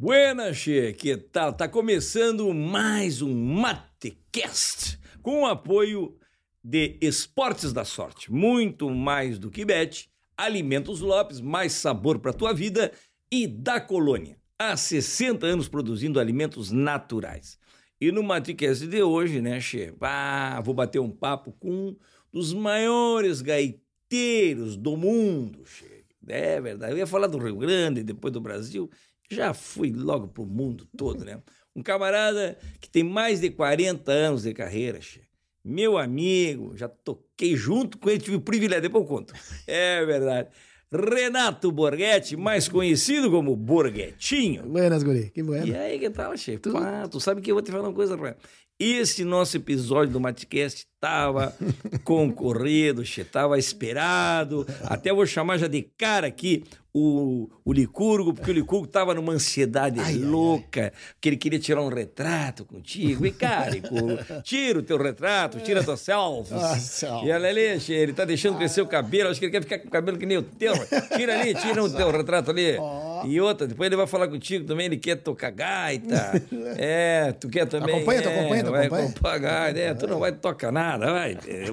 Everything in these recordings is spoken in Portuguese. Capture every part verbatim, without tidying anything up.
Buenas, che, que tal? Tá começando mais um Matecast com o apoio de Esportes da Sorte. Muito mais do que bet, Alimentos Lopes, mais sabor para tua vida, e da Colônia. Há sessenta anos produzindo alimentos naturais. E no Matecast de hoje, né, che, ah, vou bater um papo com um dos maiores gaiteiros do mundo, che. É verdade, eu ia falar do Rio Grande, depois do Brasil. Já fui logo pro mundo todo, né? Um camarada que tem mais de quarenta anos de carreira, che. Meu amigo, já toquei junto com ele, tive o privilégio, depois eu conto. É verdade. Renato Borghetti, mais conhecido como Borghetinho. Buenas, guri, que bueno. E aí, que tal, che? Tu... Ah, tu sabe que eu vou te falar uma coisa, Renato. Esse nosso episódio do Matecast estava concorrido, che, estava esperado. Até vou chamar já de cara aqui o, o Licurgo, porque o Licurgo estava numa ansiedade ai, louca, ai, ai. Porque ele queria tirar um retrato contigo. E, cara, Licurgo, tira o teu retrato, tira a tua selfie. Nossa. E olha ali, che, ele tá deixando crescer o cabelo, acho que ele quer ficar com o cabelo que nem o teu. Tira ali, tira o teu retrato ali. Oh. E outra, depois ele vai falar contigo também, ele quer tocar gaita. É, tu quer também. Acompanha, é, tu acompanha, tu vai acompanha. Vai gaita, é, tu não vai tocar nada, vai.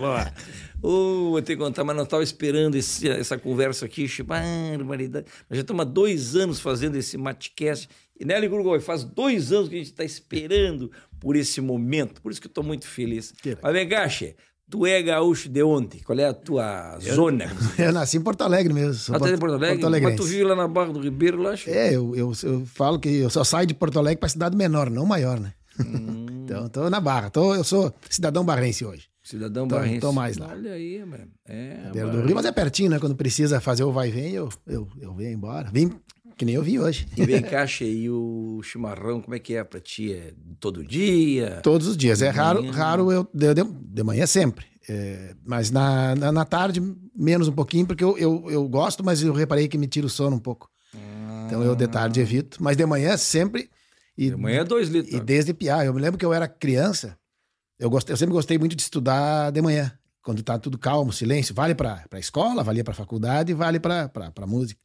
Uh, vou ter que contar, mas não estava esperando esse, essa conversa aqui, barbaridade. Nós já estamos há dois anos fazendo esse Matecast. E né, Licurgo, faz dois anos que a gente está esperando por esse momento. Por isso que eu estou muito feliz. Que mas vem cá, che, tu é gaúcho de onde? Qual é a tua eu, zona? Eu nasci em Porto Alegre mesmo. Sou ah, Porto, em Porto Alegre? Porto Mas tu vive lá na Barra do Ribeiro, lá, che? É, eu, eu, eu falo que eu só saio de Porto Alegre para cidade menor, não maior, né? Hum. Então, tô na Barra. Tô, eu sou cidadão barrense hoje. Cidadão tô, barrense. Tô mais lá. Olha aí, mano. É, Beira do Rio, mas é pertinho, né? Quando precisa fazer o vai e vem, eu, eu, eu venho embora. Vim que nem eu vim hoje. E vem cá, che, e o chimarrão, como é que é pra ti? É todo dia? Todos os dias. É raro, raro eu de, de, de manhã sempre. É, mas na, na, na tarde, menos um pouquinho, porque eu, eu, eu gosto, mas eu reparei que me tira o sono um pouco. Ah. Então eu de tarde evito. Mas de manhã sempre... E, de manhã é dois litros. E desde piar. Eu me lembro que eu era criança, eu, gostei, eu sempre gostei muito de estudar de manhã, quando tá tudo calmo, silêncio. Vale pra, pra escola, valia pra faculdade, vale pra, pra, pra música.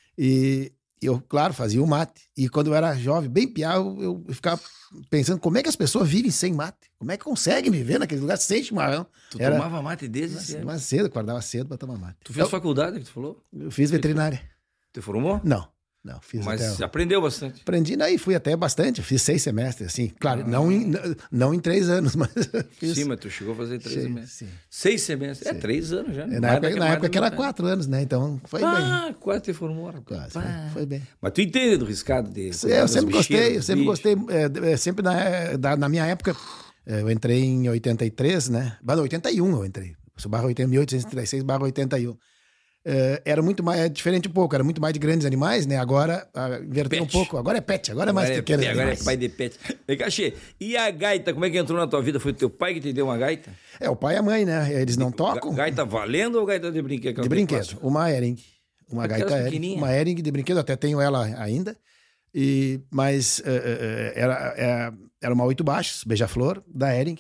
E eu, claro, fazia o mate. E quando eu era jovem, bem piar, eu, eu ficava pensando como é que as pessoas vivem sem mate. Como é que conseguem viver naquele lugar sem chimarrão? Tu era, tomava mate desde mas, cedo? Mas cedo, acordava cedo pra tomar mate. Tu fez eu, faculdade, que tu falou? Eu fiz veterinária. Tu formou? Não. Não, fiz Mas até... aprendeu bastante. Aprendi, daí fui até bastante. Fiz seis semestres, assim. Claro, ah. não, em, não em três anos, mas... Fiz... Sim, mas tu chegou a fazer três sim, semestres. Sim. Seis semestres? Sim. É, três anos já. É, na época, na época que era quatro anos, né? Então, foi ah, bem. Ah, quatro te formou. Quase, foi, foi bem. Mas tu entende do riscado de... É, eu sempre gostei, eu sempre gostei. É, sempre na, da, na minha época, eu entrei em oitenta e três, né? Barra oitenta e um eu entrei. Sou barra mil oitocentos e trinta e seis, barra oitenta e um. Uh, era muito mais, é diferente um pouco, era muito mais de grandes animais, né? Agora uh, inverteu um pouco, agora é pet, agora é mais agora pequeno. É, agora é pai de pet. Vem cá, che, e a gaita, como é que entrou na tua vida? Foi teu pai que te deu uma gaita? É, o pai e a mãe, né? Eles não tocam. Gaita valendo ou gaita de brinquedo? De brinquedo, uma Ering. Uma Aquelas gaita Ering, uma Ering de brinquedo, até tenho ela ainda. E, mas uh, uh, era, era, era uma oito baixos, beija-flor, da Ering.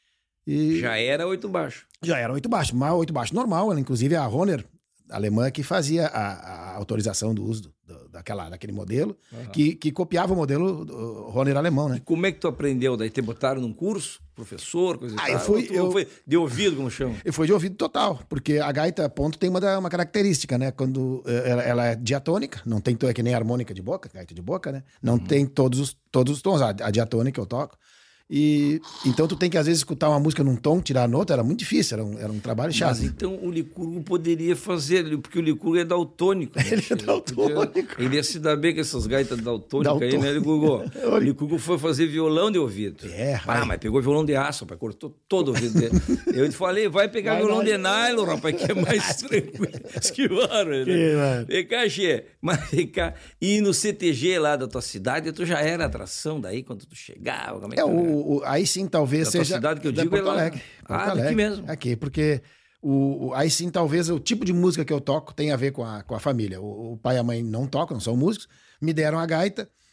E já era oito baixo. Já era oito baixo, uma oito baixo normal, ela, inclusive a Hohner, alemã, que fazia a, a autorização do uso do, daquela, daquele modelo, uhum. que, que copiava o modelo do Hohner alemão, né? E como é que tu aprendeu? Daí te botaram num curso? Professor, coisa ah, e tal? Eu fui, eu... foi de ouvido, como chama? Eu fui de ouvido total, porque a gaita ponto tem uma, uma característica, né? Quando ela, ela é diatônica, não tem, é que nem a harmônica de boca, gaita de boca, né? Não uhum. tem todos os, todos os tons, a, a diatônica eu toco. E então tu tem que às vezes escutar uma música num tom, tirar a nota, era muito difícil, era um, era um trabalho chato. Mas então o Licurgo poderia fazer, porque o Licurgo é daltônico. Né? Ele é daltônico. Ele, ele ia se dar bem com essas gaitas daltônicas aí, né, Licurgo? O Licurgo foi fazer violão de ouvido. É, ah, mas pegou violão de aço, rapaz, cortou todo o ouvido dele. Eu te falei, vai pegar vai, violão vai. de nylon, rapaz, que é mais tranquilo. Esquivaram, né? Que, vem cá, che, mas vem cá. E no C T G lá da tua cidade, tu já era atração daí, quando tu chegava? Como é que é, o, o, aí sim, talvez da seja... Tua cidade que eu digo Porto é lá. Alegre. Ah, Porto Alegre, aqui mesmo. Aqui, porque o, o, aí sim, talvez o tipo de música que eu toco tem a ver com a, com a família. O, o pai e a mãe não tocam, não são músicos, me deram a gaita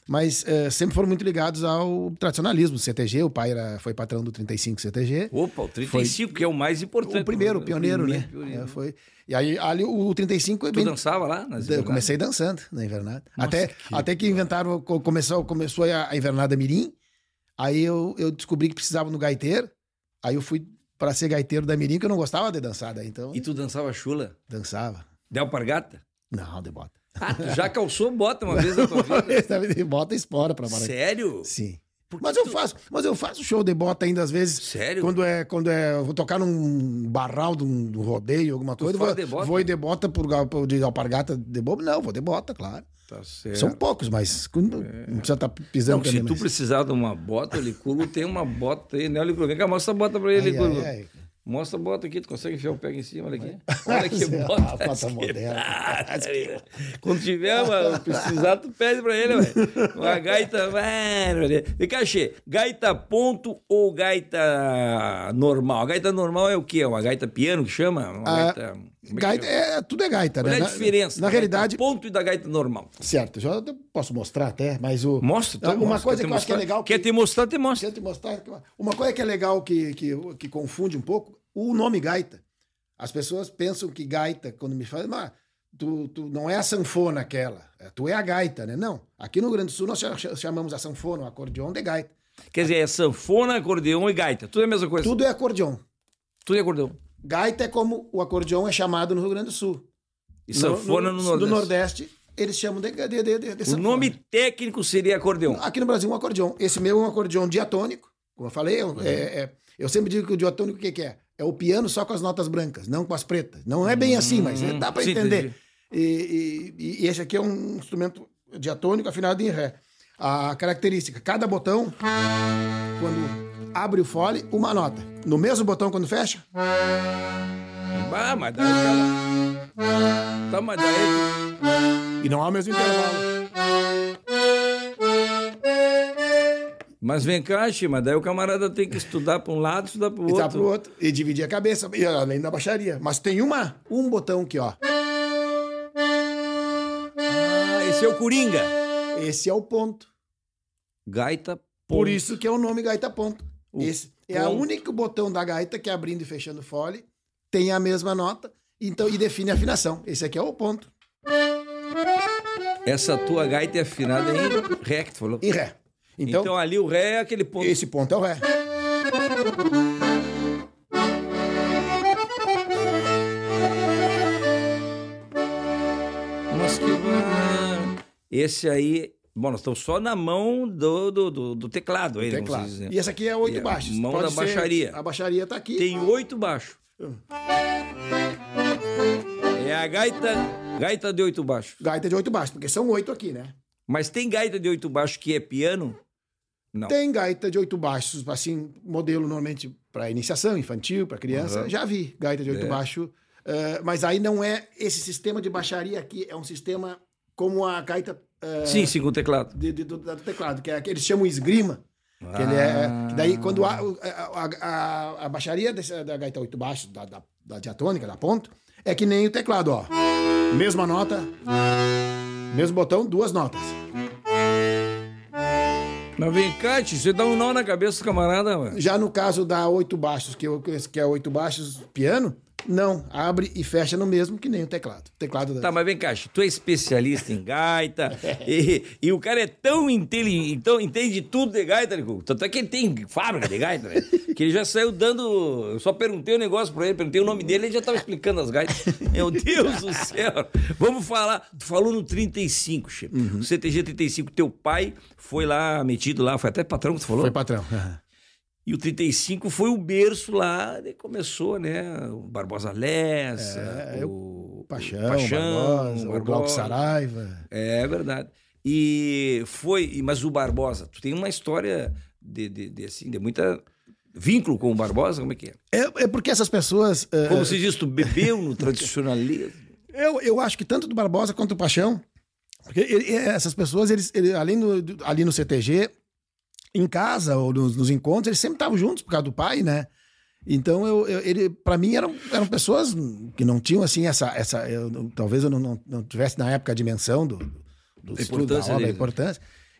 mas é, sempre foram muito ligados ao tradicionalismo, C T G, o pai era, foi patrão do trinta e cinco C T G. Opa, o trinta e cinco, foi, que é o mais importante. O primeiro, o pioneiro, o primeiro, né? Pioneiro. É, foi. E aí ali, o trinta e cinco... Tu bem, dançava lá? Nas eu comecei dançando na invernada. Nossa, até, que até que inventaram, começou, começou a invernada mirim, aí eu, eu descobri que precisava no gaiteiro, aí eu fui para ser gaiteiro da mirim, que eu não gostava de dançar, daí, então... E tu dançava chula? Dançava. De alpargata? Não, de bota. Ah, tu já calçou bota uma vez na tua vida? De bota e espora pra Maracanã. Sério? Sim. Mas eu, tu... faço, mas eu faço show de bota ainda, às vezes. Sério? Quando é, quando é, eu vou tocar num barral de um, de um rodeio, alguma coisa. Vou, de bota? vou ir de bota por, por, de alpargata de bobo? Não, vou de bota, claro. Tá certo. São poucos, mas é. Não precisa estar tá pisando não, também. Se tu mas... precisar de uma bota, o Licurgo tem uma bota aí, né? O Licurgo, vem cá, mostra a bota pra ele, Licurgo. Ai, ai. Mostra a bota aqui, tu consegue enfiar o pé em cima, olha aqui. Olha que bota. A bota moderna. Quando tiver uma, precisar, tu pede pra ele, velho. Uma gaita. Vem cá, Che, gaita ponto ou gaita normal? A gaita normal é o quê? Uma gaita piano que chama? Uma ah, gaita. Gaita, é, tudo é gaita, Qual né? é a diferença? Na, na realidade. Ponto e da gaita normal. Certo, já posso mostrar até, mas o. Mostra, então, Uma mostra, coisa que eu acho que é legal. Quer que, te mostrar, te mostra. Quer te mostrar. Uma coisa que é legal que, que, que confunde um pouco, o nome gaita. As pessoas pensam que gaita, quando me falam, mas tu, tu não é a sanfona aquela, tu é a gaita, né? Não. Aqui no Rio Grande do Sul nós chamamos a sanfona, o acordeon de gaita. Quer dizer, é sanfona, acordeon e gaita. Tudo é a mesma coisa? Tudo é acordeon. Tudo é acordeon. Gaita é como o acordeon é chamado no Rio Grande do Sul. E sanfona no, no, no Nordeste. No Nordeste, eles chamam de, de, de, de, de O sanfona. nome técnico seria acordeon. Aqui no Brasil, um acordeon. Esse meu é um acordeon diatônico, como eu falei. Uhum. É, é, eu sempre digo que o diatônico o que, que é? É o piano só com as notas brancas, não com as pretas. Não é bem hum, assim, mas dá para entender. E, e, e esse aqui é um instrumento diatônico afinado em ré. A característica, cada botão, quando abre o fole, uma nota. No mesmo botão, quando fecha... Ah, mas daí... Tá, mas daí... E não há o mesmo intervalo. Mas vem cá, mas daí o camarada tem que estudar para um lado, estudar para o outro. Estudar para o outro. E dividir a cabeça, e além da baixaria. Mas tem uma, um botão aqui, ó. Ah, esse é o Coringa. Esse é o ponto. Gaita ponto. Por isso que é o nome gaita ponto. O esse ponto. É o único botão da gaita que abrindo e fechando o fole tem a mesma nota então, e define a afinação. Esse aqui é o ponto. Essa tua gaita é afinada em ré, que tu falou? Em ré. Então, então ali o ré é aquele ponto. Esse ponto é o ré. Mas que... Esse aí... Bom, nós estamos só na mão do, do, do, do teclado. Aí, teclado. E esse aqui é oito é baixos. Mão Pode da baixaria. A baixaria tá aqui. Tem oito baixos. Hum. É a gaita, gaita de oito baixos. Gaita de oito baixos, porque são oito aqui, né? Mas tem gaita de oito baixos que é piano? Não. Tem gaita de oito baixos, assim, modelo normalmente para iniciação infantil, para criança. Uhum. Já vi gaita de oito é. baixos. Uh, mas aí não é esse sistema de baixaria aqui, é um sistema como a gaita... Uh, sim, sim, com o teclado. De, de, do, do teclado, que é que eles chamam esgrima. Ah. Que ele é, que daí, quando a, a, a, a baixaria desse, da gaita oito baixos, da, da, da diatônica, da ponto, é que nem o teclado, ó. Mesma nota, mesmo botão, duas notas. Mas vem cá, tio, você dá um nó na cabeça do camarada, mano. Já no caso da oito baixos, que, eu, que é oito baixos piano, não, abre e fecha no mesmo que nem o teclado. teclado da... Tá, mas vem cá, tu é especialista em gaita e, e o cara é tão inteligente, então entende tudo de gaita, Nico. Tanto é que ele tem fábrica de gaita, né? Que ele já saiu dando... Eu só perguntei o um negócio pra ele, perguntei o nome dele, ele já tava explicando as gaitas. Meu Deus do céu! Vamos falar... Tu falou no trinta e cinco, Che. Uhum. O C T G trinta e cinco, teu pai foi lá, metido lá, foi até patrão que tu falou? Foi patrão. Uhum. E o trinta e cinco foi o berço lá, começou, né? O Barbosa Lessa, é, o Paixão, o, Paixão, Barbosa, o, o Glauco Saraiva. É verdade. E foi, mas o Barbosa, tu tem uma história de, de, de assim, de muita vínculo com o Barbosa, como é que é? É, é porque essas pessoas... Como uh... se diz, tu bebeu no tradicionalismo? eu, eu acho que tanto do Barbosa quanto do Paixão, porque ele, essas pessoas, eles, ele, além do, ali no C T G... Em casa ou nos, nos encontros, eles sempre estavam juntos por causa do pai, né? Então, eu, eu, ele, para mim, eram, eram pessoas que não tinham, assim, essa... essa eu, talvez eu não, não, não tivesse, na época, a dimensão do, do estudo da obra, a importância.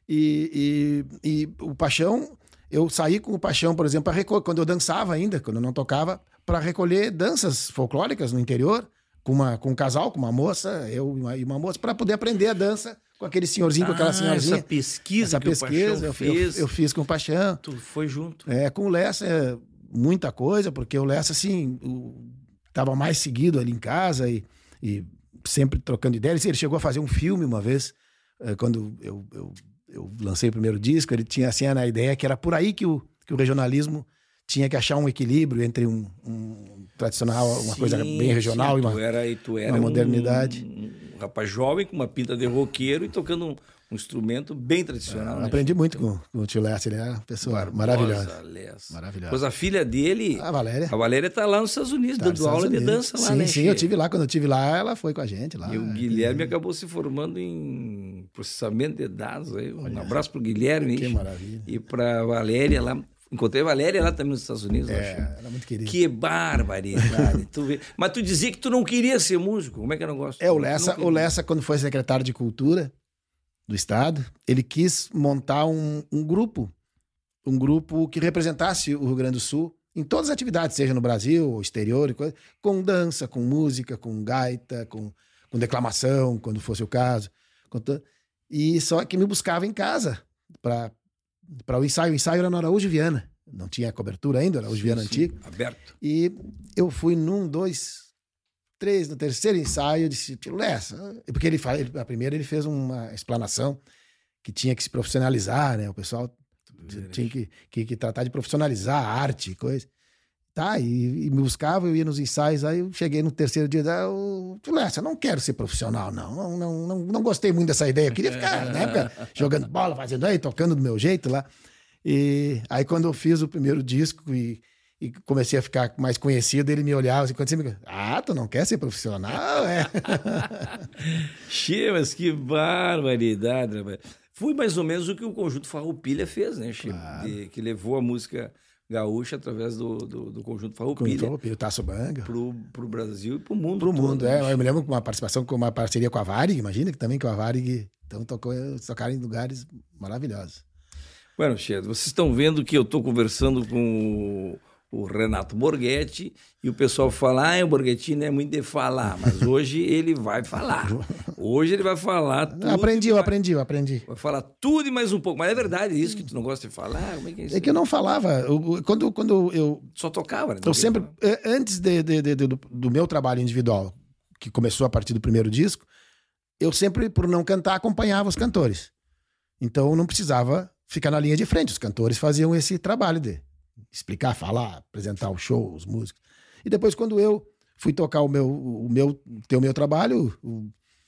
E, e, e o Paixão, eu saí com o Paixão, por exemplo, pra, quando eu dançava ainda, quando eu não tocava, para recolher danças folclóricas no interior, com, uma, com um casal, com uma moça, eu e uma, e uma moça, para poder aprender a dança com aquele senhorzinho, ah, com aquela senhorzinha. Essa pesquisa essa que pesquisa o Paixão eu, fez. Eu, eu fiz com o Paixão. Tu foi junto. É, com o Lessa, é, muita coisa, porque o Lessa, assim, o, tava mais seguido ali em casa e, e sempre trocando ideias. Ele chegou a fazer um filme uma vez, é, quando eu, eu, eu lancei o primeiro disco, ele tinha assim a ideia que era por aí que o, que o regionalismo tinha que achar um equilíbrio entre um, um tradicional, uma sim, coisa bem regional sim, e uma, tu era, tu era uma modernidade. Um, um rapaz jovem com uma pinta de roqueiro e tocando um, um instrumento bem tradicional. É, né? Aprendi muito com, com o tio Lessa, ele era uma pessoa Barbosa, maravilhosa. Lessa. Maravilhosa. Pois a filha dele, a Valéria, a Valéria tá lá nos Estados Unidos, tá dando aula Unidos. de dança lá, sim, né? Sim, eu tive lá, quando eu tive lá, ela foi com a gente lá. E o Guilherme acabou se formando em processamento de dados. Aí. Um Olha, abraço pro Guilherme. Que maravilha. E pra Valéria lá. Encontrei a Valéria lá também nos Estados Unidos. É, ela é muito querida. Que barbaridade. tu vê. Mas tu dizia que tu não queria ser músico. Como é que eu não gosto? É, o Lessa, o Lessa, quando foi secretário de Cultura do Estado, ele quis montar um, um grupo, um grupo que representasse o Rio Grande do Sul em todas as atividades, seja no Brasil ou exterior, e coisa, com dança, com música, com gaita, com, com declamação, quando fosse o caso. E só que me buscava em casa para para o ensaio. O ensaio era no Araújo Viana. Não tinha cobertura ainda, Araújo sim, Viana sim, antigo. Aberto. E eu fui num, dois, três, no terceiro ensaio, eu disse, tio Lessa. Porque ele, ele, a primeira ele fez uma explanação que tinha que se profissionalizar, né? O pessoal tinha que, que, que tratar de profissionalizar a arte e coisa. Tá, e, e me buscava, eu ia nos ensaios, aí eu cheguei no terceiro dia, eu, tio Lessa, eu não quero ser profissional, não. Não, não, não, não gostei muito dessa ideia. Eu queria ficar, na época, jogando bola, fazendo aí, tocando do meu jeito lá. E aí, quando eu fiz o primeiro disco e, e comecei a ficar mais conhecido, ele me olhava assim, quando você me... Ah, tu não quer ser profissional, é? Che, mas que barbaridade, rapaz. Foi mais ou menos o que o Conjunto Farroupilha fez, né, Che? Claro. De, que levou a música gaúcha através do, do, do Conjunto Farroupilha. O Tasso Banga. Pro, pro Brasil e pro mundo Pro todo, mundo, né? é. Eu me lembro com uma participação, com uma parceria com a Varig, imagina que também com a Varig, então tocou, tocaram em lugares maravilhosos. Bueno, Che, vocês estão vendo que eu estou conversando com o, o Renato Borghetti e o pessoal fala, ah, o Borghetti não é muito de falar, mas hoje ele vai falar. Hoje ele vai falar tudo. Eu aprendi, eu aprendi, eu aprendi. Vai falar tudo e mais um pouco. Mas é verdade isso que tu não gosta de falar? Como é que é isso? É que eu não falava. Eu, quando, quando eu... Só tocava, né? Eu sempre, antes de, de, de, de, do, do meu trabalho individual, que começou a partir do primeiro disco, eu sempre, por não cantar, acompanhava os cantores. Então eu não precisava ficar na linha de frente. Os cantores faziam esse trabalho de explicar, falar, apresentar o show, os músicos. E depois, quando eu fui tocar o meu, o meu, ter o meu trabalho, o,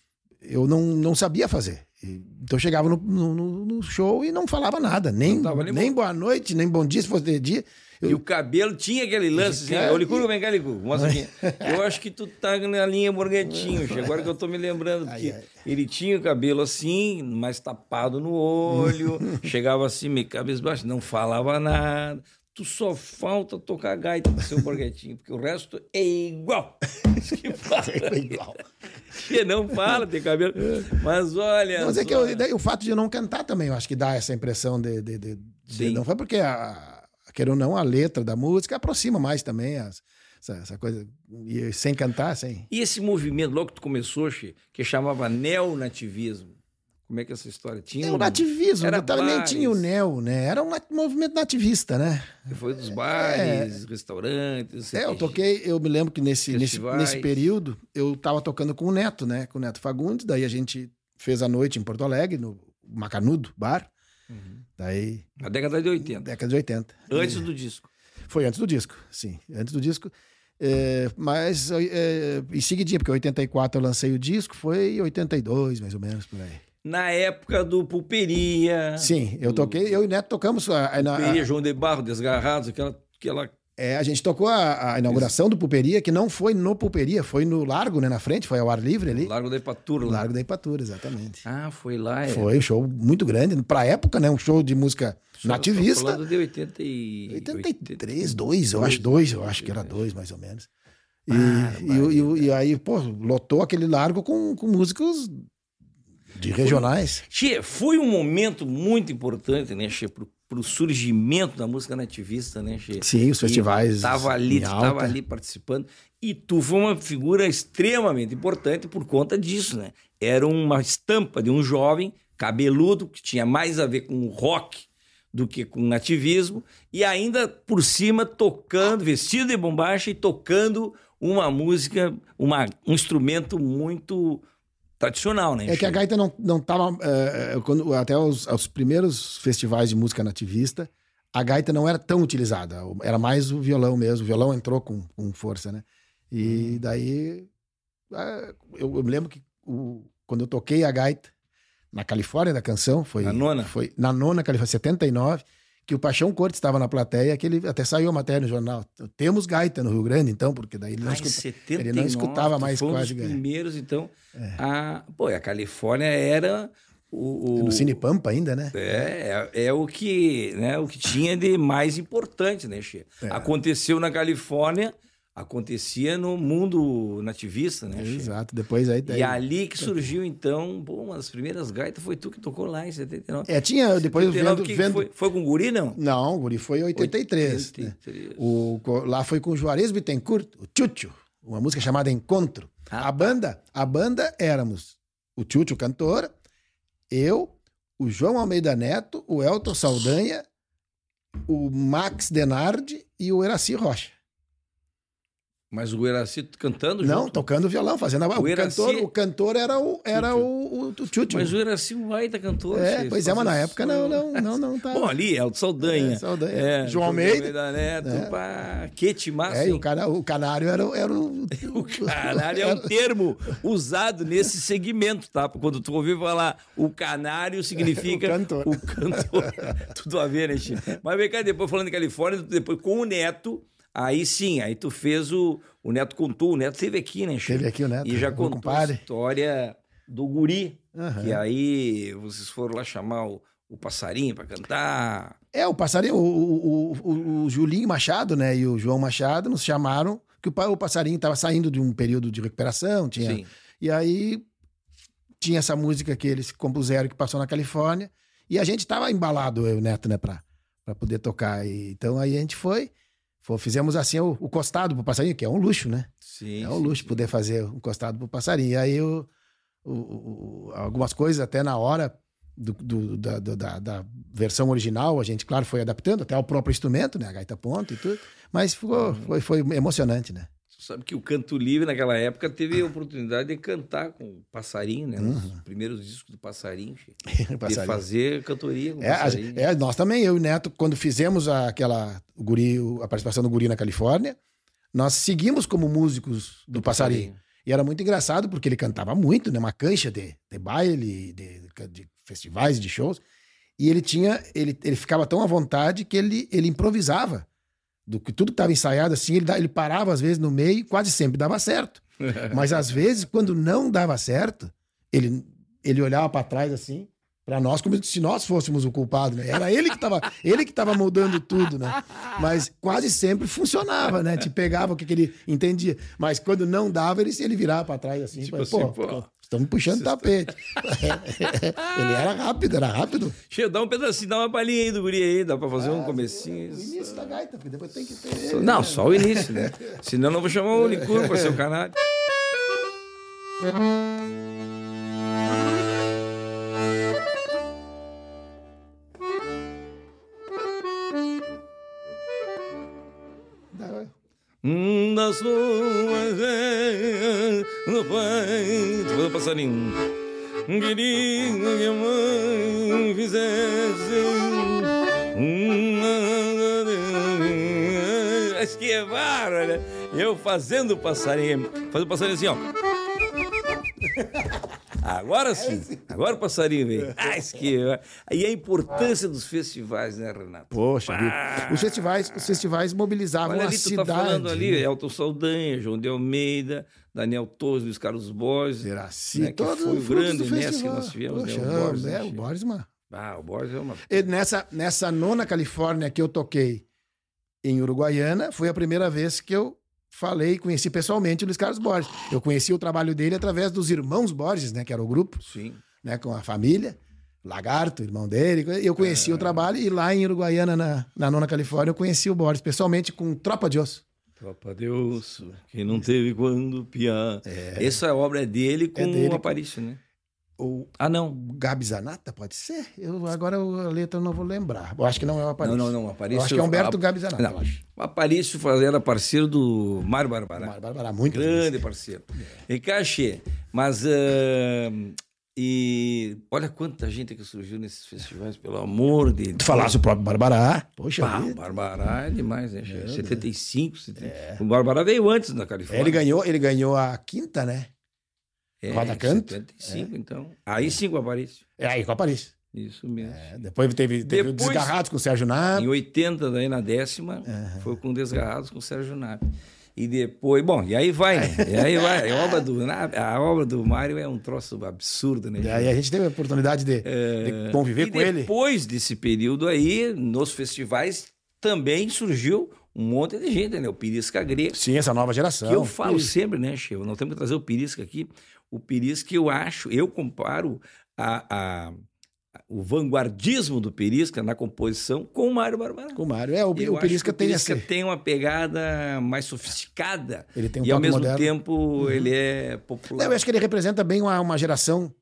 eu não, não sabia fazer. Então eu chegava no, no, no show e não falava nada. Nem, nem, nem boa noite, nem bom dia, se fosse de dia. Eu... E o cabelo tinha aquele lance assim. Ô, Licurgo, vem cá, Licurgo. Mostra aqui. Eu acho que tu tá na linha Borghetinho, agora que eu tô me lembrando. Porque ai, ai. Ele tinha o cabelo assim, mais tapado no olho. Chegava assim, meio cabisbaixo, não falava nada. Tu só falta tocar gaita do seu Borghetinho, porque o resto é igual. Que fala. É igual. Que não fala, tem cabelo. Mas olha. Mas é que eu, daí, o fato de eu não cantar também, eu acho que dá essa impressão de. de, de, de não foi porque, a, quer ou não, a letra da música aproxima mais também as, essa, essa coisa. E sem cantar, sem. E esse movimento, logo que tu começou, Che, que chamava neonativismo. Como é que é essa história? Tinha é um... o nativismo, era também bares. Tinha o neo, né? Era um movimento nativista, né? Que foi dos bares, é... restaurantes... É, eu toquei, eu me lembro que nesse, nesse, nesse período eu estava tocando com o Neto, né? Com o Neto Fagundes, daí a gente fez a noite em Porto Alegre, no Macanudo Bar. Uhum. Daí... Na década de oitenta. Década de oitenta. Antes e... do disco. Foi antes do disco, sim. Antes do disco. É, mas é, em seguidinha, porque em oitenta e quatro eu lancei o disco, foi em oitenta e dois, mais ou menos, por aí. Na época do Pulperia. Sim, eu do... toquei, eu e o Neto tocamos. A, a, Pulperia, a, João de Barro, Desgarrados, aquela. aquela... É, a gente tocou a, a inauguração do Pulperia, que não foi no Pulperia, foi no Largo, né, na frente, foi ao ar livre ali. Largo da Ipatura. Largo da Ipatura, exatamente. Ah, foi lá, é. Foi um show muito grande, pra época, né, um show de música Só nativista. Falando de oitenta e... oitenta e três, dois, eu acho, dois, eu acho que era dois, mais ou menos. E, ah, e, e, e aí, pô, lotou aquele Largo com, com músicos... de regionais. Che, foi um momento muito importante, né, Che, pro, pro surgimento da música nativista, né, Che? Sim, os festivais. E tava ali, em tu alta. tava ali participando. E tu foi uma figura extremamente importante por conta disso, né? Era uma estampa de um jovem cabeludo que tinha mais a ver com rock do que com nativismo, e ainda por cima tocando, vestido de bombacha e tocando uma música, uma, um instrumento muito tradicional, né? É que a gaita não, não tava... eh, quando, até os, os primeiros festivais de música nativista, a gaita não era tão utilizada. Era mais o violão mesmo. O violão entrou com, com força, né? E daí... eh, eu, eu me lembro que o, quando eu toquei a gaita na Califórnia da canção, foi... Na nona? Foi na nona Califórnia, setenta e nove, que o Paixão Cortes estava na plateia, que ele até saiu a matéria no jornal. Temos gaita no Rio Grande, então, porque daí ele não, Ah, escuta, setenta e nove, ele não escutava mais foi um quase dos gaita. primeiros, então... É. A, pô, a Califórnia era... O, o, no Cine Pampa ainda, né? É, é, é o, que, né, o que tinha de mais importante, né, Che? É. Aconteceu na Califórnia... Acontecia no mundo nativista, né? Exato, depois aí... E ali que surgiu, então, bom, uma das primeiras gaitas foi tu que tocou lá em setenta e nove. É, tinha, depois setenta e nove, vendo... que vendo... Foi, foi com o Guri, não? Não, o Guri foi em oitenta e três. oitenta e três. Né? O, lá foi com o Juarez Bittencourt, o Tchutchu, uma música chamada Encontro. Ah, a banda, a banda éramos o Tchutchu, cantor, eu, o João Almeida Neto, o Elton Saldanha, o Max Denardi e o Eraci Rocha. Mas o Eraci cantando Não, junto? tocando violão, fazendo a... O, o, Eraci... cantor, o cantor era o, era o, o, o Tchutchu. Mas o Eraci vai da cantor. É, pois é, mas na época não, não, não, não tá. Bom, ali, Elton Saldanha. É, Saldanha. É, João Almeida. Almeida Neto, é. pá, que timaço. É, e o, cara, o canário era, era o... O canário é um termo usado nesse segmento, tá? Quando tu ouviu falar o canário, significa... o cantor. O cantor. Tudo a ver, né, Chico? Mas vem cá, depois falando de Califórnia, depois com o Neto... Aí sim, aí tu fez o... O Neto contou, o Neto esteve aqui, né, Chico? Teve aqui o Neto. E já contou a história do Guri, uhum. Que aí vocês foram lá chamar o, o Passarinho para cantar. É, o Passarinho, o, o, o, o Julinho Machado, né, e o João Machado nos chamaram, que o, o Passarinho estava saindo de um período de recuperação, tinha... Sim. E aí tinha essa música que eles compuseram, que passou na Califórnia, e a gente estava embalado, eu e o Neto, né, para poder tocar. E, então aí a gente foi... Fizemos assim o, o costado pro passarinho, que é um luxo, né? Sim. É um luxo sim, poder sim. fazer um costado pro passarinho. E aí o, o, o, algumas coisas até na hora do, do, da, da, da versão original, a gente, claro, foi adaptando até ao próprio instrumento, né? A gaita ponto e tudo. Mas ficou, uhum. foi, foi emocionante, né? Você sabe que o Canto Livre, naquela época, teve a oportunidade de cantar com o Passarinho, né? Uhum. Os primeiros discos do Passarinho. Passarinho. De fazer cantoria com o é, Passarinho. É, nós também, eu e o Neto, quando fizemos a, aquela, o guri, a participação do Guri na Califórnia, nós seguimos como músicos do, do Passarinho. Passarinho. E era muito engraçado, porque ele cantava muito, né? Uma cancha de, de baile, de, de festivais, de shows. E ele tinha, ele, ele ficava tão à vontade que ele, ele improvisava. Do que tudo que estava ensaiado, assim, ele, ele parava às vezes no meio e quase sempre dava certo. Mas às vezes, quando não dava certo, ele, ele olhava para trás assim, para nós, como se nós fôssemos o culpado, né? Era ele que estava ele que estava moldando tudo, né? Mas quase sempre funcionava, né? Te pegava o que, que ele entendia. Mas quando não dava, ele, ele virava para trás assim, tipo assim, pô, pô, estamos puxando o tapete. Ele era rápido, era rápido. Cheio, dá um pedacinho, dá uma palhinha aí do Guri aí, dá pra fazer ah, um comecinho. O início da gaita, porque depois tem que ter ele, só, Não, né? Só o início, né? Senão não vou chamar o Licur pra ser o canário. Hum, das ruas no peito, faz o passarinho. Queria que a mãe fizesse. Acho que é bárbaro, né? Eu fazendo o passarinho, fazendo o passarinho assim, ó. Agora sim, agora o passarinho vem. Ah, que... E a importância dos festivais, né, Renato? Poxa, ah. os festivais, os festivais mobilizavam Olha a ali, tu cidade. Tá falando ali, Elton Saldanha, João de Almeida, Daniel Torres, Luiz Carlos Borges. Eraci, né, que foi o grande nessa que nós tivemos. Poxa, né, o Borges, é, o Borges, mano. Ah, o Borges é uma... E nessa, nessa nona Califórnia que eu toquei em Uruguaiana, foi a primeira vez que eu falei, conheci pessoalmente o Luiz Carlos Borges. Eu conheci o trabalho dele através dos Irmãos Borges, né, que era o grupo. Sim. né, com a família, Lagarto, irmão dele. Eu conheci é. o trabalho e lá em Uruguaiana, na, na Nona Califórnia, eu conheci o Boris pessoalmente com Tropa de Osso. Tropa de Osso, quem não teve quando piar. É. Essa obra é dele com é dele, o Aparício, né? O, ah, não. Gabi Zanata, pode ser? Eu, agora a letra eu não vou lembrar. Eu acho que não é o Aparício. Não, não, não. Aparício, eu acho que é Humberto a... Gabi Zanata. Não, o Aparício era parceiro do Mário Barbará. Mário Barbará, muito grande vezes. parceiro. É. E cachê. Mas, uh, e olha quanta gente que surgiu nesses festivais, pelo amor de Deus. Tu falasse o próprio Barbará. Poxa ah, o Barbará é demais, né? É, setenta e cinco, setenta... É. O Barbará veio antes na Califórnia. Ele ganhou, ele ganhou a quinta, né? É, Roda Canto. setenta e cinco, é. Então. Aí sim com o Aparício. É, aí com o Aparício. Isso mesmo. É, depois teve, teve depois, o Desgarrados com o Sérgio Nap. Em oitenta, daí na décima, uhum. foi com Desgarrados com o Sérgio Nap. E depois, bom, e aí vai, né? E aí vai. A obra do, a obra do Mário é um troço absurdo, né? E aí a gente teve a oportunidade de, é, de conviver com ele. E depois desse período aí, nos festivais, também surgiu um monte de gente, né? O Pirisca Grego. Sim, essa nova geração. Que eu falo Isso. sempre, né, Cheio? Nós temos que trazer o Pirisca aqui. O Pirisca, eu acho, eu comparo a, a, o vanguardismo do Pirisca na composição com o Mário Barbará. Com o Mário. É, o, eu o Pirisca tem tem essa... tem uma pegada mais sofisticada. Ele tem um e, ao mesmo moderno. tempo, uhum. ele é popular. Eu acho que ele representa bem uma, uma geração...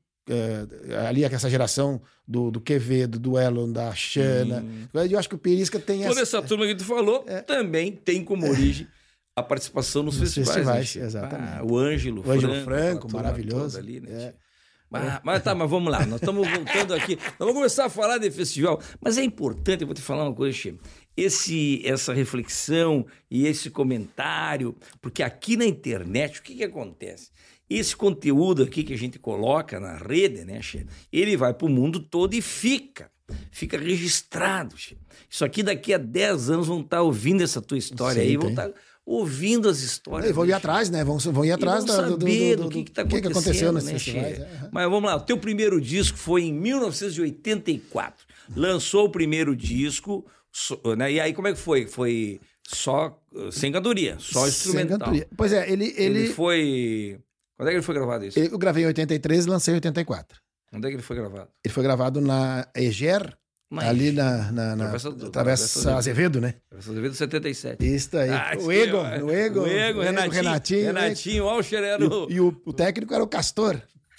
É, ali essa geração do, do Quevedo, do Elon, da Xana. Hum. Eu acho que o Pirisca tem toda essa... essa turma que tu falou é. também tem como origem a participação nos, nos festivais. festivais né? Exatamente. Ah, o Ângelo o Franco. Ângelo Franco, maravilhoso. Ali, né? é. mas, mas tá, mas vamos lá. Nós estamos voltando aqui. Nós vamos começar a falar de festival. Mas é importante, eu vou te falar uma coisa, Che. Esse, essa reflexão e esse comentário, porque aqui na internet, o que, que acontece? Esse conteúdo aqui que a gente coloca na rede, né, Che? Ele vai para o mundo todo e fica. Fica registrado, Che. Isso aqui daqui a dez anos vão estar ouvindo essa tua história Sim, aí, vão estar ouvindo as histórias. E vão ir atrás, né? Vão, vão ir atrás vão do, saber do, do, do, do que, que, tá que, que aconteceu nesses né, festivais. É. Mas vamos lá, o teu primeiro disco foi em mil novecentos e oitenta e quatro. Lançou o primeiro disco, né? E aí como é que foi? Foi só sem cantoria, só instrumental. Sem cantoria. Pois é, ele, ele... ele foi... Quando é que ele foi gravado isso? Eu gravei em oitenta e três e lancei em oitenta e quatro. Onde é que ele foi gravado? Ele foi gravado na Eger, na ali Eger. na, na, na Travessa, do, Travessa, Travessa Azevedo, né? Travessa Azevedo setenta e sete. Isso aí. Ah, o Egon, o Egon. O Egon, Renatinho. Renatinho, Renatinho o Alcher era o... E, e o, o técnico era o Castor.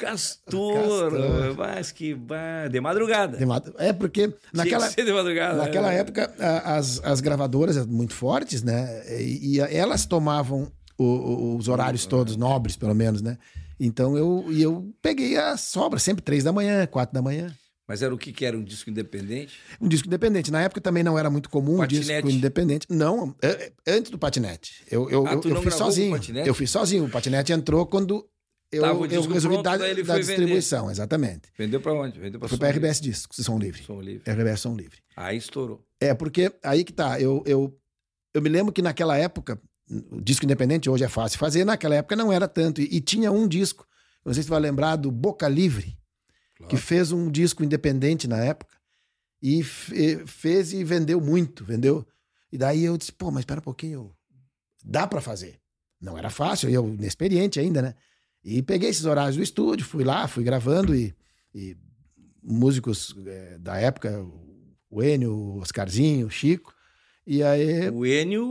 Castor, Castor. Mas que... De madrugada. De mad... É, porque naquela, de madrugada, naquela é. época as, as gravadoras muito fortes, né? E, e elas tomavam o, o, os horários todos, nobres pelo menos, né? Então eu, eu peguei a sobra, sempre três da manhã, quatro da manhã. Mas era o que que era? Um disco independente? Um disco independente. Na época também não era muito comum um disco independente. Não, antes do Patinete. Eu, eu, ah, eu, eu fiz sozinho. Eu fiz sozinho. O Patinete entrou quando eu, eu resolvi dar da distribuição, vender. Exatamente. Vendeu para onde? Vendeu para Foi para R B S Discos, Som Livre. Som Livre. R B S Som Livre. Aí estourou. É, porque aí que tá. Eu, eu, eu me lembro que naquela época, o disco independente hoje é fácil fazer, naquela época não era tanto. E, e tinha um disco, não sei se você vai lembrar, do Boca Livre, claro. Que fez um disco independente na época e fe, fez e vendeu muito, vendeu. E daí eu disse, pô, mas espera um pouquinho, dá para fazer. Não era fácil, eu inexperiente ainda, né? E peguei esses horários do estúdio, fui lá, fui gravando e, e músicos é, da época, o Enio, o Oscarzinho, o Chico, e aí... O Enio...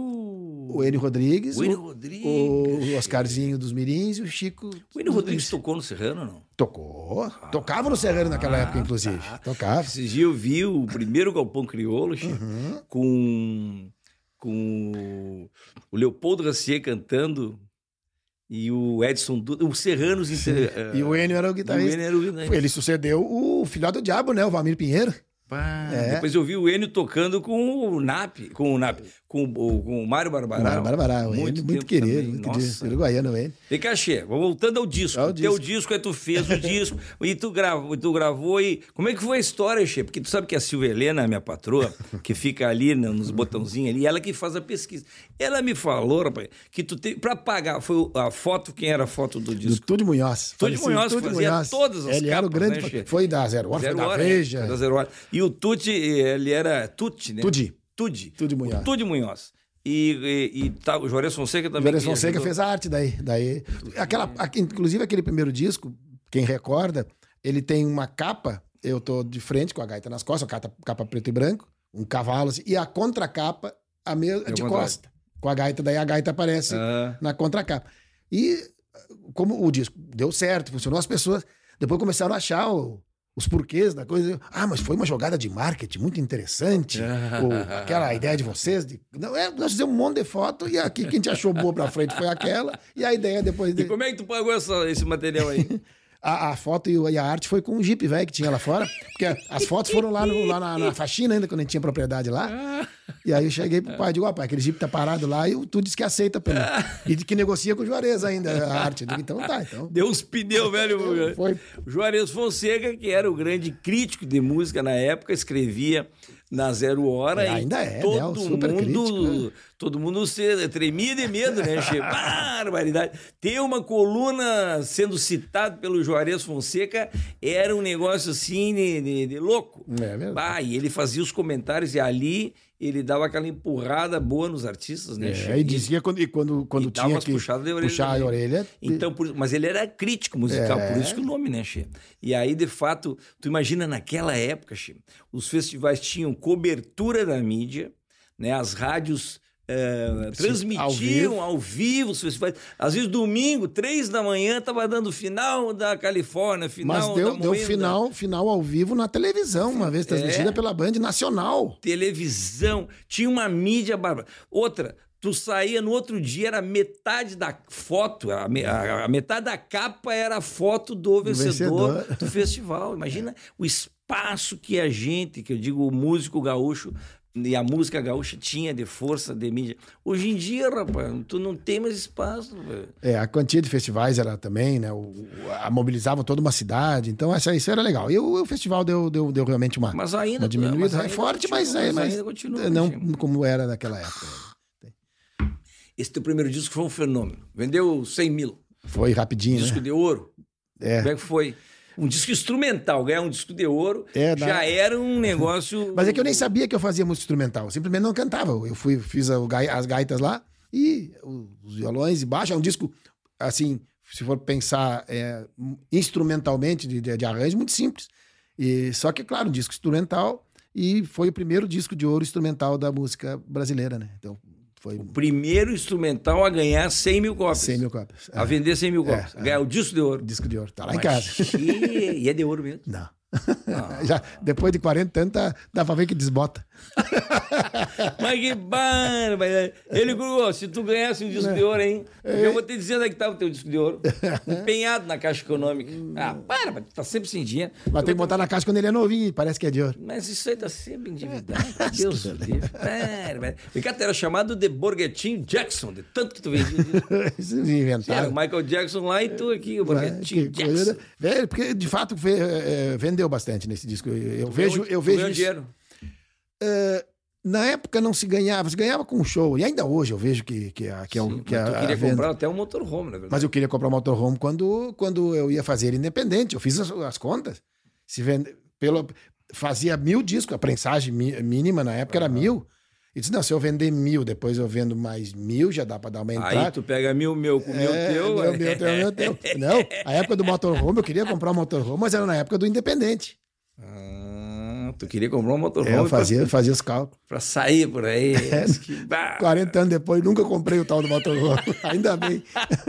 O Enio Rodrigues, o, Enio o, Rodrigues, o Oscarzinho dos Mirins e o Chico... O Enio Rodrigues tocou no Serrano, não? Tocou. Ah, Tocava no Serrano naquela época, inclusive. Tá. Tocava. Esses dias eu vi o primeiro Galpão Crioulo, Chico, uhum. com, com o Leopoldo Racier cantando... E o Edson Duda, o Serranos... Inter... E o Enio era o guitarrista. O Enio era o guitarrista. Ele sucedeu o filhote do diabo, né? O Valmir Pinheiro. Pá, é. Depois eu vi o Enio tocando com o Nap, com o Nap, com o, com o Mário Barbará. Mário Barbará, o muito, muito querido, também. Muito querido. Uruguaiano, o Enio. E cachê, voltando ao disco. O teu disco. disco, aí tu fez o disco, e tu gravou, tu gravou e... Como é que foi a história, Che? Porque tu sabe que a Silvia Helena, minha patroa, que fica ali nos botãozinhos ali, ela que faz a pesquisa. Ela me falou, rapaz, que tu tem... Pra pagar, foi a foto, quem era a foto do disco? Do Tude Munhoz. Tude Munhoz, fazia Munhoz. Todas as ele capas, era o grande... Né, foi da Zero Hora, foi da hora, Veja. Foi da Zero Hora. E o Tuti, ele era Tuti, né? Tudi. Tudi. Tude Munhoz. Tude Munhoz. E, e, e tá, o Juarez Fonseca também. O Juarez Fonseca fez a arte daí. daí. Aquela, a, inclusive aquele primeiro disco, quem recorda, ele tem uma capa, eu tô de frente com a gaita nas costas, a capa, capa preto e branco, um cavalo assim, e a contracapa a mesma de costa, com a gaita, daí a gaita aparece ah. na contracapa. E como o disco deu certo, funcionou, as pessoas depois começaram a achar o, os porquês da coisa. Ah, mas foi uma jogada de marketing muito interessante. Ou aquela ideia de vocês. De... Não, é, nós fizemos um monte de foto e aqui quem te achou boa pra frente foi aquela. E a ideia depois... De... E como é que tu pagou essa, esse material aí? A, a foto e, e a arte foi com um Jeep velho que tinha lá fora. Porque as fotos foram lá, no, lá na, na faxina ainda, quando a gente tinha propriedade lá. E aí eu cheguei pro pai e digo, ó, pai, aquele Jeep tá parado lá e tu disse que aceita pelo... E de que negocia com o Juarez ainda, a arte. Eu digo, então tá, então... Deu uns pneus, velho. Foi. O Juarez Fonseca, que era o grande crítico de música na época, escrevia na Zero Hora. É, ainda é, todo né? O super mundo, crítico, né? Todo mundo se, tremia de medo, né, Che? Barbaridade. Ter uma coluna sendo citado pelo Juarez Fonseca era um negócio assim de, de, de louco. É mesmo. Bah, e ele fazia os comentários e ali ele dava aquela empurrada boa nos artistas, né? É, e dizia quando, e quando, quando e tinha que de orelha puxar a orelha. Então, por, mas ele era crítico musical, É. por isso que o nome, né, Che? E aí, de fato, tu imagina naquela época, Che, os festivais tinham cobertura da mídia, né? As rádios é, transmitiam ao vivo. ao vivo os festivais. Às vezes, domingo, três da manhã, tava dando final da Califórnia, final Mas deu, da deu Moeda. final, final ao vivo na televisão, uma vez transmitida É. pela Band Nacional. Televisão, tinha uma mídia bárbara. Outra, tu saía no outro dia, era metade da foto, a, me- a- a metade da capa era a foto do vencedor, vencedor. do festival. Imagina o espaço que a gente, que eu digo, o músico gaúcho e a música gaúcha tinha de força, de mídia. Hoje em dia, rapaz, tu não tem mais espaço, velho. É, a quantia de festivais era também, né? O, o- a, mobilizavam toda uma cidade, então essa, isso era legal. E o, o festival deu, deu, deu realmente uma, Mas ainda... uma diminuída. mas É ainda forte, continua, mas, é, mas ainda continua, não gente. como era naquela época. Esse teu primeiro disco foi um fenômeno. Vendeu cem mil. Foi rapidinho, Disco né? de ouro. É. Como é que foi? Um disco instrumental, ganhar um disco de ouro É, na- já era um negócio... Mas é que eu nem sabia que eu fazia música instrumental. Eu simplesmente não cantava. Eu fui, fiz a- o gai- as gaitas lá e os violões e baixo. É um disco, assim, se for pensar é, instrumentalmente, de, de, de arranjo, muito simples. E, só que, claro, um disco instrumental, e foi o primeiro disco de ouro instrumental da música brasileira, né? Então, foi O primeiro instrumental a ganhar cem mil cópias. cem mil cópias. A vender cem mil cópias. É, a ganhar o disco de ouro. Disco de ouro. Tá lá em Mas, casa. che- E é de ouro mesmo. Não. Já, depois de quarenta anos, tá, dá pra ver que desbota. Mas que bárbaro. Ele falou, se tu ganhasse um disco de ouro, hein? Eu vou te dizendo onde é que tava o teu disco de ouro. Empenhado na Caixa Econômica. Ah, para, tu tá sempre sem dinheiro. Mas tem que botar na caixa quando ele é novinho, e parece que é de ouro. Mas isso aí tá sempre endividado. Deus do livre. Para, para. E cara, tu era chamado de Borghettino Jackson, de tanto que tu vendia disso. Eles Era inventaram. o Michael Jackson lá e tu aqui, o Borghettino Que coisa, Jackson. né? Velho, porque de fato ve- é, vendeu bastante nesse disco. Eu Tu vejo, ganhou- eu tu vejo ganhou isso. dinheiro. É, na época não se ganhava, se ganhava com um show. E ainda hoje eu vejo que, que, a, que, é o- Sim, que mas a, tu a queria venda- comprar até um motorhome, na verdade. Mas eu queria comprar um motorhome quando, quando eu ia fazer ele independente. Eu fiz as, as contas. Se vende, pelo, fazia mil discos, a prensagem mi- mínima na época era mil. E disse, não, se eu vender mil, depois eu vendo mais mil, já dá pra dar uma entrada. Aí tu pega mil meu com meu É, teu. Meu, meu teu, meu teu. Não, a época do motorhome, eu queria comprar um motorhome, mas era na época do independente. Ah, tu queria comprar um motorhome É, eu pra- fazia, fazia os cálculos. pra, sair por aí. É. Que bah. quarenta anos depois, nunca comprei o tal do motorhome. Ainda bem.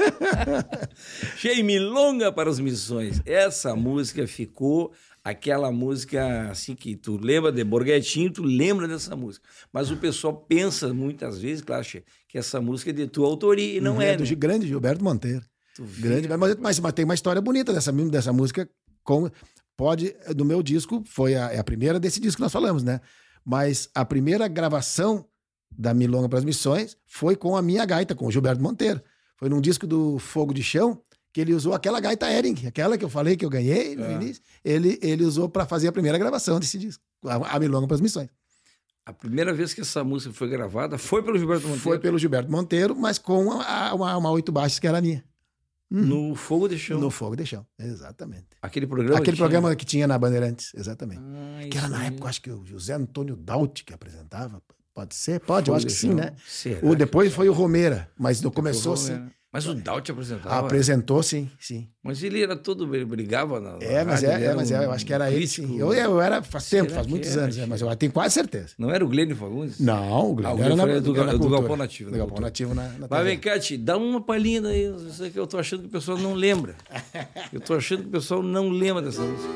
Cheio milonga para as missões. Essa música ficou aquela música assim que tu lembra de Borghettino, tu lembra dessa música. Mas o pessoal pensa muitas vezes, claro, Che, que essa música é de tua autoria e não é. do né? Gi- grande Gilberto Monteiro. Tu vê. Grande, mas, mas, mas tem uma história bonita dessa, dessa música. Com, pode, do meu disco, foi a, é a primeira desse disco que nós falamos, né? Mas a primeira gravação da Milonga para as Missões foi com a minha gaita, com o Gilberto Monteiro. Foi num disco do Fogo de Chão, que ele usou aquela gaita Hering, aquela que eu falei que eu ganhei no É. início. Ele, ele usou para fazer a primeira gravação desse disco, a, a Milonga para as Missões. A primeira vez que essa música foi gravada foi pelo Gilberto Monteiro. Foi pelo Gilberto Monteiro, mas com a, a- uma, uma oito baixas que era minha. No Fogo de Chão. No Fogo de Chão, exatamente. Aquele programa. Aquele que tinha- programa que tinha na Bandeirantes, exatamente. Ah, Que era isso na aí. época, acho que o José Antônio Daut que apresentava. Pode ser? Pode, eu acho que sim, né? Será O, depois que... foi o Romera, mas não começou assim. Mas o Dal te apresentava. Apresentou, sim, sim. Mas ele era todo, ele brigava na, na É, mas, rádio, é, é, mas um é, eu acho que era crítico... ele, sim. Eu, eu era faz tempo, Será faz muitos era, anos, é, mas eu tenho quase certeza. Não era o Glênio Fagundes? Não, o Glênio ah, o era, na, era do, era do Galpão Nativo. Do Galpão Nativo na, na Mas vem cá, te dá uma palhinha aí, isso que eu tô achando que o pessoal não lembra. Eu tô achando que o pessoal não lembra dessa música.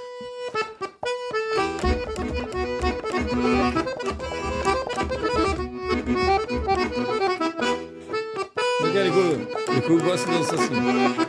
O Cru gosta de dançar assim.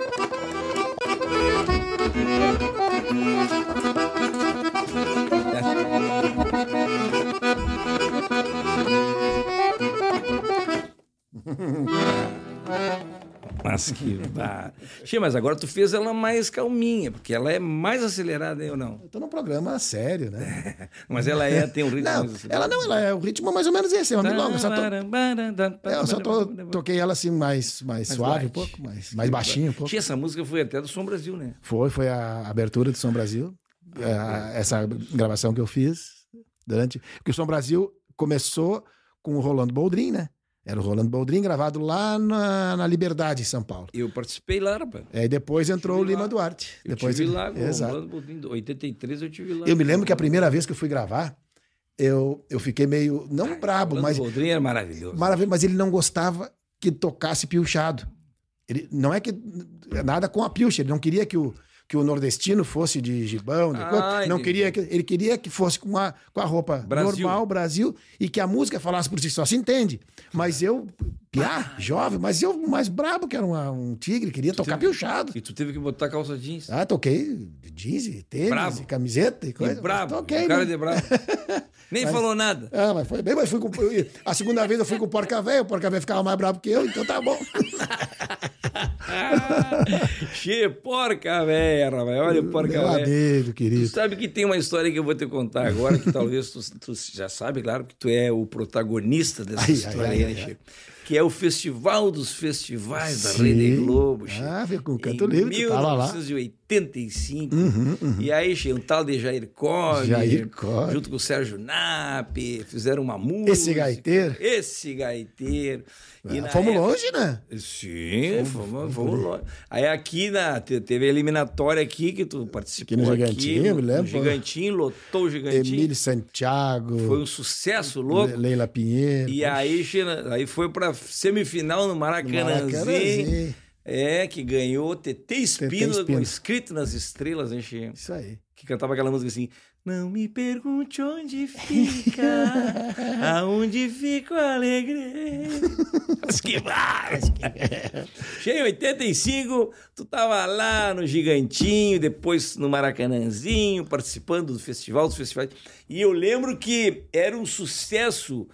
Mas que... Ah. Che, mas agora tu fez ela mais calminha, porque ela é mais acelerada, hein, ou não? Eu tô num programa sério, né? Mas ela é, tem um ritmo não, mais acelerado. Ela não, ela é o ritmo mais ou menos esse, é uma milonga. Eu só, tô, eu só tô, toquei ela assim mais, mais, mais suave light. um pouco, mais, mais baixinho um pouco. Che, essa música foi até do Som Brasil, né? Foi, foi a abertura do Som Brasil. É, essa gravação que eu fiz durante... Porque o Som Brasil começou com o Rolando Boldrin, né? Era o Rolando Boldrin, gravado lá na, na Liberdade, em São Paulo. Eu participei lá, rapaz. É, e depois entrou o Lima lá. Duarte. Eu depois tive ele... lá com Exato. o Rolando Boldrin, em oitenta e três eu tive lá. Eu me lembro que a primeira vez que eu fui gravar, eu, eu fiquei meio, não Ai, brabo, mas... O Boldrin era maravilhoso. Maravilhoso, mas ele não gostava que tocasse piochado. Ele, não é que... Nada com a pilcha, ele não queria que o... que o nordestino fosse de gibão, de ah, não queria que, ele queria que fosse com a, com a roupa Brasil. normal, Brasil, e que a música falasse por si só, se entende. Mas eu, piá, ah, jovem, mas eu mais brabo que era uma, um tigre, queria tu tocar teve, piochado. E tu teve que botar calça jeans? Ah, toquei jeans, tênis, bravo. camiseta e coisa. E brabo, toquei, o cara né? de brabo. Nem mas, falou nada. Ah, mas foi bem, mas fui com, a segunda vez eu fui com o Porca Véia, o Porca Véia ficava mais brabo que eu, então tá bom. Che, porca véia, rapaz. Olha o porca Meu véia. amigo, querido. Tu sabe que tem uma história que eu vou te contar agora, que talvez tu, tu já sabe, claro, que tu é o protagonista dessa ai, história ai, aí, ai, né, ai. Che? Que é o Festival dos Festivais da Sim. Rede Globo, Che. Ah, veio com o Canto Livre, tu tava lá. mil novecentos e oitenta e cinco. Uhum, uhum. E aí, Che, um tal de Jair Cobb, Jair Cobb. junto com o Sérgio Napp, fizeram uma música. Esse gaiteiro. Esse gaiteiro. E Ah, fomos época... longe, né? Sim, fomos, fomos, fomos longe. Aí aqui, na, teve a eliminatória aqui, que tu participou aqui no aqui, Gigantinho, no, me lembro. no Gigantinho, lotou o Gigantinho. Emílio Santiago. Foi um sucesso louco. Leila Pinheiro. E aí, China, aí foi pra semifinal no Maracanãzinho. Maracanãzinho. É, que ganhou T T Espíndola, Espíndola. escrito nas estrelas, hein, Che? Isso aí. Que cantava aquela música assim: não me pergunte onde fica, aonde fica o alegre. Mas que mais? Cheio, em oitenta e cinco, tu tava lá no Gigantinho, depois no Maracanãzinho, participando do festival, dos festivais. E eu lembro que era um sucesso,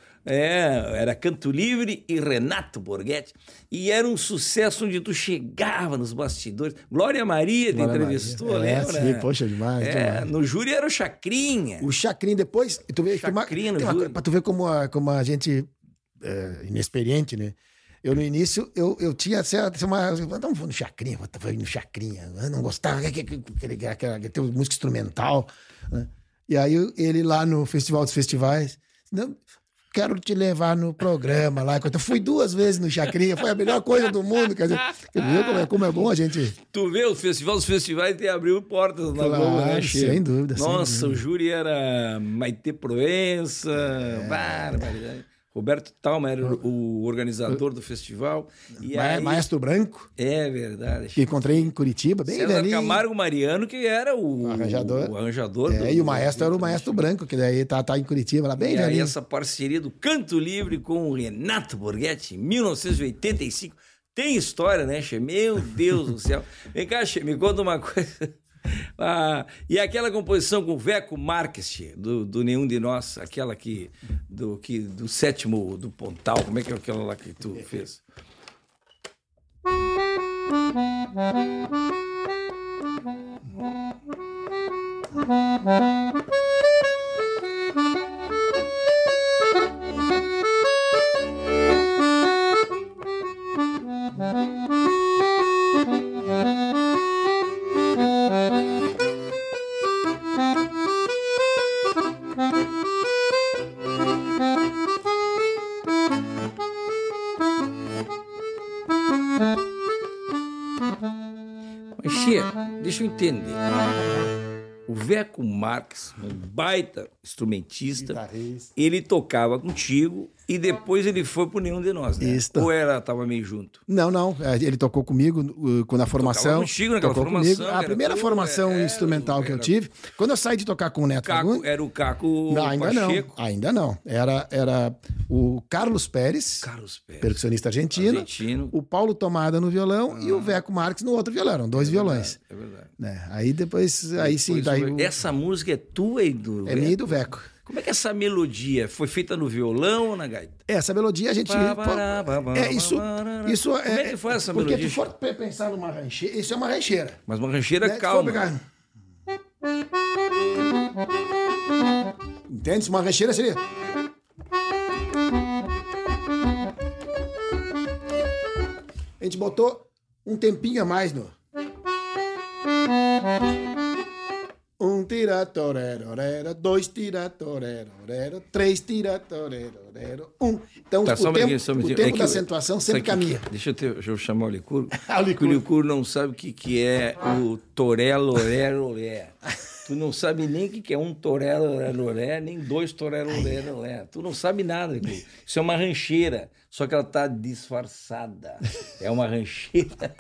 é, era Canto Livre e Renato Borghetti. E era um sucesso onde tu chegava nos bastidores. Glória Maria te Glória entrevistou, Maria. lembra? É, sim, poxa, demais, É, demais. no júri era o Chacrinha. O Chacrinha depois, tu vê, Chacrinha no tem uma, júri. tem uma, pra tu ver como a, como a gente é, inexperiente, né? Eu, no início, eu, eu tinha certa, uma... Não vou no Chacrinha, vou ir no Chacrinha. Eu não gostava, aquele, aquele, tem música instrumental. Né? E aí, ele lá no Festival dos Festivais... Não, quero te levar no programa lá. Eu fui duas vezes no Chacrinha, foi a melhor coisa do mundo. Quer dizer, viu como é, como é bom a gente... Tu vê, o Festival dos Festivais te abriu portas na Claro, Globo, né, Chico? sem dúvida. Nossa, sem dúvida. o júri era Maite Proença, é. Barbaridade. Roberto Talma era o, o organizador do festival. E Ma aí... Maestro Branco. É verdade. Que encontrei em Curitiba, bem César velhinho. Camargo Mariano, que era o, O arranjador. O arranjador É, do, e o maestro do, era o Maestro Branco, que daí tá, tá em Curitiba, lá bem e velhinho. aí essa parceria do Canto Livre com o Renato Borghetti, em mil novecentos e oitenta e cinco. Tem história, né, Che? Meu Deus do céu. Vem cá, Che, me conta uma coisa. Ah, e aquela composição com o Veco Marques, Che, do, do Nenhum de Nós, aquela que do, que do sétimo do Pontal, como é que é aquela lá que tu fez? deixa eu entender. O Veco Marques, um baita instrumentista, Guitarrista. ele tocava contigo e depois ele foi por nenhum de nós, né? Isso. Ou era, tava meio junto? Não, não. Ele tocou comigo uh, quando a formação. Tocava contigo naquela tocou formação, comigo. A era primeira tu, formação era- instrumental era- que eu tive, quando eu saí de tocar com o Neto Caco, Fagundes, era o Caco não, ainda Pacheco. não. Ainda não. Era, era o Carlos Pérez, Carlos Pérez. percussionista argentino, Argentino. o Paulo Tomada no violão e o Veco Marques no outro violão. Eram dois violões. É verdade. Né? Aí depois, aí sim, Depois daí o- o- Essa música é tua e do é minha e do Veco. Como é que essa melodia foi feita no violão ou na gaita? Essa melodia a gente. pô, é isso. Isso é. Como é que foi essa porque melodia? se for pe- pensar numa rancheira, isso é uma rancheira. Mas uma rancheira né? Se for calma. pegar- Entende? Se uma rancheira seria. A gente botou um tempinho a mais no. Um tiratorero, dois tiratorero, três tiratorero, um. Então, Tá, só o um tempo, pouquinho, só um o minutinho. tempo É que da eu- acentuação isso sempre aqui- caminha. Deixa eu, ter, deixa eu chamar o Licurgo. Ah, o Licurgo. Porque o Licurgo não sabe o que, que é o torelo, loré, loré. Tu não sabe nem o que, que é um torelo, loré, loré, nem dois torelo, loré, loré. Tu não sabe nada, Licurgo. Isso é uma rancheira, só que ela tá disfarçada. É uma rancheira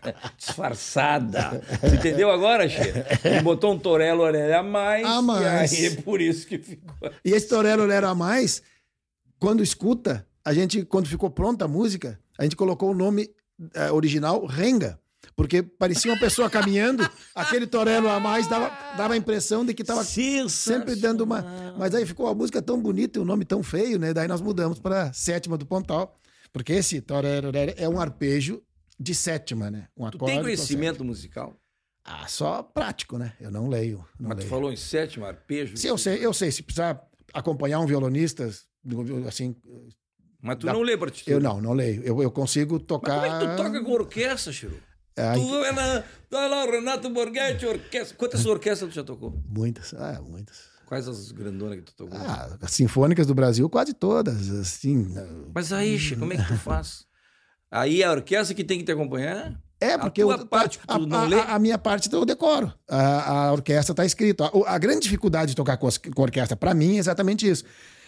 disfarçada. Tu entendeu agora, Cheira? Ele botou um torelo, loré a mais, A mais. e aí é por isso que ficou... E esse Torero Lero a mais, quando escuta, a gente, quando ficou pronta a música, a gente colocou o nome eh, original Renga. Porque parecia uma pessoa caminhando, aquele Torero a mais dava, dava a impressão de que estava sempre dando uma. Mas aí ficou a música tão bonita e o nome tão feio, né? Daí nós mudamos para Sétima do Pontal. Porque esse Torero Lero é um arpejo de sétima, né? Um Tu acorde tem com conhecimento musical? Ah, só prático, né? Eu não leio. Não Mas tu leio. falou em sétimo arpejo? Sim, eu sei, eu sei. Se precisar acompanhar um violonista, assim, Mas tu Dá- não lê partitura? eu não, não leio. Eu, eu consigo Mas tocar. como é que tu toca com orquestra, Chiru? Ai, Tu é na... Tá lá, o Renato Borghetti, orquestra. Quantas orquestras tu já tocou? Muitas, ah, muitas. Quais as grandonas que tu tocou? Ah, as sinfônicas do Brasil, quase todas, assim. Mas aí, Chico, como é que tu faz? Aí a orquestra que tem que te acompanhar? É, porque a tua eu- parte que a, tu não a- lê? a- a minha parte eu decoro. A, a orquestra está escrito. A, a grande dificuldade de tocar com, as- com orquestra, para mim, é exatamente isso.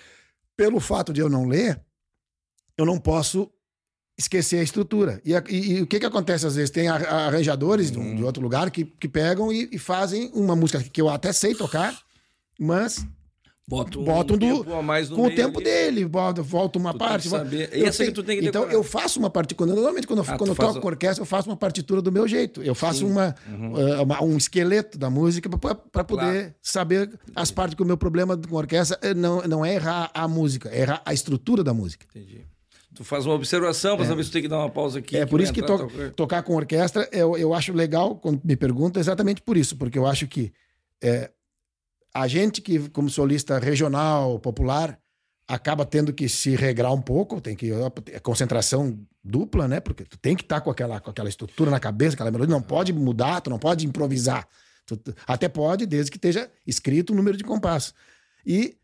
Pelo fato de eu não ler, eu não posso esquecer a estrutura. E, a- e- e o que, que acontece às vezes? Tem a- a- arranjadores de, um- de outro lugar que, que pegam e, e fazem uma música que eu até sei tocar, mas Bota um, botam do, tempo a mais no com o meio tempo ali. dele, bota- volta uma Tu tem parte. que volta- saber. Eu Essa que tenho- tu tem que Então decorar. eu faço uma partitura. Normalmente, quando eu, Ah, quando tu eu faz toco o- com orquestra, eu faço uma partitura do meu jeito. Eu faço Sim. uma, Uhum. uh, uma- um esqueleto da música para poder Claro. saber as partes que o meu problema com orquestra é não, não é errar a música, é errar a estrutura da música. Entendi. Tu faz uma observação para saber se tu tem que dar uma pausa aqui. É por vai isso que entrar to- tal coisa. tocar com orquestra eu, eu acho legal quando me perguntam, exatamente por isso, porque eu acho que é, a gente que, como solista regional, popular, acaba tendo que se regrar um pouco, tem que é concentração dupla, né? Porque tu tem que estar com aquela, com aquela estrutura na cabeça, aquela melodia, não pode mudar, tu não pode improvisar. Tu- tu- até pode, desde que esteja escrito o número de compassos. E,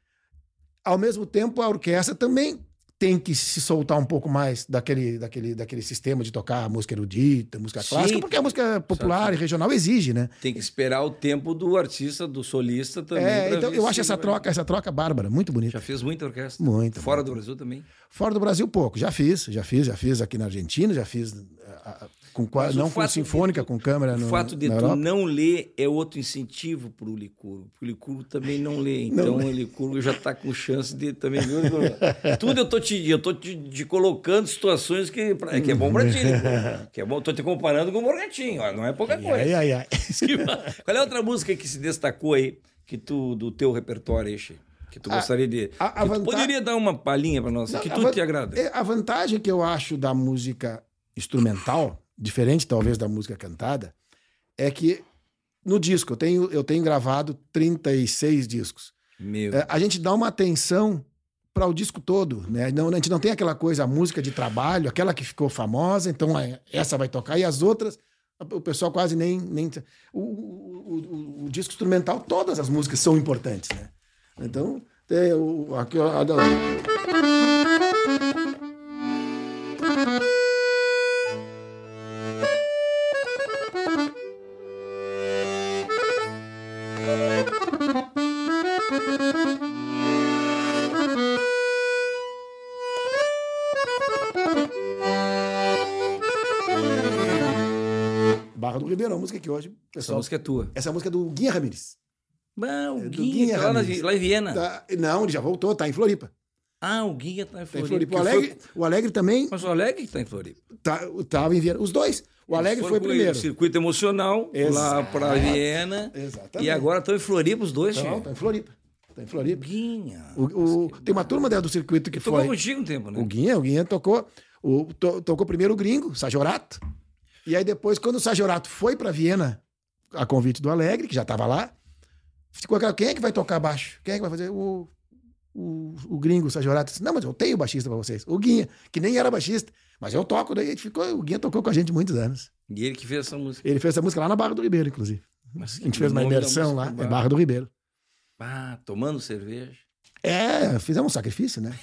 ao mesmo tempo, a orquestra também tem que se soltar um pouco mais daquele, daquele, daquele sistema de tocar música erudita, música Sim. clássica, porque a música popular e regional exige, né? Tem que esperar o tempo do artista, do solista também. É, pra então ver eu se acho essa vai- troca, essa troca bárbara, muito bonita. Já fez muita orquestra? Muito. Fora muito. do Brasil também? Fora do Brasil, pouco. Já fiz, já fiz, já fiz aqui na Argentina, já fiz ah, ah, com, qua- Mas o não com fato de sinfônica, tu- com câmera O no, fato de na tu Europa. não ler é outro incentivo para o Licurgo. Porque o Licurgo também não lê. Então o Licurgo já está com chance de também. Viu, Licurgo? Tudo eu tô te, eu tô te, te colocando situações que, pra- que é bom para ti, Licurgo. Que é bom. Tô te comparando com o Morgantinho. Ó, não é pouca coisa. Ai, ai, ai. Qual é a outra música que se destacou aí, que tu, do teu repertório aí, Che? Que tu A- gostaria de. a- a que tu vanta- poderia dar uma palhinha para nós, Não, que a tudo van- te agrada. é, A vantagem que eu acho da música instrumental, diferente talvez da música cantada, é que no disco, eu tenho, eu tenho gravado trinta e seis discos. Meu. É, a gente dá uma atenção para o disco todo, né? Não, a gente não tem aquela coisa, a música de trabalho, aquela que ficou famosa, então é, essa vai tocar, e as outras, o pessoal quase nem. nem o, o, o, o disco instrumental, todas as músicas são importantes, né? Então, tem o. Aqui, a, a, Barra do Ribeiro, uma música que hoje... Essa Pessoal, música é tua. essa música é do Guinha Ramírez. Ah, o É do Guinha, Guinha tá lá, na- Ramírez. lá em Viena. Tá- não, ele já voltou, tá em Floripa. Ah, o Guinha tá em Tá em Floripa. Floripa. O Que Alegre, foi- o Alegre também Mas o Alegre que tá em Floripa. tá, tava em Viena. Os dois. O Alegre Eles foi foram com primeiro. o circuito emocional lá Exato. pra Viena. Exatamente. E agora estão em Floripa os dois, Não, Tchê. tá em Floripa. Tá em Floripa. Guinha. O, o- tem uma turma dentro do circuito que Tocou foi... contigo um tempo, né? O Guinha, o Guinha tocou... O, to- tocou primeiro o gringo, o Sajorato. E aí depois, quando o Sajorato foi para Viena, a convite do Alegre, que já estava lá, ficou aquela, quem é que vai tocar baixo? Quem é que vai fazer? O, o, o gringo, o Sajorato, disse, não, mas eu tenho baixista para vocês. O Guinha, que nem era baixista, mas eu toco. Daí ele ficou, o Guinha tocou com a gente muitos anos. E ele que fez essa música. Ele fez essa música lá na Barra do Ribeiro, inclusive. Mas A gente fez uma o nome da imersão lá, música, é Barra do Ribeiro. Ah, tomando cerveja. É, fizemos um sacrifício, né?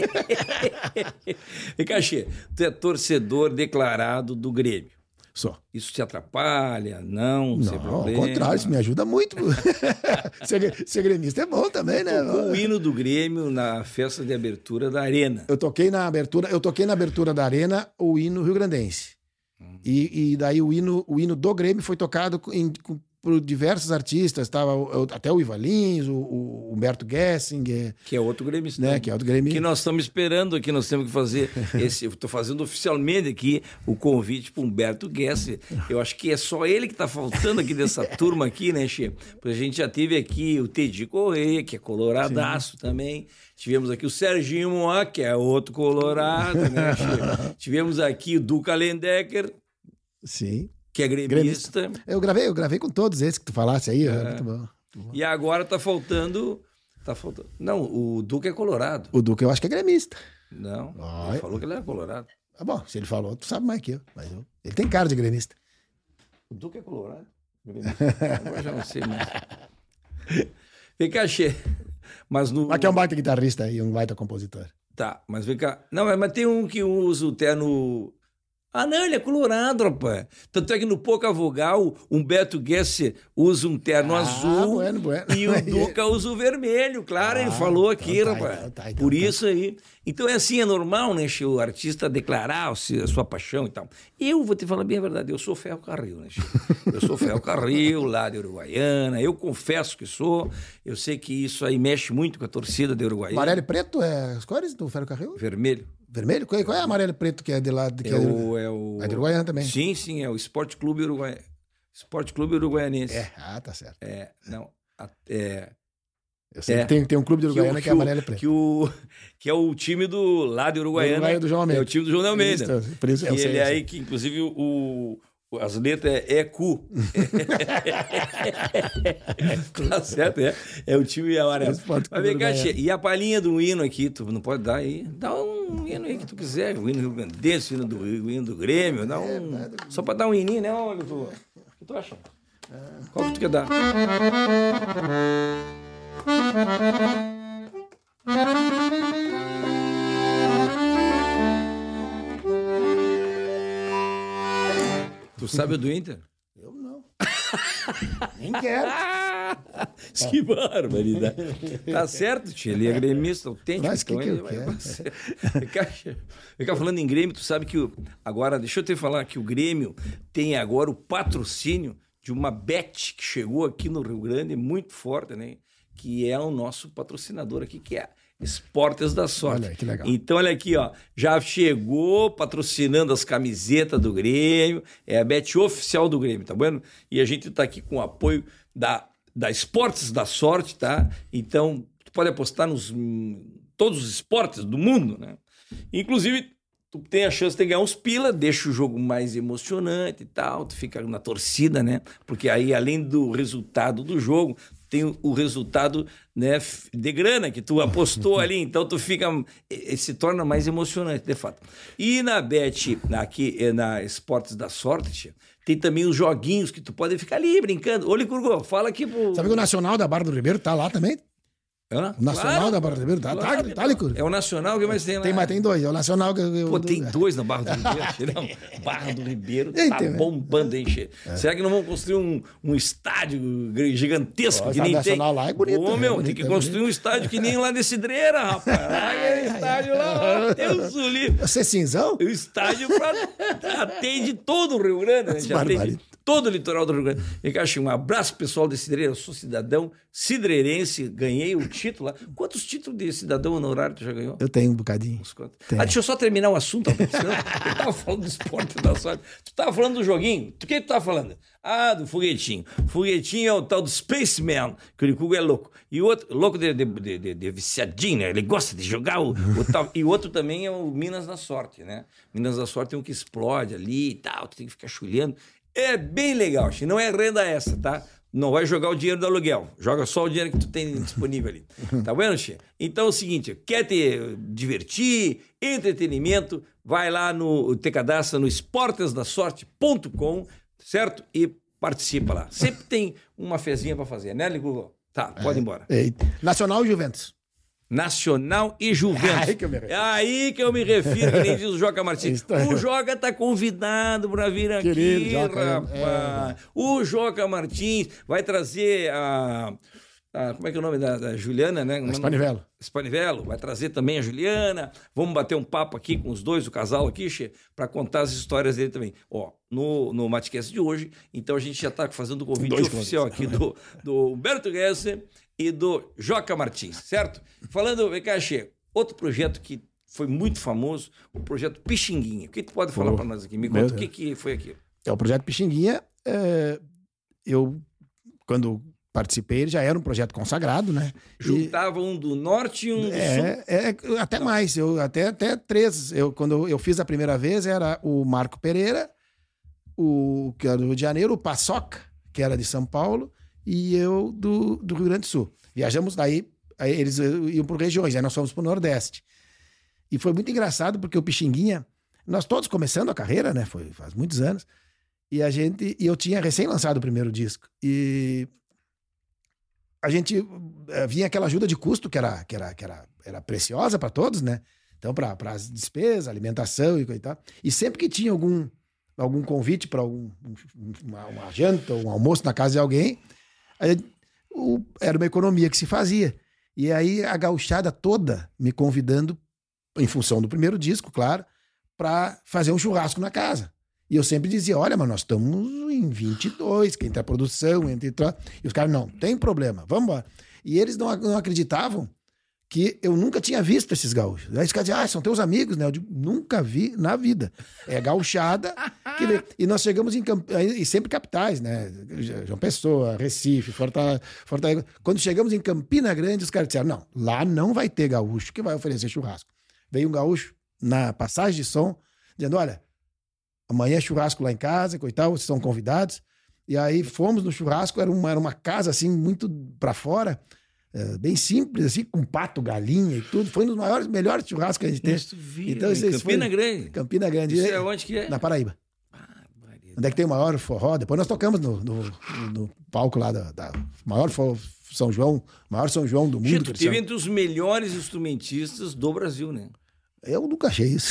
E Cachê, tu é torcedor declarado do Grêmio. Só. Isso te atrapalha? Não, sem Não, ao problema. contrário, isso me ajuda muito. ser, ser gremista é bom também, né? Tocou o hino do Grêmio na festa de abertura da Arena. Eu toquei na abertura, eu toquei na abertura da Arena o hino rio-grandense. Hum. E, e daí o hino, o hino do Grêmio foi tocado em, com- por diversos artistas, tava o- o- até o Ivan Lins, o, o Humberto Gessinger, Que é outro gremista. né, que é o do Grêmio. Que nós estamos esperando aqui, nós temos que fazer esse. Eu estou fazendo oficialmente aqui o convite para Humberto Guess. Eu acho que é só ele que está faltando aqui dessa turma aqui, né, Che? Porque a gente já teve aqui o Teddy Corrêa, que é coloradaço também. Tivemos aqui o Serginho Moá, que é outro colorado, né, Che? Tivemos aqui o Duca Lendecker, Sim. que é gremista. Eu gravei, eu gravei com todos esses que tu falasse aí, é. Muito bom. Muito bom. E agora tá faltando. Tá faltando. Não, o Duca é colorado. O Duque eu acho que é gremista. Não. Ai. Ele falou que ele era colorado. Ah, bom, se ele falou, tu sabe mais que eu. Mas eu- ele tem cara de gremista. O Duca é colorado? Agora já não sei mais. Vem cá, Che. Mas no. Mas que é um baita guitarrista e um baita compositor. Tá, mas vem cá. Não, mas- mas tem um que usa o terno. Ah, não, ele é colorado, rapaz. Tanto é que no Pouca Vogal, o Humberto Guess usa um terno Ah, azul bueno, bueno. e o Duca usa o vermelho. Claro, ele Ah, falou aqui, então tá, rapaz. então tá, então Por tá. isso aí. Então é assim, é normal, né, Che, o artista declarar a se- a sua paixão e tal. Eu vou te falar bem a verdade, eu sou ferrocarril, né, Che? Eu sou ferrocarril, lá de Uruguaiana, eu confesso que sou. Eu sei que isso aí mexe muito com a torcida de Uruguaiana. Amarelo e preto é as cores do Ferro Carril? Vermelho. Vermelho? Qual é, qual é amarelo e preto que é de lá? Que É o, é o... É de Uruguaiana também? Sim, sim, é o Esporte Clube Uruguai... Esporte Clube Uruguaianense. É, ah, tá certo. É, não. a- É, Eu sei É. que tem, tem um clube de que, o, Uruguaiana que, que, é o, amarelo e preto. que, o, que é o time do lá de Uruguaiana. Uruguaiana do João Almeida. É o time do João de Almeida. Isso, por isso eu e sei, ele eu aí sei. que, inclusive, o, o- as letras é E Q. Tá certo, é. É o time amarelo. Esporte Mas Clube vem cá, Uruguaiana. Che, e a palhinha do hino aqui, tu não pode dar aí? Dá um hino aí que tu quiser, o hino rio-grandense, o hino do, o hino do Grêmio, dá um... Só pra dar um hininho, né? Olha, tu... O que tu acha? Qual que tu quer dar? Tu sabe o do Inter? Eu não. Nem quero. Que barbaridade. Tá certo, tia. Ele é gremista autêntico. Mas que então que ele eu vai- quero? Vem cá, vem cá, falando em Grêmio, tu sabe que o... agora, deixa eu te falar que o Grêmio tem agora o patrocínio de uma bet que chegou aqui no Rio Grande, muito forte, né? Que é o nosso patrocinador aqui, que é Esportes da Sorte. Olha aí, que legal. Então, olha aqui, ó, já chegou patrocinando as camisetas do Grêmio, é a bet oficial do Grêmio, tá vendo? E a gente tá aqui com o apoio da, da Esportes da Sorte, tá? Então, tu pode apostar nos hum, todos os esportes do mundo, né? Inclusive, tu tem a chance de ganhar uns pila, deixa o jogo mais emocionante e tal, tu fica na torcida, né? Porque aí, além do resultado do jogo, tem o, o resultado, né, f- de grana que tu apostou ali, então tu fica, eh, se torna mais emocionante, de fato. E na Bet, aqui eh, na Esportes da Sorte, tia, tem também os joguinhos que tu pode ficar ali brincando. Ô, Licurgo, fala aqui pro... Sabe que o Nacional da Barra do Ribeiro tá lá também? Hã? O Nacional Claro, da Barra do Ribeiro tá, claro. tá, tá, Licur? É o Nacional que mais tem lá. Tem, mas tem dois. É o Nacional que eu... Pô, tem dois na Barra do Ribeiro. Che. Não, Barra do Ribeiro tá Eita, bombando, hein, Che? Será que não vão construir um, um estádio gigantesco Ó, que o nem tem? Nacional lá é bonito, Ô, é meu, bonito, tem que é construir um estádio que nem lá de Cidreira, rapaz. Lá é estádio lá, ó, Deus do livre. Você é cinzão? O estádio pra... atende todo o Rio Grande, né? Já Barbaridade. atende todo o litoral do Rio Grande. Vem cá, Chico, um abraço pessoal de Cidreira. Eu sou cidadão cidreirense, ganhei o título lá. Quantos títulos de cidadão honorário tu já ganhou? Eu tenho um bocadinho. Ah, deixa eu só terminar o assunto. Senão eu tava falando do esporte da sorte. Tu tava falando do joguinho. Do que tu tava falando? Ah, do foguetinho. Foguetinho é o tal do Spaceman, que o Nicuga é louco. E o outro, louco de, de, de, de, de viciadinho, né? Ele gosta de jogar o, o tal. E o outro também é o Minas da Sorte, né? Minas da Sorte tem um que explode ali e tal, tu tem que ficar chulhando. É bem legal, Chico. Não é renda essa, tá? Não vai jogar o dinheiro do aluguel. Joga só o dinheiro que tu tem disponível ali. Tá vendo, Chico? Então é o seguinte, quer te divertir, entretenimento, vai lá no, te cadastra no esportes da sorte ponto com, certo? E participa lá. Sempre tem uma fezinha pra fazer, né, Nicuga? Tá, pode ir embora. É, Nacional e Juventus. Nacional e Juventus. Aí que eu me refiro. É aí que eu me refiro, que nem diz o Joca Martins. O Joca tá convidado para vir aqui, Querido, Joca, rapaz. é, é. O Joca Martins vai trazer a... a como é que é o nome da, da Juliana, né? Spanivelo. Spanivelo. Vai trazer também a Juliana. Vamos bater um papo aqui com os dois, o casal aqui, para contar as histórias dele também. Ó, no, no Matcast de hoje, então a gente já tá fazendo o convite dois oficial contos. Aqui do, do Humberto Gessler e do Joca Martins, certo? Falando, vem cá, Che, outro projeto que foi muito famoso, o projeto Pixinguinha. O que tu pode falar para nós aqui? Me conta o que, que foi aquilo. É, o projeto Pixinguinha, é, eu, quando participei, ele já era um projeto consagrado, né? Juntava e, um do norte e um do é, sul? É, até mais, eu, até, até três. Eu, quando eu fiz a primeira vez, era o Marco Pereira, o que era do Rio de Janeiro, o Paçoca, que era de São Paulo, e eu do, do Rio Grande do Sul. Viajamos daí, aí eles iam por regiões, aí nós fomos para o Nordeste. E foi muito engraçado, porque o Pixinguinha, nós todos começando a carreira, né? Foi faz muitos anos, e a gente, e eu tinha recém lançado o primeiro disco, e a gente vinha aquela ajuda de custo que era, que era, que era, era preciosa para todos, né? Então, para as despesas, alimentação e coisa e tal. E sempre que tinha algum, algum convite para um, uma, uma janta, um almoço na casa de alguém, aí, o, era uma economia que se fazia. E aí a gauchada toda me convidando, em função do primeiro disco, claro, para fazer um churrasco na casa. E eu sempre dizia, olha, mas nós estamos em vinte e dois, que entra a produção, entre... E os caras, não, tem problema, vamos embora. E eles não, não acreditavam que eu nunca tinha visto esses gaúchos. Aí os caras diziam, ah, são teus amigos, né? Eu digo, nunca vi na vida. É gauchada. Que... E nós chegamos em... Camp... E sempre capitais, né? João Pessoa, Recife, Fortaleza, Fortaleza. Quando chegamos em Campina Grande, os caras disseram, não, lá não vai ter gaúcho que vai oferecer churrasco. Veio um gaúcho na passagem de som, dizendo, olha, amanhã é churrasco lá em casa, coitado, vocês são convidados. E aí fomos no churrasco, era uma, era uma casa assim, muito pra fora, é, bem simples, assim, com pato, galinha e tudo. Foi um dos maiores, melhores churrascos que a gente teve. Vi, então, em Campina foi... Grande? Campina Grande. Isso é onde que é? Na Paraíba. Ah, onde é que tem o maior forró? Depois nós tocamos no, no, no palco lá da, da maior São João, maior São João do mundo. Gente, teve entre os melhores instrumentistas do Brasil, né? Eu nunca achei isso.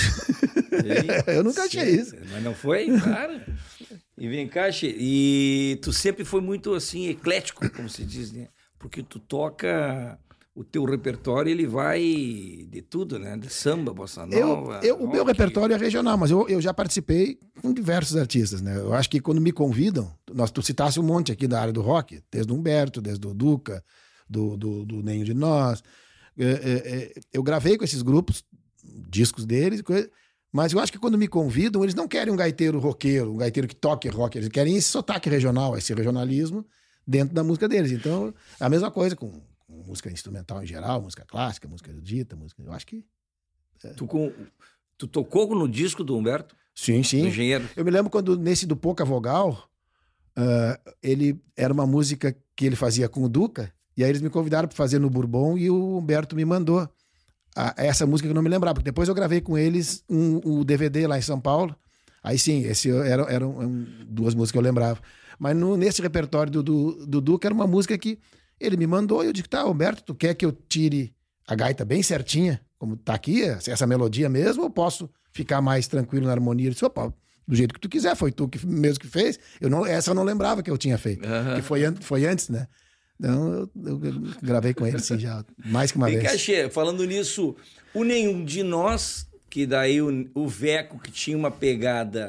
Eu nunca achei Sim, isso. Mas não foi, claro. E vem cá, Che, e tu sempre foi muito assim, eclético, como se diz, né? Porque tu toca, o teu repertório, ele vai de tudo, né? De samba, bossa nova. Eu, eu, o meu repertório é regional, mas eu, eu já participei com diversos artistas, né? Eu acho que quando me convidam, nós, tu citasse um monte aqui da área do rock, desde o Humberto, desde o Duca, do, do, do Nenho de Nós. Eu, eu, eu gravei com esses grupos, discos deles, mas eu acho que quando me convidam, eles não querem um gaiteiro roqueiro, um gaiteiro que toque rock, eles querem esse sotaque regional, esse regionalismo dentro da música deles. Então, é a mesma coisa com, com música instrumental em geral, música clássica, música erudita, música... Eu acho que... É. Tu, com, tu tocou no disco do Humberto? Sim, sim. Do engenheiro? Eu me lembro quando, nesse do Pouca Vogal, uh, ele era uma música que ele fazia com o Duca, e aí eles me convidaram para fazer no Bourbon e o Humberto me mandou a, essa música que eu não me lembrava, porque depois eu gravei com eles um, um D V D lá em São Paulo. Aí sim, esse era, eram um, duas músicas que eu lembrava. Mas no, nesse repertório do, do, do Duca era uma música que ele me mandou e eu disse, tá, Humberto, tu quer que eu tire a gaita bem certinha, como tá aqui, essa melodia mesmo, ou posso ficar mais tranquilo na harmonia? Ele disse, opa, do jeito que tu quiser, foi tu que mesmo que fez. Eu não, essa eu não lembrava que eu tinha feito, uhum. que foi, foi antes, né? Então, eu, eu, eu gravei com ele, assim, já mais que uma vez. vez. Cachê, falando nisso, o Nenhum de Nós, que daí o, o Veco, que tinha uma pegada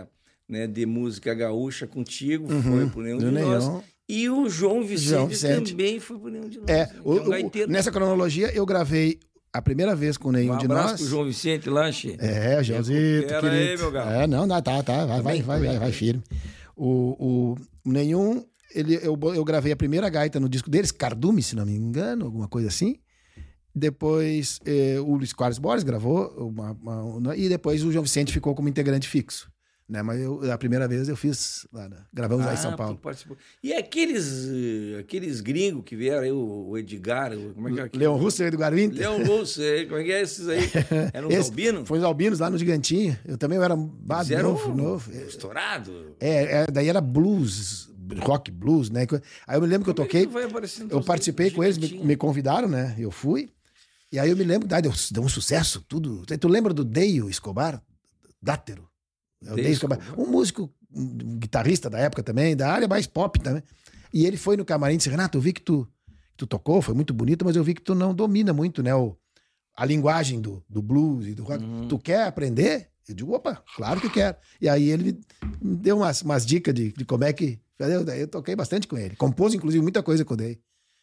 né, de música gaúcha contigo, Uhum, foi por nenhum de nenhum. nós. E o João Vicente, João Vicente. também foi por nenhum de nós. É, né, o, que é um o, gaiteiro. nessa cronologia eu gravei a primeira vez com nenhum Um de abraço nós. pro João Vicente lá, Che. É, Joãozito, Recupera querido. aí, meu galo. É, não, não, tá, tá, vai, Tá vai, bem, vai, tá bem, vai, tá vai bem. firme. O, o nenhum, ele, eu, eu gravei a primeira gaita no disco deles, Cardume, se não me engano, alguma coisa assim. Depois eh, o Luiz Carlos Borges gravou, uma, uma- uma- e depois o João Vicente ficou como integrante fixo. Né? Mas eu, a primeira vez eu fiz lá, né? Gravamos lá em São Ah, Paulo. tu participou. E aqueles, eh, aqueles gringos que vieram aí, o, o Edgar, o- como é que é aquele? Leon Russo e Edgar Winter. Leão Russo, eh, como é que é esses aí? Eram os Esse albinos? Foi os Albinos lá no Gigantinho. Eu também eu era bah, Eles eram novo, novo. estourado. É, é, daí era blues, rock blues, né? Aí eu me lembro que eu Como é toquei, tu vai aparecendo eu todos participei os com eles, me, gigantinhos? me convidaram, né? Eu fui. E aí eu me lembro, daí deu, deu um sucesso, tudo. Tu lembra do Deio Escobar? Dátero. É o Deio Deio Escobar. Escobar. Um músico, um guitarrista da época também, da área mais pop também. E ele foi no camarim e disse: Renato, eu vi que tu, tu tocou, foi muito bonito, mas eu vi que tu não domina muito, né? O, a linguagem do, do blues e do rock. Uhum. Tu quer aprender? Eu digo, opa, claro que quero. E aí ele me, me deu umas, umas dicas de, de como é que. Eu, daí eu toquei bastante com ele. Compôs, inclusive, muita coisa com ele.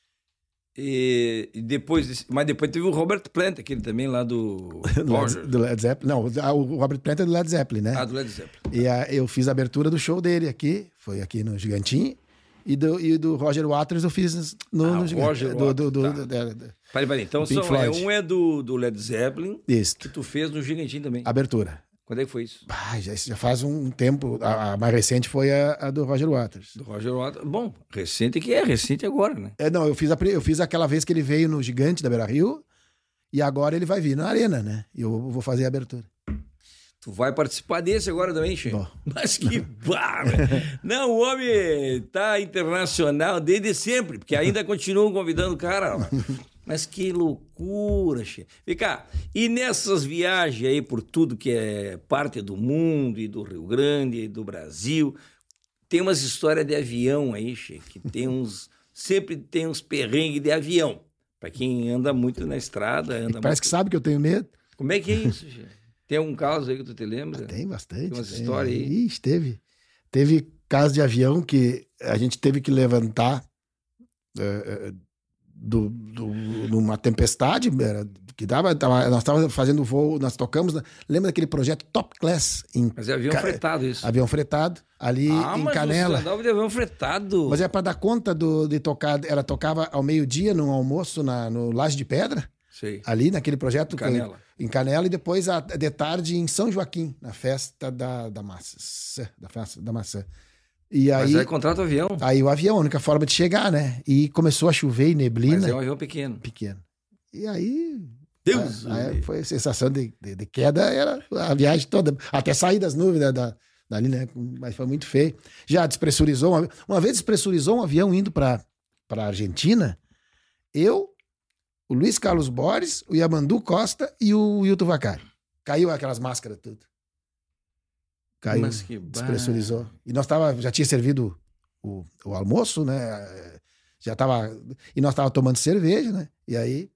E, e depois, desse- mas depois teve o Robert Plant, aquele também lá do Do Roger. Led, do Led Zeppelin. Não, o Robert Plant é do Led Zeppelin, né? Ah, do Led Zeppelin. E a, eu fiz a abertura do show dele aqui, foi aqui no Gigantinho. E do, e do Roger Waters eu fiz no, Ah, no Gigantinho. Roger do, do, do, Waters, do- da- da- Peraí, peraí. Então, Pink são, é, Floyd. um é do, do Led Zeppelin, Isso, que tu fez no Gigantinho também. abertura. Quando é que foi isso? Ah, já, já faz um tempo. A, a mais recente foi a, a do Roger Waters. Do Roger Waters. Bom, recente que é, recente agora, né? É, não, eu fiz, a, pri- eu fiz aquela vez que ele veio no Gigante da Beira Rio. E agora ele vai vir na Arena, né? E eu vou fazer a abertura. Tu vai participar desse agora também, Che? Vou. Mas que barra! Não, o homem tá internacional desde sempre, porque ainda continuam convidando o cara. Ó. Mas que loucura, Che. Vem cá, e nessas viagens aí por tudo que é parte do mundo e do Rio Grande e do Brasil, tem umas histórias de avião aí, Che, que tem uns... Sempre tem uns perrengues de avião. Pra quem anda muito na estrada, anda Parece que muito... sabe que eu tenho medo. Como é que é isso, Che? Tem algum caso aí que tu te lembra? Tem bastante. Tem umas tem. histórias aí. Ixi, teve. Teve caso de avião que a gente teve que levantar eh, eh, do, do, numa tempestade, era, que dava, tava, nós estávamos fazendo voo, nós tocamos, na- lembra daquele projeto Top Class, em Mas é avião Ca- fretado isso. avião fretado, ali Ah, em mas Canela. você andava de avião fretado. Mas é para dar conta do, de tocar, ela tocava ao meio-dia num almoço na, no Laje de Pedra, Sei. ali naquele projeto. Canela. Em Canela, e depois a- de tarde em São Joaquim, na festa da, da maçã. Da festa da maçã. E Mas aí, aí contrata o avião. aí o avião, a única forma de chegar, né? E começou a chover e neblina. Mas é um avião pequeno. Pequeno. E aí. Deus! a- aí foi a sensação de, de, de queda, era a viagem toda. Até sair das nuvens da, da, dali, né? Mas foi muito feio. Já despressurizou. Uma, uma vez despressurizou um avião indo para a Argentina. Eu, o Luiz Carlos Borges, o Yamandu Costa e o Wilton Vacari. Caiu aquelas máscaras tudo. Caiu, Mas que bar- despressurizou. E nós tava, já tinha servido o, o almoço, né? Já tava. E nós tava tomando cerveja, né? E aí.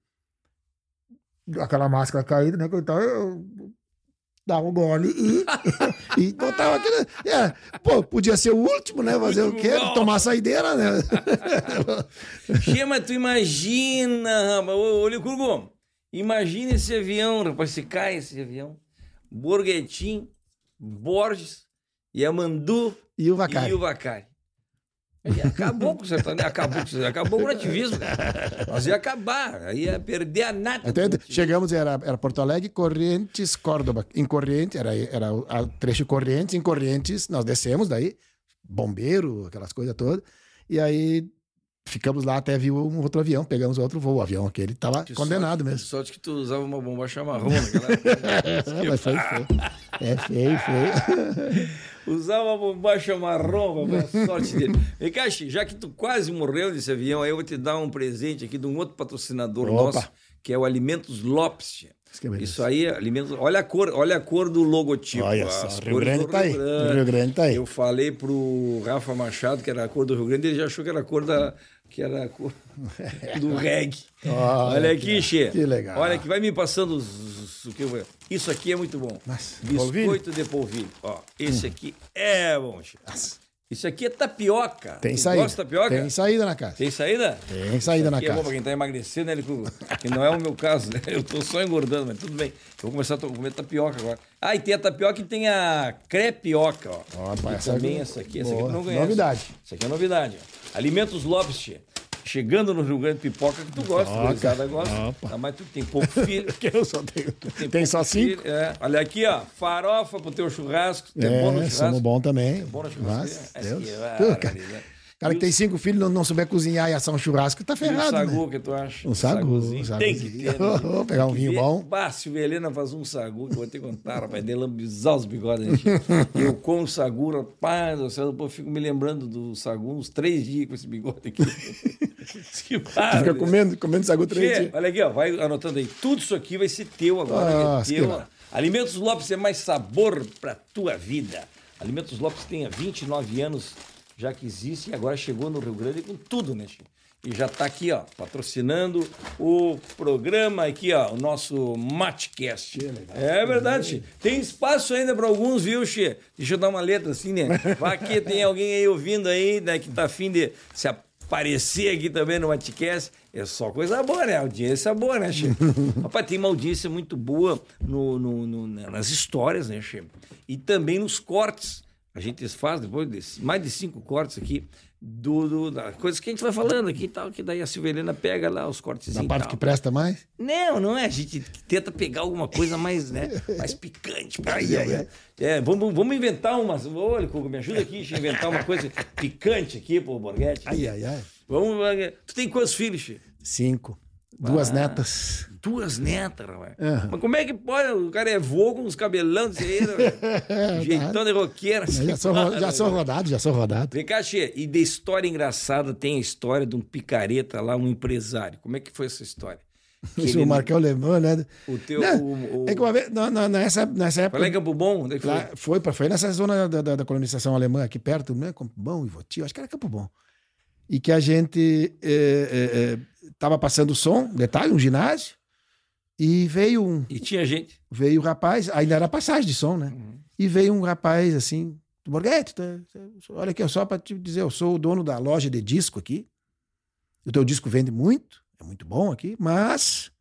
Aquela máscara caída, né? Então eu dava um gole e, e botava aquele. É, pô, podia ser o último, né? Fazer o Último quê? gol. Tomar a saideira, né? Chama, tu imagina, rapaz. Ô, Olha o Curgo. Imagina esse avião, rapaz. Se cai esse avião. Borghetti, Borges, Yamandu E o Vacari. e o Vacari. Aí acabou com o sertanejo, acabou, com- acabou com o nativismo. Nós ia acabar, aí ia perder a nata. Até do nativismo. chegamos, era, era Porto Alegre, Correntes, Córdoba. Em Correntes, era, era o a trecho Correntes, em Correntes, nós descemos daí, bombeiro, aquelas coisas todas. E aí ficamos lá até vir um outro avião, pegamos outro voo. O avião aquele estava Que condenado sorte, mesmo. que Sorte que tu usava uma bombacha marrom naquela época. É, mas foi feio. É feio, feio. Usava uma bombacha marrom, pra sorte dele. Vem cá, Chi, já que tu quase morreu nesse avião, aí eu vou te dar um presente aqui de um outro patrocinador Opa. nosso, que é o Alimentos Lopes. Chi. Isso que é beleza. Isso aí, é Alimentos... Olha a cor, olha a cor do logotipo. Olha as só, o cores Rio Grande do tá aí. O Rio Grande tá aí. Eu falei pro Rafa Machado que era a cor do Rio Grande, ele já achou que era a cor da, que era a cor do reggae. Olha, Olha aqui, Che. Que legal. Olha aqui, vai me passando os, os, o que eu... Isso aqui é muito bom. Nossa, Biscoito polvilho? de polvilho. Ó, esse Hum. aqui é bom, Che. Isso aqui é tapioca. Tem Tu saída. gosta de tapioca? Tem saída na casa. Tem saída? Tem saída na Aqui é bom casa. pra quem tá emagrecendo, né? Ele, que não é o meu caso, né? Eu tô só engordando, mas tudo bem. Eu vou começar a comer tapioca agora. Ah, e tem a tapioca e tem a crepioca, ó. Ó, E pai, essa também é- essa aqui, essa aqui boa. tu não conhece. Novidade. Essa aqui é novidade. Ó. Alimentos Lopes, Che. Chegando no Rio Grande, pipoca que tu gosta, Pipoca. gurizada gosta. Opa. Ah, mas tu tem pouco filho. Porque eu só tenho. Tem, pouco só cinco? filho, é. Olha aqui, ó. Farofa pro teu churrasco. Tu É, é bom no churrasco. somos bom também. É bom na churrasqueira. Mas, Essa Deus. aqui é Pô, cara, barbaridade. cara que tem cinco filhos e não, não souber cozinhar e assar um churrasco, tá E o ferrado, sagu, né? que tu acha? Um sagu, saguzinho. um Tem que saguzinho. ter. Né? Oh, pegar um Tem que vinho ver. bom. Bah, se o Helena faz um sagu, que eu vou te contar, rapaz, de lambizar os bigodes. Né? Eu com o sagu, rapaz do céu, eu fico me lembrando do sagu uns três dias com esse bigode aqui. Que barra, Fica né? comendo, comendo sagu três Che, dias. olha aqui, ó, vai anotando aí. Tudo isso aqui vai ser teu agora. Nossa, é teu. que Ó. lá. Alimentos Lopes é mais sabor pra tua vida. Alimentos Lopes tem há vinte e nove anos já que existe e agora chegou no Rio Grande com tudo, né, Che? E já tá aqui, ó, patrocinando o programa aqui, ó, o nosso Matecast. É verdade, Che. Tem espaço ainda para alguns, viu, Che? Deixa eu dar uma letra assim, né? Vai que tem alguém aí ouvindo aí, né, que tá afim de se aparecer aqui também no Matecast. É só coisa boa, né? Audiência boa, né, Che? Rapaz, tem uma audiência muito boa no, no, no, nas histórias, né, Che? E também nos cortes. A gente faz, depois de mais de cinco cortes aqui, do, do, das coisas que a gente vai falando aqui e tal, que daí a Silvelena pega lá os cortes. Da parte que presta mais? Não, não é. A gente tenta pegar alguma coisa mais, né, mais picante. Ai, ai, ai. É, vamos, vamos inventar umas... Olha, Cuco, me ajuda aqui a inventar uma coisa picante aqui pro Borghetti. Ai, ai, ai. Vamos, tu tem quantos filhos, Che? Cinco. Duas Ah. netas. Duas netas, rapaz. Uhum. Mas como é que pode? O cara é vô com os cabelão desse aí, né? Jeitão de roqueiro. Assim, Já sou, ro- já sou rodado, já sou rodado. Vem cá, Che, e de história engraçada tem a história de um picareta lá, um empresário. Como é que foi essa história? Que Isso, ele- o Marcão Alemão, né? O teu... Não, o, o... É que uma vez, na- na- nessa, nessa época. Foi lá em Campo Bom? Onde é que foi? Lá, foi, pra- foi nessa zona da, da, da colonização alemã, aqui perto, né? Campo Bom, Ivoti, acho que era Campo Bom. E que a gente estava passando som, detalhe, um ginásio, e veio um, E tinha gente. veio um rapaz, ainda era passagem de som, né? Uhum. E veio um rapaz assim, Borghetti, tá, olha aqui, só para te dizer, eu sou o dono da loja de disco aqui, o teu disco vende muito, é muito bom aqui, mas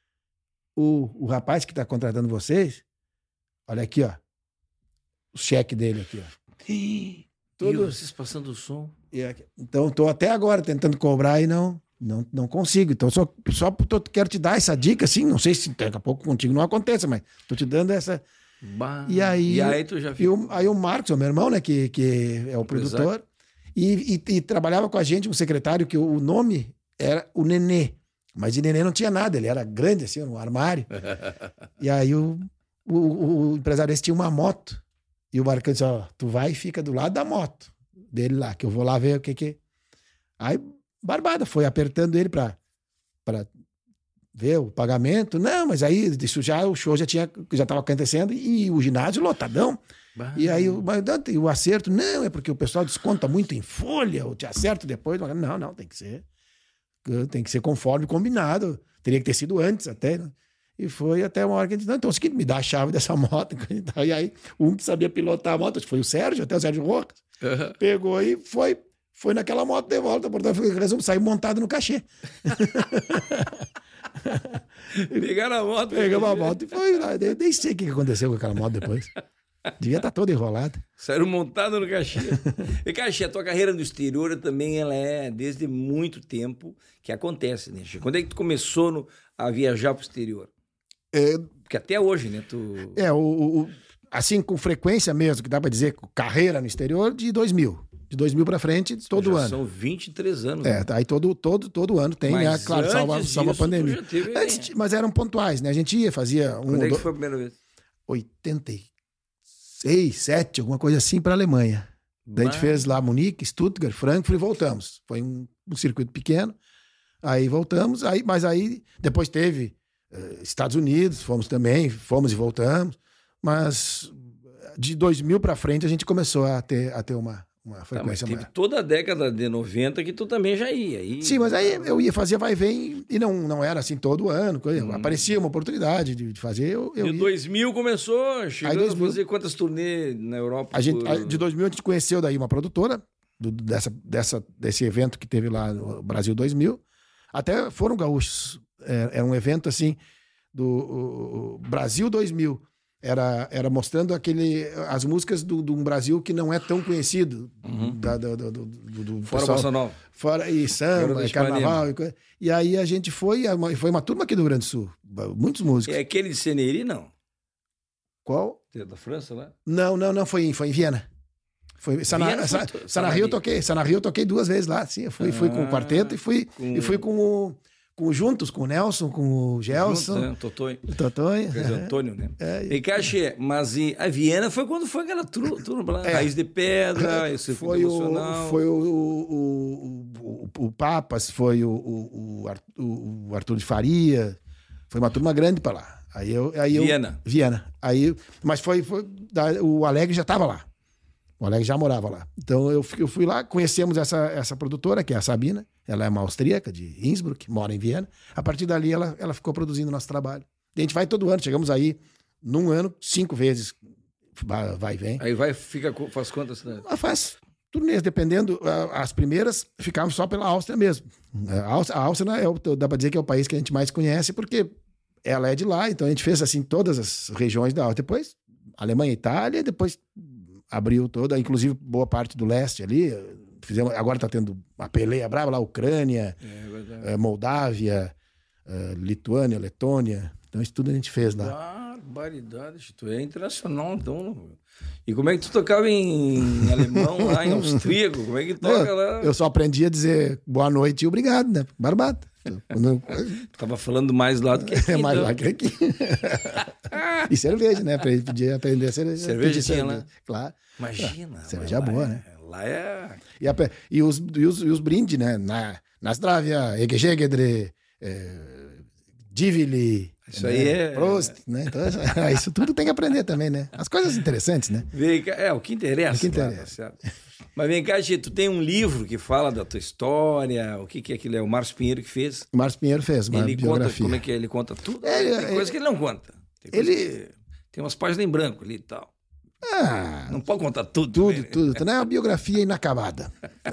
o, o rapaz que está contratando vocês, olha aqui, ó, o cheque dele aqui, ó. Tudo. Tudo. Vocês passando o som. E aqui- Então, estou até agora tentando cobrar e não, não, não consigo. Então, só, só tô, quero te dar essa dica, assim, não sei se daqui a pouco contigo não aconteça, mas estou te dando essa... Bah. E aí, E aí tu já e viu. o, aí o Marcos, o meu irmão, né, que, que é o produtor, e, e, e trabalhava com a gente um secretário que o, o nome era o Nenê, mas de Nenê não tinha nada, ele era grande, assim, no armário. E aí o, o, o empresário esse tinha uma moto, e o Marcão disse, ó, tu vai e fica do lado da moto dele lá, que eu vou lá ver o que que... Aí, barbada, foi apertando ele pra, pra ver o pagamento. Não, mas aí isso já, o show já tinha, já estava acontecendo e o ginásio lotadão. Bah. E aí o, mas, não, tem o acerto, não, é porque o pessoal desconta muito em folha, eu te acerto depois. Não, não, tem que ser. Tem que ser conforme combinado. Teria que ter sido antes até. Né? E foi até uma hora que a gente disse, não, então, seguinte, me dá a chave dessa moto. E aí, um que sabia pilotar a moto, foi o Sérgio, até o Sérgio Rojas, Uhum. pegou e foi, foi naquela moto de volta. Portanto, resumo, saiu montado no cachê. Pegaram a moto. Pegamos a moto e foi lá. Eu nem sei o que aconteceu com aquela moto depois. Devia estar toda enrolada. Saíram montado no cachê. E, Cachê, a tua carreira no exterior também ela é desde muito tempo que acontece, né, Che? Quando é que tu começou no, a viajar pro exterior? É, Porque até hoje, né, tu... é o, o- assim, com frequência mesmo, que dá para dizer, carreira no exterior, de dois mil. De dois mil para frente, todo Já ano. são vinte e três anos. É, né? aí todo, todo, todo ano tem, Mas né? Claro, salva, antes salva a disso, tu pandemia. já teve- Antes ti- mas eram pontuais, né? A gente ia, fazia um. Quando é que do- foi a primeira vez? oitenta e seis, sete, alguma coisa assim, para a Alemanha. Daí a gente Bah. fez lá Munique, Stuttgart, Frankfurt e voltamos. Foi um, um circuito pequeno. Aí voltamos, aí, mas aí depois teve eh, Estados Unidos, fomos também, fomos e voltamos. Mas de dois mil para frente a gente começou a ter, a ter uma, uma Tá, mas frequência teve maior. toda a década de noventa que tu também já ia. E... Sim, mas aí eu ia fazer vai e vem e não, não era assim todo ano. coisa- Hum. Aparecia uma oportunidade de, de fazer, eu, eu E ia. dois mil começou, chegando dois mil a fazer quantas turnês na Europa? A gente, por- a- de dois mil a gente conheceu daí uma produtora do- dessa, dessa, desse evento que teve lá no Brasil dois mil. Até foram gaúchos. É, era um evento assim do o- o Brasil dois mil. Era, era mostrando aquele, as músicas do, de um Brasil que não é tão conhecido. Uhum. Da, do, do, do, do, do Fora pessoal- Bossa Nova. Fora e Garota samba, de e carnaval. E, coisa. E aí a gente foi, e foi uma turma aqui do Rio Grande do Sul. Muitos músicos. É aquele de Seneri, não. Qual? Da França, lá? Não, não, não, foi, em- foi em Viena. Foi, Sana, Viena foi Sa- tu- Sanarrio eu toquei. Sanarrio eu toquei duas vezes lá, sim. Eu fui, fui com o Ah, quarteto e fui com- e fui com o, com o Juntos, com o Nelson, com o Gelson, Juntos, né? Totonho. o Totonho. Quer dizer, Antônio, né? É, E Caxê, mas e a Viena foi quando foi aquela turma, turma lá, É. Raiz de Pedra, esse Foi o, emocional. foi o, o, o, o, o Papas, foi o, o, o Ar- o Arthur de Faria. Foi uma turma grande para lá. Aí eu, aí eu, Viena. Viena. Aí, mas foi, foi da- o Alegre já estava lá. O Alegre já morava lá. Então eu, fui- eu fui lá, conhecemos essa, essa produtora, que é a Sabina. Ela é uma austríaca de Innsbruck, mora em Viena. A partir dali ela, ela ficou produzindo nosso trabalho. E a gente vai todo ano, chegamos aí num ano, cinco vezes. Vai vai e vem. Aí vai, fica, co- faz quantas cidades? Ela faz turnês, dependendo. ah, As primeiras ficavam só pela Áustria mesmo. A Áustria, a Áustria é o, dá para dizer que é o país que a gente mais conhece, porque ela é de lá, então a gente fez assim todas as regiões da Áustria. Depois, Alemanha e Itália, depois abriu toda, inclusive boa parte do leste ali. Fizemos, agora está tendo uma peleia brava lá, Ucrânia, É verdade. eh, Moldávia, eh, Lituânia, Letônia. Então isso tudo a gente fez lá. Barbaridade, tu é internacional, então. E como é que tu tocava em alemão lá, em austríaco? Como é que toca Eu, lá? eu só aprendi a dizer boa noite e obrigado, né? Barbata. Quando- Tava falando mais lá do que aqui. É mais então. lá que aqui. E cerveja, né? Pra ele podia aprender a cerveja. Cerveja pedir tinha cerveja. lá? Claro. Imagina. Cerveja lá boa, é- né? Lá é. E, a pe- e os, e, os, e os brindes, né? Na, na Zdravia, Egegedre, é, Divili. Isso né? aí é- Prost, né? Então, isso tudo tem que aprender também, né? As coisas interessantes, né? Vem cá, é o que interessa. O que lá, interessa. tá certo? Mas vem cá, Gê, tu tem um livro que fala da tua história, o que, que é aquilo? É o Márcio Pinheiro que fez. O Márcio Pinheiro fez uma Ele conta biografia. como é que é, ele conta tudo. É, tem é, coisa é, que ele não conta. Tem, coisa ele- que- tem umas páginas em branco ali e tal. Ah, Não pode contar tudo. tudo, também, né? tudo. Não é uma biografia inacabada.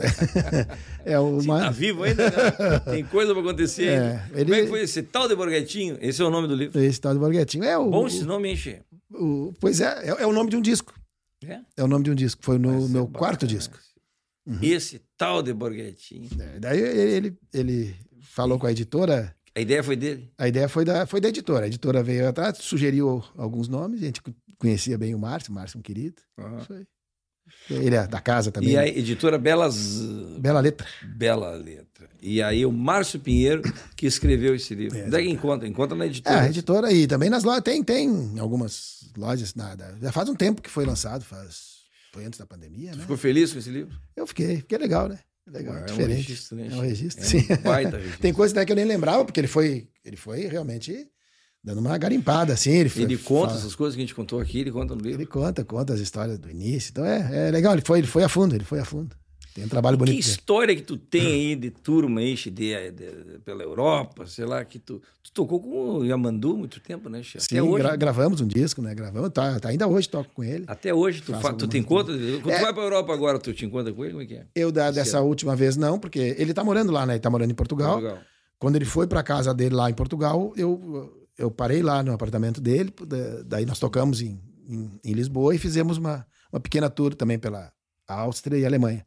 É uma... Tá vivo ainda, né? Tem coisa pra acontecer É, ainda. ele- Como é que foi esse tal de Borghetinho? Esse é o nome do livro. Esse tal de Borghetinho. É o, Bom esse nome, hein, Che? o- pois é, é, é o nome de um disco. É? É o nome de um disco. Foi no Vai ser meu bacana quarto disco. esse. Esse tal de Borghetinho. É, daí ele, ele, ele falou com a editora. A ideia foi dele? A ideia foi da, foi da editora. A editora veio atrás, sugeriu alguns nomes. A gente conhecia bem o Márcio, o Márcio é um querido. Aham. Foi. Ele é da casa também. E a né? editora Belas... Bela letra. Bela Letra. E aí o Márcio Pinheiro que escreveu esse livro. É, Onde é que encontra? Encontra na É, editora. a editora aí também nas lojas. Tem, tem algumas lojas. Nada. Já faz um tempo que foi lançado, faz. Foi antes da pandemia, né? Ficou feliz com esse livro? Eu fiquei, fiquei legal, né? Legal, É um diferente. registro, né, É um registro, É sim. um baita registro. Tem coisa até que eu nem lembrava, porque ele foi, ele foi realmente dando uma garimpada, assim. Ele, foi, Ele conta fala- essas coisas que a gente contou aqui, ele conta no livro. Ele conta, conta as histórias do início. Então é, é legal, ele foi, ele foi a fundo, ele foi a fundo. Tem um trabalho Que bonito dele. história que tu tem aí de turma aí, de, de, de- pela Europa, sei lá, que tu, tu tocou com o Yamandu há muito tempo, né, Che? Sim, Até hoje. gra- gravamos um disco, né? Gravamos, tá, tá, ainda hoje toco com ele. Até hoje tu, Faço fa- tu algumas te encontra. Quando É. tu vai pra Europa agora, tu te encontra com ele? Como é que é? Eu da, dessa última vez não, porque ele tá morando lá, né? Ele tá morando em Portugal. Legal. Quando ele foi pra casa dele lá em Portugal, eu, eu parei lá no apartamento dele, da- daí nós tocamos em, em, em Lisboa e fizemos uma, uma pequena tour também pela Áustria e Alemanha.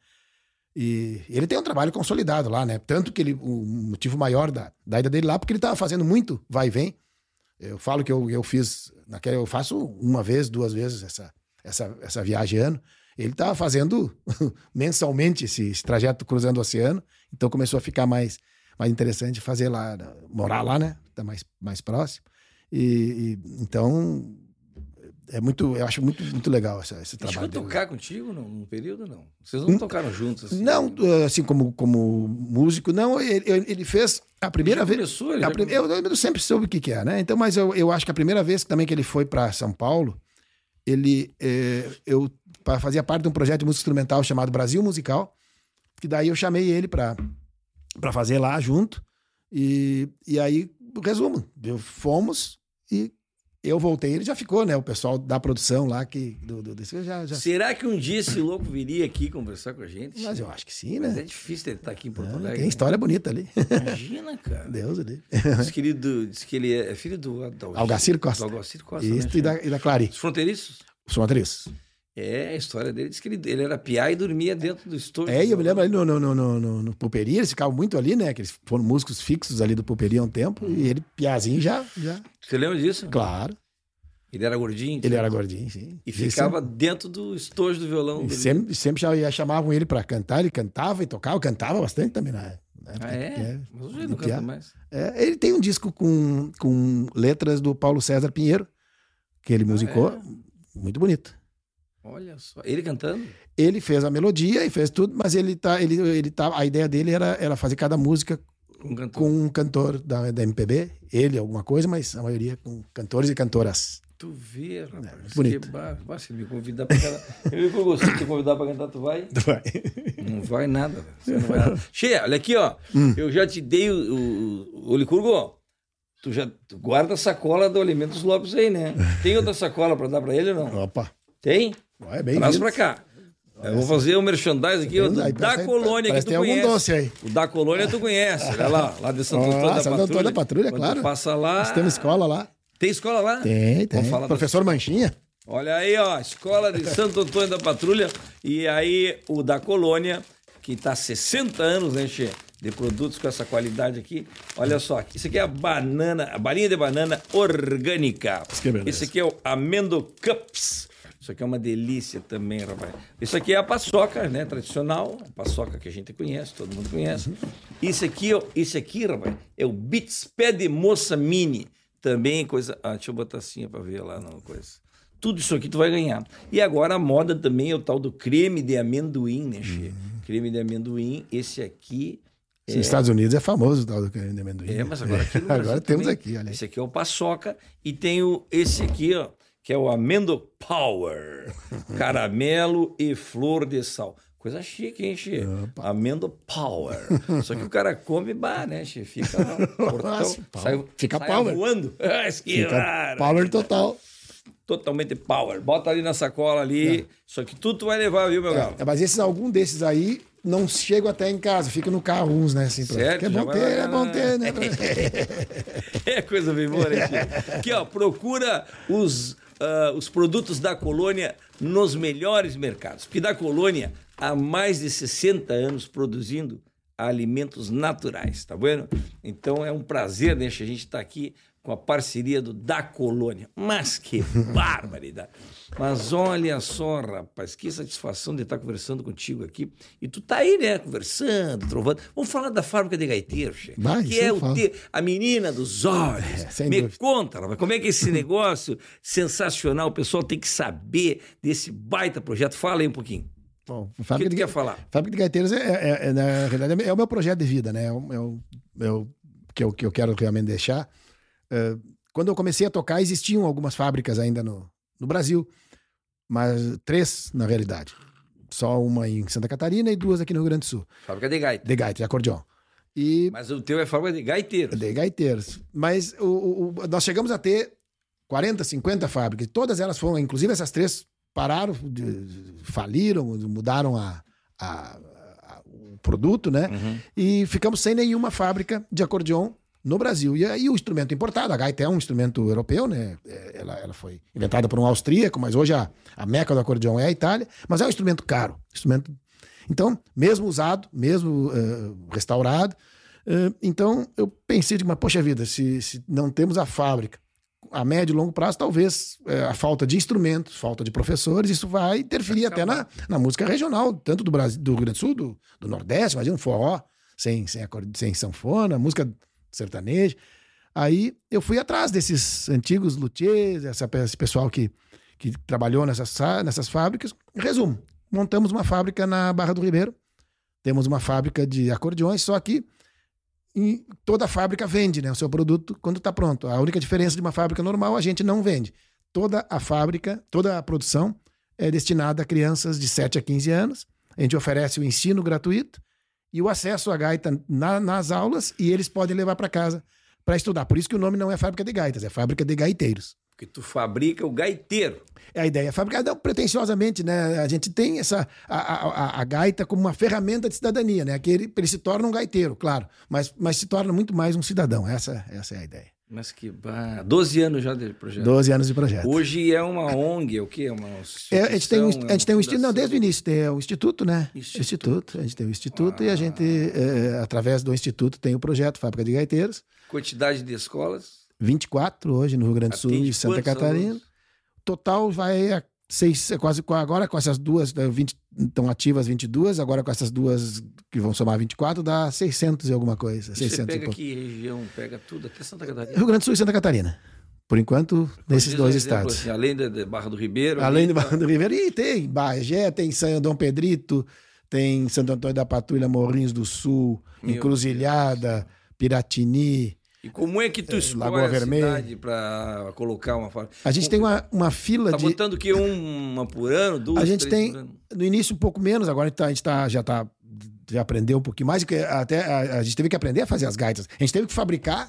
E ele tem um trabalho consolidado lá, né? Tanto que ele, o motivo maior da, da ida dele lá, porque ele estava fazendo muito vai e vem. Eu falo que eu, eu fiz, naquela, eu faço uma vez, duas vezes essa, essa, essa viagem ano. Ele estava fazendo mensalmente esse, esse trajeto cruzando o oceano, então começou a ficar mais, mais interessante fazer lá, morar lá, né? Tá mais, mais próximo. E, e então é muito, eu acho muito, muito legal essa, esse Ele chegou trabalho a dele. tocar contigo num, num período, não? Vocês não tocaram juntos? Assim, Não, assim como, como músico, não. Ele, ele fez a primeira já vez. começou, ele a já prim- eu, eu sempre soube o que, que é, né? Então, mas eu, eu acho que a primeira vez também que ele foi para São Paulo, ele, é, eu fazia parte de um projeto de música instrumental chamado Brasil Musical, que daí eu chamei ele para para fazer lá junto, e, e aí, resumo, eu, fomos e eu voltei, ele já ficou, né, o pessoal da produção lá, que do, do, desse, já, já... Será que um dia esse louco viria aqui conversar com a gente? Mas eu acho que sim, né? Mas é difícil ele estar aqui em Porto Não, Alegre. tem história bonita ali. Imagina, cara. Deus ali. Diz que ele, do, diz que ele é filho do, do Algacir Costa. Do Algacir Costa, Isso, né, e, da, e da Clary. Os fronteiriços? Os fronteiriços. É, a história dele diz que ele, ele era piá e dormia dentro do estúdio. É, e eu me lembro ali no, no, no, no, no Pulperia, eles ficavam muito ali, né? Que eles foram músicos fixos ali do Pulperia há um tempo, hum. e ele, piazinho, já, já. Você lembra disso? Claro. Ele era gordinho? Ele era gordinho, sim. E ficava sempre... dentro do estojo do violão. E sempre, sempre chamavam ele para cantar, ele cantava e tocava, cantava bastante também na época. Ah, é? é? Mas hoje ele não canta mais. É, ele tem um disco com, com letras do Paulo César Pinheiro, que ele musicou, ah, é? Muito bonito. Olha só, ele cantando? Ele fez a melodia e fez tudo, mas ele tá, ele, ele tá, a ideia dele era, era fazer cada música um cantor. com um cantor da, da M P B, ele alguma coisa, mas a maioria com cantores e cantoras. Tu vê, rapaz. É, bonito. Que, se ele me convidar pra cantar. Eu que eu gostei de te convidar pra cantar, tu vai? Tu vai. Não vai nada. Você não vai nada. Cheia, olha aqui, ó. Hum. Eu já te dei o, o, o Licurgo. Tu já tu guarda a sacola do Alimentos Lopes aí, né? Tem outra sacola pra dar pra ele ou não? Opa. Tem? Vai, bem Traz pra cá. Eu vou fazer o um merchandising aqui, ó, do aí, da Colônia, que tu tem conhece. Algum doce aí. O da Colônia tu conhece. Olha lá, lá de Santo Antônio da Santo Antônio da Patrulha, Quando claro. passa lá... Nós temos escola lá. Tem escola lá? Tem, tem. Professor da... Manchinha. Olha aí, ó, escola de Santo Antônio da Patrulha. E aí, o da Colônia, que está há sessenta anos, né, Che, de produtos com essa qualidade aqui. Olha só, isso aqui é a banana, a balinha de banana orgânica. Esse aqui é o Amendo Cups. Isso aqui é uma delícia também, rapaz. Isso aqui é a paçoca, né, tradicional. A paçoca que a gente conhece, todo mundo conhece. Isso aqui, ó, esse aqui, rapaz, é o Beats Pé de Moça Mini. Também coisa... Ah, deixa eu botar assim para ver lá, não, coisa... Tudo isso aqui tu vai ganhar. E agora a moda também é o tal do creme de amendoim, né, Che? Uhum. Creme de amendoim, esse aqui... É... Nos Estados Unidos é famoso o tal do creme de amendoim. É, mas agora aqui no Brasil agora temos aqui, olha aí. Esse aqui é o paçoca e tem o, esse aqui, ó, que é o Amendo Power. Caramelo e flor de sal. Coisa chique, hein, Che? Amendo Power. Só que o cara come, bah, né, Che? Fica portão, Nossa, sai, fica sai power. voando. Fica power total. Totalmente power. Bota ali na sacola ali. É. Só que tudo tu vai levar, viu, meu é, galo? É, mas esses, algum desses aí não chegam até em casa, fica no carro uns, né? Assim, pra... Certo, é bom ter, é bom ter, né? É coisa bem boa, né, Che? Aqui, ó, procura os, uh, os produtos da Colônia nos melhores mercados. Porque da Colônia, há mais de sessenta anos produzindo alimentos naturais, tá vendo? Então é um prazer, né, Che? A gente tá aqui com a parceria do Da Colônia. Mas que barbaridade! Mas olha só, rapaz, que satisfação de estar conversando contigo aqui. E tu tá aí, né, conversando, trovando. Vamos falar da fábrica de gaiteiro, Che. Vai, que é o te... a menina dos olhos. É, Me dúvida. Conta, rapaz, como é que é esse negócio sensacional, o pessoal tem que saber desse baita projeto. Fala aí um pouquinho. Bom, o que tu quer falar? Fábrica de Gaiteiros, é, é, é, na realidade, é o meu projeto de vida, né? É o, é o, é o que, eu, que eu quero realmente deixar. Uh, quando eu comecei a tocar, existiam algumas fábricas ainda no, no Brasil, mas três, na realidade. Só uma em Santa Catarina e duas aqui no Rio Grande do Sul. Fábrica de gaita. De gaita, de acordeon. E, mas o teu é fábrica de gaiteiros. De gaiteiros. Mas o, o, nós chegamos a ter quarenta, cinquenta fábricas. Todas elas foram, inclusive essas três, pararam, faliram, mudaram a, a, a, o produto, né? Uhum. E ficamos sem nenhuma fábrica de acordeon no Brasil. E aí o instrumento importado, a gaita é um instrumento europeu, né? Ela, ela foi inventada por um austríaco, mas hoje a, a meca do acordeon é a Itália, mas é um instrumento caro. Instrumento... Então, mesmo usado, mesmo uh, restaurado, uh, então eu pensei, de uma poxa vida, se, se não temos a fábrica, a médio e longo prazo, talvez uh, a falta de instrumentos, falta de professores, isso vai interferir até na, na música regional, tanto do Brasil, do Rio Grande do Sul, do, do Nordeste, imagina um forró, sem, sem, acorde, sem sanfona, música sertaneja. Aí eu fui atrás desses antigos luthiers, essa, esse pessoal que, que trabalhou nessas, nessas fábricas. Resumo, montamos uma fábrica na Barra do Ribeiro, temos uma fábrica de acordeões, só que em, toda fábrica vende, né, o seu produto quando está pronto. A única diferença de uma fábrica normal, a gente não vende. toda a fábrica, toda a produção é destinada a crianças de sete a quinze anos. A gente oferece o ensino gratuito e o acesso à gaita na, nas aulas, e eles podem levar para casa para estudar. Por isso que o nome não é fábrica de gaitas, é fábrica de gaiteiros. Porque tu fabrica o gaiteiro. É a ideia. Fabricar, não, pretenciosamente, né? A gente tem essa, a, a, a gaita como uma ferramenta de cidadania, né? Que ele, ele se torna um gaiteiro, claro, mas, mas se torna muito mais um cidadão. Essa, essa é a ideia. Mas que... Bah, doze anos já de projeto. doze anos de projeto. Hoje é uma O N G, é o quê? É uma é, a gente tem um, a gente tem um instituto, não, desde o início. início, tem o instituto, né? Instituto. instituto. A gente tem o instituto Ah. e a gente, é, através do instituto, tem o projeto Fábrica de Gaiteiros. Quantidade de escolas? vinte e quatro hoje no Rio Grande do Sul Atende e Santa quantos Catarina. alunos? Total vai a seis, quase agora com essas duas, vinte, estão ativas vinte e duas, agora com essas duas que vão somar vinte e quatro, dá seiscentos e alguma coisa. Você seiscentos pega e pouco. que região? Pega tudo, até Santa Catarina. Rio Grande do Sul e Santa Catarina. Por enquanto, nesses Diz dois um exemplo, estados. assim, além da, da Barra do Ribeiro. Além ali, do Barra do Ribeiro. E tem Bagé, tem São Dom Pedrito, tem Santo Antônio da Patrulha, Morrinhos do Sul, Meu Encruzilhada, Piratini. E como é que tu escolhe Lagoa a Vermelha. cidade para colocar uma fábrica? A gente tem uma, uma fila Tá de... botando o quê? Uma por ano? Duas, A gente três tem, por ano? no início, um pouco menos, agora a gente, tá, a gente tá, já, tá, já aprendeu um pouquinho mais, porque até a, a gente teve que aprender a fazer as gaitas. A gente teve que fabricar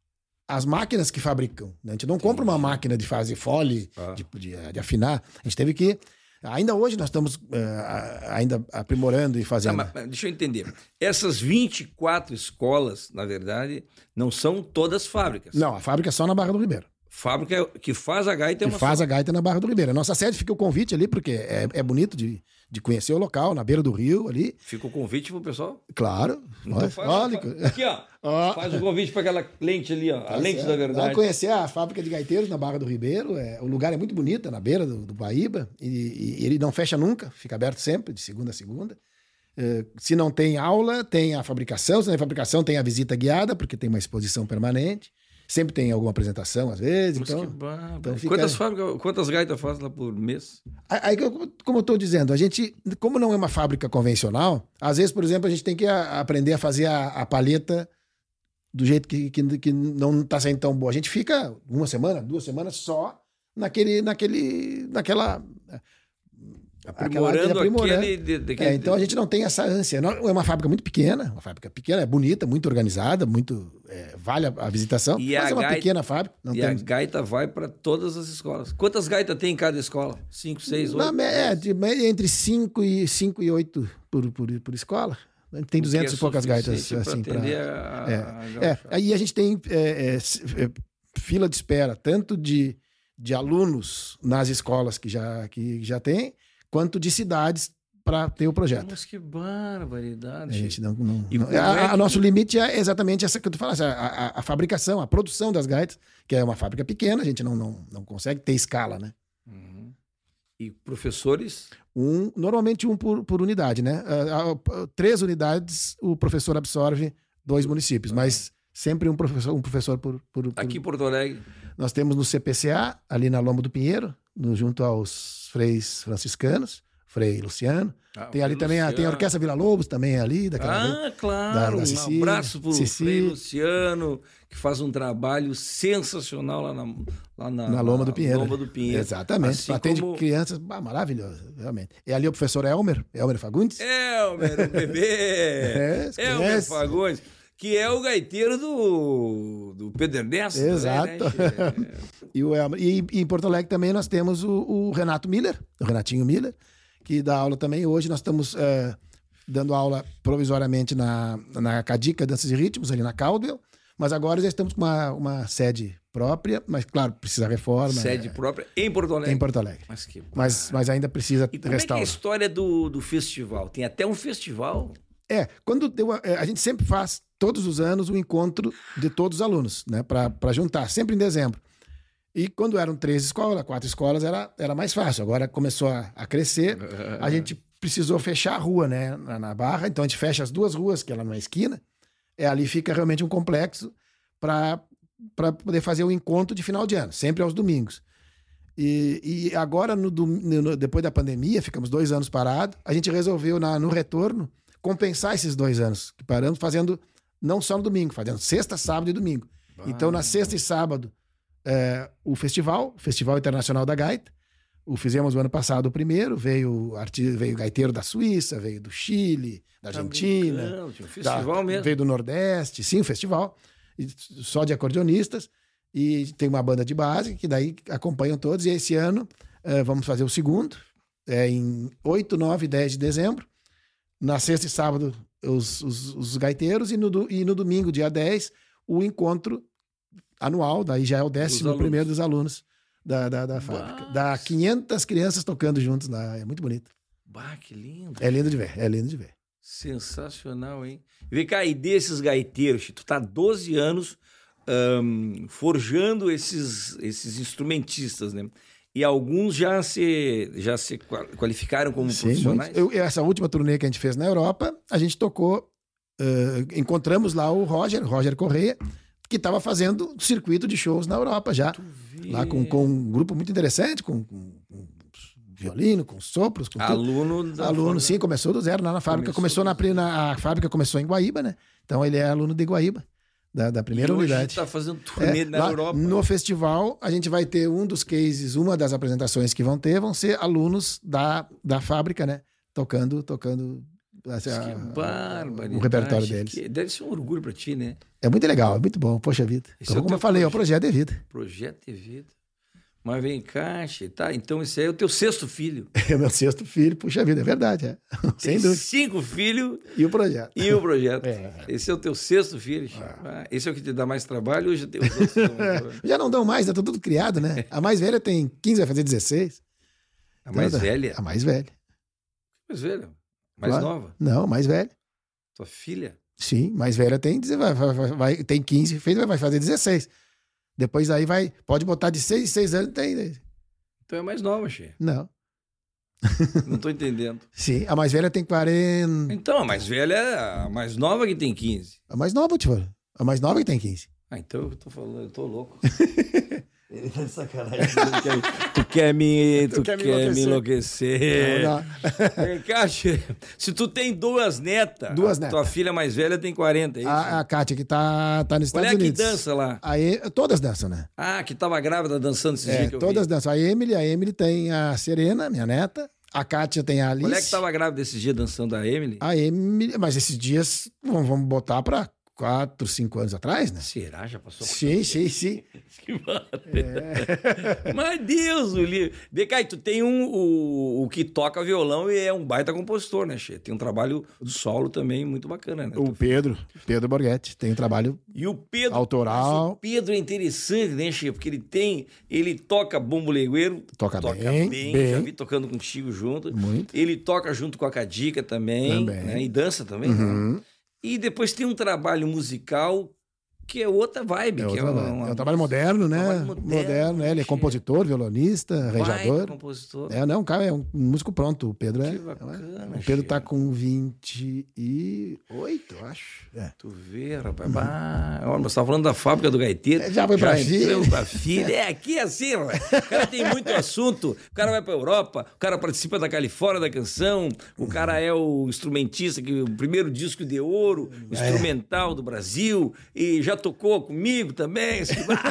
as máquinas que fabricam. Né? A gente não compra uma máquina de fazer fole, Ah. de, de, de afinar. A gente teve que... Ainda hoje nós estamos eh, ainda aprimorando e Tá, fazendo. mas, mas deixa eu entender. Essas vinte e quatro escolas, na verdade, não são todas fábricas. Não, a fábrica é só na Barra do Ribeiro. Fábrica que faz a gaita é Que uma faz só. a gaita na Barra do Ribeiro. A nossa sede fica o convite ali, porque é, é bonito de, de conhecer o local, na beira do rio ali. Fica o convite pro pessoal. Claro. Então Olha, faz, olha, faz- aqui, ó. Ó. Faz o convite para aquela lente ali, ó. A Tá lente certo. da Vai verdade. conhecer a fábrica de gaiteiros na Barra do Ribeiro. É, o lugar é muito bonito, é na beira do, do Guaíba. E, e ele não fecha nunca, fica aberto sempre, de segunda a segunda. É, se não tem aula, tem a fabricação. Se não tem fabricação, tem a visita guiada, porque tem uma exposição permanente. Sempre tem alguma apresentação, às vezes. Mas Então, que bárbaro. então fica- Quantas fábricas, quantas gaitas faz lá por mês? Aí, como eu estou dizendo, a gente, como não é uma fábrica convencional, às vezes, por exemplo, a gente tem que a- aprender a fazer a, a palheta do jeito que, que, que não está saindo tão boa. A gente fica uma semana, duas semanas só naquele, naquele, naquela... Aprimorando, aprimorando. aquele... de- daquele- É, então a gente não tem essa ânsia. Não- É uma fábrica muito pequena, uma fábrica pequena, é bonita, muito organizada, muito é, vale a, a visitação, E mas a é uma gaita- pequena fábrica. Não E temos... a gaita vai para todas as escolas. Quantas gaitas tem em cada escola? Cinco, seis, oito? Na mé- é, de média entre cinco e cinco e oito por, por, por escola. A gente tem duzentas O que é e poucas gaitas suficiente assim pra para. atender a- a É, gauchada. aí a gente tem é, é, s- é, fila de espera, tanto de, de alunos nas escolas que já, que já tem, quanto de cidades para ter o projeto. Mas que barbaridade. A gente não, não, E não- como a, é a que- nosso limite é exatamente essa que tu falaste, a, a, a fabricação, a produção das gaitas, que é uma fábrica pequena, a gente não, não, não consegue ter escala, né? Uhum. E professores? Um, normalmente um por, por unidade, né? Ah, ah, três unidades o professor absorve dois municípios, mas sempre um professor, um professor por, por, por- Aqui em Porto Alegre. Nós temos no C P C A, ali na Lomba do Pinheiro, no, junto aos freis franciscanos, Frei Luciano. Ah, Tem ali Frei também a, tem a Luciano. Orquestra Vila Lobos também ali, daquela vez. Ah, claro. da- da um Cecília, abraço para o Cecília. Frei Luciano, que faz um trabalho sensacional lá na, lá na, Na Lomba do Pinheiro. Lomba do Pinheiro. Exatamente. Assim Atende como- crianças, ah, maravilhoso, realmente. E ali o professor Elmer, Elmer Fagundes. Elmer, o bebê. É, Elmer conhece. Fagundes, que é o gaiteiro do, do Pedro Ernesto. né, Exato. né? E, o Elmer. E, e em Porto Alegre também nós temos o, o Renato Miller, o Renatinho Miller, que dá aula também. Hoje nós estamos é, dando aula provisoriamente na, na Cadica Danças e Ritmos, ali na Caldwell, mas agora já estamos com uma, uma sede própria, mas claro, precisa reforma. Sede é, própria em Porto Alegre. em Porto Alegre. Mas que Mas, mas ainda precisa E como é que é a restaurar. história do, do festival? Tem até um festival? É, quando deu a, é, a gente sempre faz, todos os anos, o encontro de todos os alunos, né, para juntar, sempre em dezembro. E quando eram três escolas, quatro escolas, era, era mais fácil. Agora começou a, a crescer, a gente precisou fechar a rua, né, na, na Barra, então a gente fecha as duas ruas, que é lá na esquina, é, ali fica realmente um complexo para poder fazer o encontro de final de ano, sempre aos domingos. E, e agora, no, dom- no- depois da pandemia, ficamos dois anos parados, a gente resolveu, na, no retorno, compensar esses dois anos que paramos, fazendo não só no domingo, fazendo sexta, sábado e domingo. Então, na sexta e sábado, é, o festival, o Festival Internacional da Gaita. O fizemos o ano passado o primeiro, veio, arti- veio gaiteiro da Suíça, veio do Chile, da Argentina, Tá brincando, tinha um festival da- mesmo. veio do Nordeste, sim, um festival, e só de acordeonistas, e tem uma banda de base que daí acompanham todos, e esse ano eh, vamos fazer o segundo, é em oito, nove e dez de dezembro, na sexta e sábado os, os, os gaiteiros, e no, do- e no domingo, dia dez, o encontro anual, daí já é o décimo primeiro dos alunos da, da, da fábrica. Dá quinhentas crianças tocando juntos lá, é muito bonito. Bah, que lindo. É lindo de ver, é lindo de ver. Sensacional, hein? Vem cá, e desses gaiteiros, tu tá há doze anos ahn, forjando esses, esses instrumentistas, né? E alguns já se, já se qua- qualificaram como Sim, profissionais? muito. Eu- essa última turnê que a gente fez na Europa, a gente tocou, eh, encontramos lá o Roger, Roger Correia, que estava fazendo circuito de shows na Europa já. Lá com, com um grupo muito interessante, com, com- com violino, com sopros, com tudo. Aluno da Aluno, forma- sim, começou do zero lá na fábrica. Começou Começou, na, do zero. na a fábrica começou em Guaíba, né? Então ele é aluno de Guaíba, da, da primeira e hoje unidade. tá fazendo turnê É, na lá Europa. no festival, a gente vai ter um dos cases, uma das apresentações que vão ter, vão ser alunos da, da fábrica, né? Tocando, tocando assim, Que a- barbaridade. o repertório deles. Que deve ser um orgulho pra ti, né? É muito legal, é muito bom, poxa vida. Esse Então, é o como teu eu falei, é o projeto. projeto de vida. Projeto de vida. Mas vem cá, che, tá? Então esse aí é o teu sexto filho. É meu sexto filho, puxa vida, é verdade, é. Sem Tem dúvida. cinco filhos E o projeto. e o projeto. É. Esse é o teu sexto filho, che. Ah, esse é o que te dá mais trabalho, hoje tem os outros. que dão mais trabalho. Já não dão mais, já tá tudo criado, né? A mais velha tem quinze, vai fazer dezesseis. A mais Então, velha? A mais velha. Mais velha? Mais Claro. nova? Não, mais velha. Tua filha? Sim, mais velha tem, deze- vai, vai, vai, vai- tem quinze, fez, vai fazer dezesseis. Depois aí vai, pode botar de seis em seis anos, tem. Então é mais nova, che. Não. Não tô entendendo. Sim, a mais velha tem quarenta. Então, a mais velha é a mais nova que tem quinze. A mais nova, tipo, a mais nova que tem quinze. Ah, então eu tô falando, eu tô louco. Ele tá de sacanagem. Tu quer, tu quer me, tu quer me enlouquecer. Não, não. Vem cá, che. Se tu tem duas netas, Duas a netas. tua filha mais velha tem quarenta, é isso? A, a Kátia, que tá, tá nos Qual é Estados a que Unidos. dança lá? Aí, todas dançam, né? Ah, que tava grávida dançando esse É, dia que eu todas vi. dançam. A Emily, a Emily tem a Serena, minha neta. A Kátia tem a Alice. Qual é que tava grávida esse dia dançando a Emily? A Emily, mas esses dias vamos, vamos botar para quatro, cinco anos atrás, né? Será? Já passou? Sim, sim, sim. Que é. Mas Deus, o livro. Vem cá, e tu tem um, o, o que toca violão e é um baita compositor, né, Che? Tem um trabalho solo também muito bacana, né? O Pedro, Pedro Borghetti, tem um trabalho E o Pedro. autoral. Mas o Pedro é interessante, né, Che? Porque ele tem. Ele toca bumbo legueiro. Toca bem, bem, bem. Já vi tocando contigo junto. Muito. Ele toca junto com a Cadica também. Também. Né? E dança também. Uhum. Né? E depois tem um trabalho musical que é outra vibe. É, que outro é, trabalho. uma, é um trabalho moderno, né? trabalho moderno, né? Ele é che. compositor, violonista, baita arranjador. compositor. É, não, cara, é um músico pronto. O Pedro é. Que bacana, O Pedro che. tá com vinte e oito, eu acho. É. Tu vê, rapaz. Bah, olha, você tava falando da fábrica do gaiteiro. É, já foi pra filha. entramos pra filha. É, aqui é assim, rapaz. O cara tem muito assunto. O cara vai pra Europa, o cara participa da Califórnia da canção, o cara é o instrumentista, que o primeiro disco de ouro, o instrumental do Brasil, e já tocou comigo também.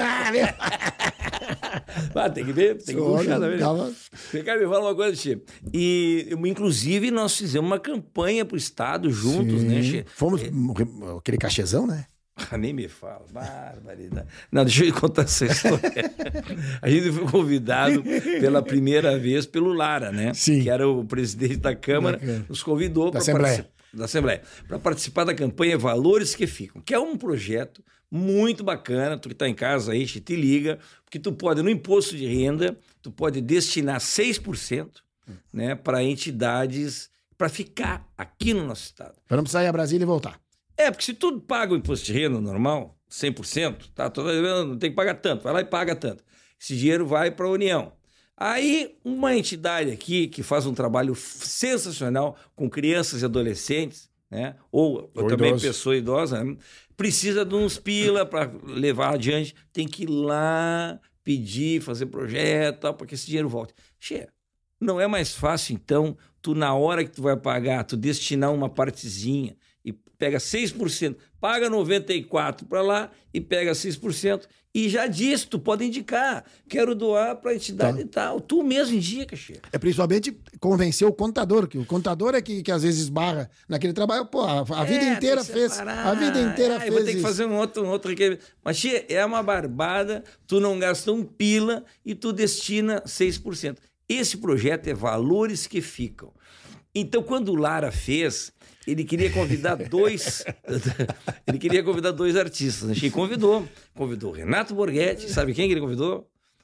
Ah, tem que ver, tem que puxar também. Tava- Vem cá, me fala uma coisa, Che. E, inclusive, nós fizemos uma campanha pro Estado juntos, Sim. né, Che? Fomos aquele cachezão, né? Ah, nem me fala, barbaridade. Não, deixa eu contar essa história. A gente foi convidado pela primeira vez pelo Lara, né? Sim. Que era o presidente da Câmara, Da Câmara. nos convidou Da para Assembleia. participar da Assembleia, para participar da campanha Valores que Ficam, que é um projeto muito bacana. Tu que está em casa aí, te liga, porque tu pode, no imposto de renda, tu pode destinar seis por cento, né, para entidades, para ficar aqui no nosso estado. Para não precisar ir a Brasília e voltar. É, porque se tu paga o imposto de renda normal, cem por cento, tá? Tu não tem que pagar tanto, vai lá e paga tanto. Esse dinheiro vai para a União. Aí, uma entidade aqui que faz um trabalho sensacional com crianças e adolescentes, né? Ou, Ou também idosos. pessoa idosa, né? Precisa de uns pila para levar adiante, tem que ir lá pedir, fazer projeto, para que esse dinheiro volte. Che, não é mais fácil, então, tu na hora que tu vai pagar, tu destinar uma partezinha e pega seis por cento, paga noventa e quatro por cento para lá e pega seis por cento e já diz, tu pode indicar, quero doar para a entidade tá. e tal. Tu mesmo indica, Chico. É principalmente convencer o contador, que o contador é que, que às vezes esbarra naquele trabalho. Pô, a, a é, vida inteira fez. A vida inteira ah, fez. Vou ter que fazer um outro, um outro requerimento. Mas, Chia, é uma barbada, tu não gasta um pila e tu destina seis por cento. Esse projeto é valores que ficam. Então, quando o Lara fez, ele queria convidar dois. ele queria convidar dois artistas. A gente convidou. Convidou o Renato Borghetti. Sabe quem que ele convidou?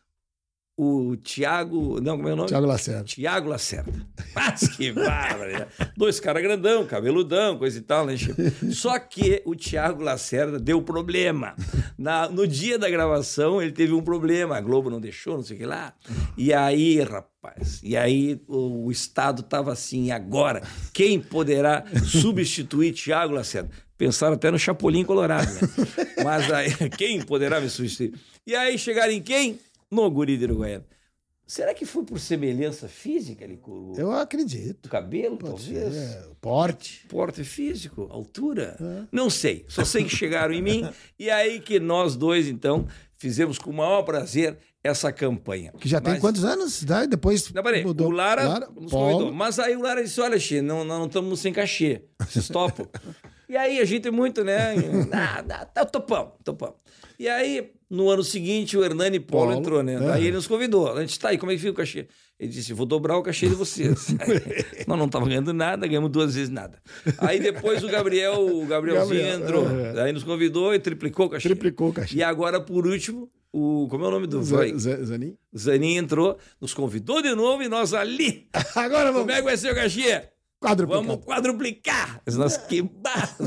O Tiago... Não, como é o nome? Tiago Lacerda. Tiago Lacerda. Mas que bárbaro, né? Dois caras grandão, cabeludão, coisa e tal, né, Chico? Só que o Tiago Lacerda deu problema. Na, no dia da gravação, ele teve um problema. A Globo não deixou, não sei o que lá. E aí, rapaz, e aí o, o Estado tava assim, agora, quem poderá substituir Tiago Lacerda? Pensaram até no Chapolin Colorado, né? Mas aí, quem poderá me substituir? E aí chegaram em quem? No Guri de Uruguaiana. Será que foi por semelhança física ali com o... Eu acredito. O cabelo, Pode talvez? Ser, o porte. Porte físico, altura? É. Não sei. Só sei que chegaram em mim. E aí que nós dois, então, fizemos com o maior prazer essa campanha. Que já Mas... tem quantos anos? Daí depois não, peraí, mudou. O Lara, Lara nos Paulo. convidou. Mas aí o Lara disse, olha, Xê, não, não estamos sem cachê. Vocês topam? E aí a gente é muito, né? Ah, tá, topão, topão. E aí, no ano seguinte, o Hernani Paulo, Paulo entrou, né? É. Daí ele nos convidou. A gente, tá aí, como é que fica o cachê? Ele disse, vou dobrar o cachê de vocês. Nós não estávamos ganhando nada, ganhamos duas vezes nada. Aí depois o Gabriel, o Gabrielzinho Gabriel, entrou. É. Aí nos convidou e triplicou o cachê. Triplicou o cachê. E agora, por último, o... Como é o nome do... Z Zanin? Zanin entrou, nos convidou de novo e nós ali... Agora vamos... Como é que vai ser o cachê? Quadruplicar. Vamos quadruplicar. Nós queimamos.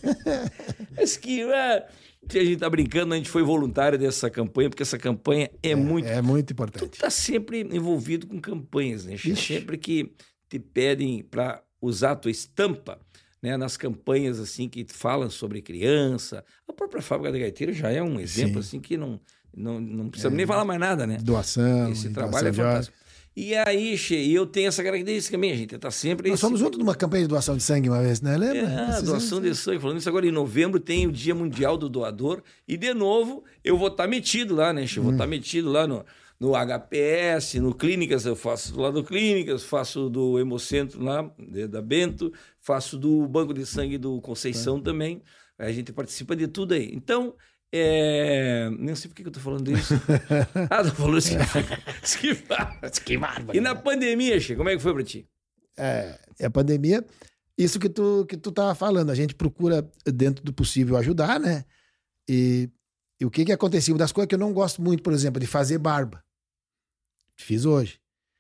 Esquivar. A gente tá brincando, a gente foi voluntário dessa campanha, porque essa campanha é, é muito... É muito importante. Tu tá sempre envolvido com campanhas, né? Ixi. Sempre que te pedem para usar a tua estampa, né, nas campanhas assim que falam sobre criança. A própria Fábrica da Gaiteira já é um exemplo Sim. assim que não, não, não precisa é, nem falar mais nada, né? Doação. Esse trabalho é fantástico. E aí, Che, eu tenho essa característica também, a gente tá sempre... Nós fomos juntos numa campanha de doação de sangue uma vez, né? Lembra? É, doação de sangue. Falando isso agora, em novembro tem o Dia Mundial do Doador e, de novo, eu vou estar tá metido lá, né, Che? Hum. Vou estar tá metido lá no, no H P S, no Clínicas, eu faço lá do Clínicas, faço do Hemocentro lá, da Bento, faço do Banco de Sangue do Conceição é. também. A gente participa de tudo aí. Então... É... Nem sei por que eu tô falando isso. Ah, tô falando isso. Que bárbaro. E na pandemia, Chico, como é que foi pra ti? É, a pandemia, isso que tu, que tu tava falando, a gente procura, dentro do possível, ajudar, né? E, e o que que acontecia? Uma das coisas que eu não gosto muito, por exemplo, de fazer barba. Fiz hoje.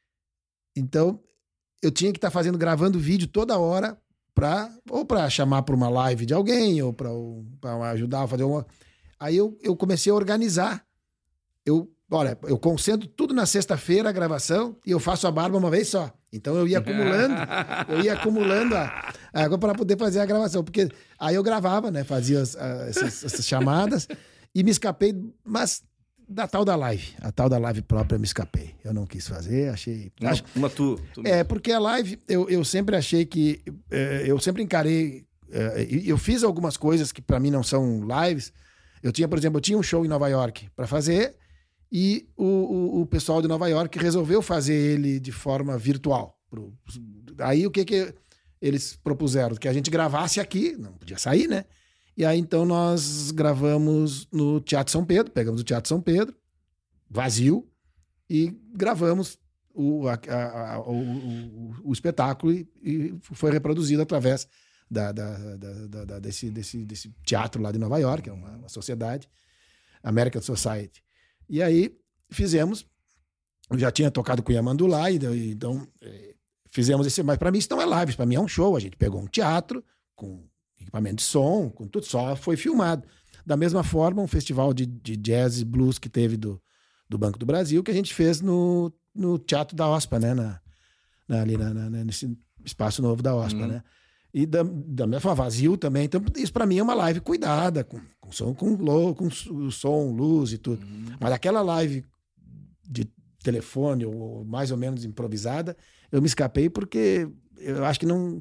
Então, eu tinha que estar tá fazendo, gravando vídeo toda hora, pra, ou para chamar para uma live de alguém, ou para ajudar a fazer uma... Aí eu, eu comecei a organizar. Eu, olha, eu concentro tudo na sexta-feira a gravação e eu faço a barba uma vez só. Então eu ia acumulando, eu ia acumulando a, a, para poder fazer a gravação. Porque aí eu gravava, né? Fazia as, a, essas, essas chamadas e me escapei, mas da tal da live. A tal da live própria eu me escapei. Eu não quis fazer, achei... Não, acho, uma tu, tu é, porque a live, eu, eu sempre achei que... Eu sempre encarei... Eu fiz algumas coisas que para mim não são lives. Eu tinha, por exemplo, eu tinha um show em Nova York para fazer e o, o, o pessoal de Nova York resolveu fazer ele de forma virtual. Pro, aí o que que eles propuseram? Que a gente gravasse aqui, não podia sair, né? E aí então nós gravamos no Teatro São Pedro, pegamos o Teatro São Pedro, vazio, e gravamos o, a, a, a, o, o, o espetáculo e, e foi reproduzido através... Da, da, da, da, desse, desse, desse teatro lá de Nova York, é uma, uma sociedade, American Society. E aí fizemos, eu já tinha tocado com o Yamandu lá, e, então é, fizemos esse, mas para mim isso não é live, para mim é um show, a gente pegou um teatro com equipamento de som, com tudo, só foi filmado. Da mesma forma, um festival de, de jazz e blues que teve do, do Banco do Brasil, que a gente fez no, no Teatro da OSPA, né, na, na, ali na, na, nesse espaço novo da OSPA, hum. né. E da, da mesma forma, vazio também. Então, isso para mim é uma live cuidada, com, com som, com, low, com som, luz e tudo. Uhum. Mas aquela live de telefone, ou mais ou menos improvisada, eu me escapei porque eu acho que não,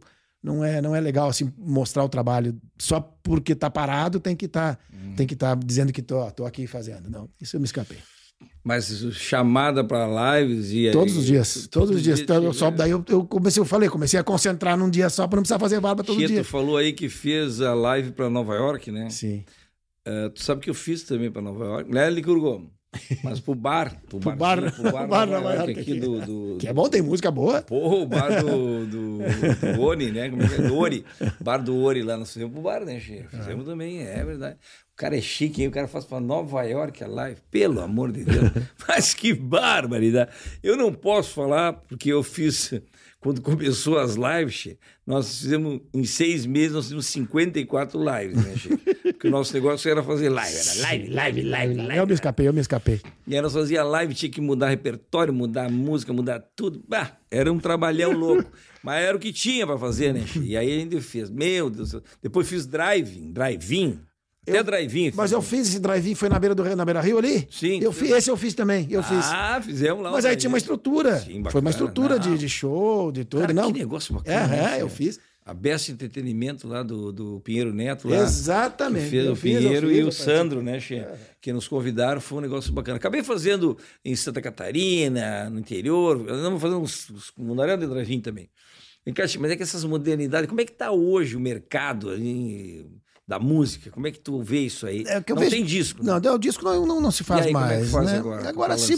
não é, não é legal assim mostrar o trabalho só porque tá parado, tem que tá, hum. tem que tá dizendo que tô, tô aqui fazendo. Não, isso eu me escapei. Mas chamada para lives e aí, todos os dias, todos, todos os dias. dias então, eu só, daí eu, eu comecei, eu falei, comecei a concentrar num dia só para não precisar fazer barba todo Tia, dia. Tu falou aí que fez a live para Nova York, né? Sim. Uh, tu sabe que eu fiz também para Nova York, não é Licurgo, mas pro bar, pro, pro bar, pro bar, bar Nova, Nova York, York aqui do, do, que é bom, tem música boa. Porra, o bar do, do, do Oni, né? Como é que é? Do Ori, bar do Ori lá, nós fizemos pro bar, né, Che? Fizemos ah. também, é verdade. O cara é chique, hein? O cara faz para Nova York a live, pelo amor de Deus. Mas que barbaridade. Eu não posso falar, porque eu fiz, quando começou as lives, Che, nós fizemos, em seis meses, nós fizemos cinquenta e quatro lives, né, Che? Porque o nosso negócio era fazer live, era live, live, live, live. Eu me escapei, eu me escapei. E aí nós fazia live, tinha que mudar repertório, mudar música, mudar tudo. Bah, era um trabalhão louco. Mas era o que tinha para fazer, né, Che? E aí a gente fez, meu Deus do céu. Depois fiz driving, drive-in. Até eu, drive-in. Mas eu fiz esse drive-in, foi na beira do na Beira Rio ali? Sim. Eu fiz, esse eu fiz também, eu ah, fiz. Ah, fizemos lá. Mas aí tinha uma estrutura. Sim, bacana, foi uma estrutura de, de show, de tudo. Cara, não. Que negócio bacana. É, né, é eu fiz. A Best Entretenimento lá do, do Pinheiro Neto. Lá, exatamente. Fez o fiz, Pinheiro fiz, e o Sandro, né, Che? É. Que nos convidaram, foi um negócio bacana. Acabei fazendo em Santa Catarina, no interior, andamos fazendo uns, uns mundaréu de drive-in também. Mas é que essas modernidades, como é que tá hoje o mercado ali da música? Como é que tu vê isso aí? É que eu não vejo... tem disco. Não, o disco não, não, não se faz aí, mais. Como é que faz né? agora? Agora sim.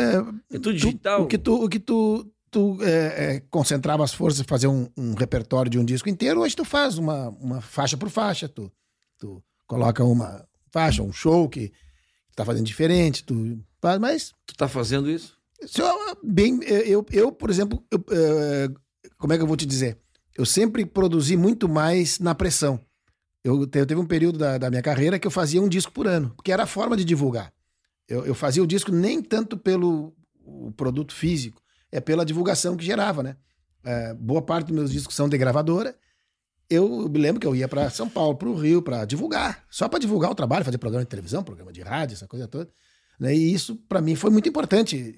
É, é, é tudo digital. Tu, o que tu, o que tu, tu é, é, concentrava as forças e fazer um, um repertório de um disco inteiro, hoje tu faz uma, uma faixa por faixa. Tu, tu coloca uma faixa, um show que tu tá fazendo diferente, tu faz, mas... Tu tá fazendo isso? Eu, bem, eu, eu, por exemplo, eu, como é que eu vou te dizer? Eu sempre produzi muito mais na pressão. Eu, eu teve um período da, da minha carreira que eu fazia um disco por ano, porque era a forma de divulgar. Eu, eu fazia o disco nem tanto pelo o produto físico, é pela divulgação que gerava, né? É, boa parte dos meus discos são de gravadora. Eu me lembro que eu ia para São Paulo, para o Rio, para divulgar, só para divulgar o trabalho, fazer programa de televisão, programa de rádio, essa coisa toda. Né? E isso, para mim, foi muito importante.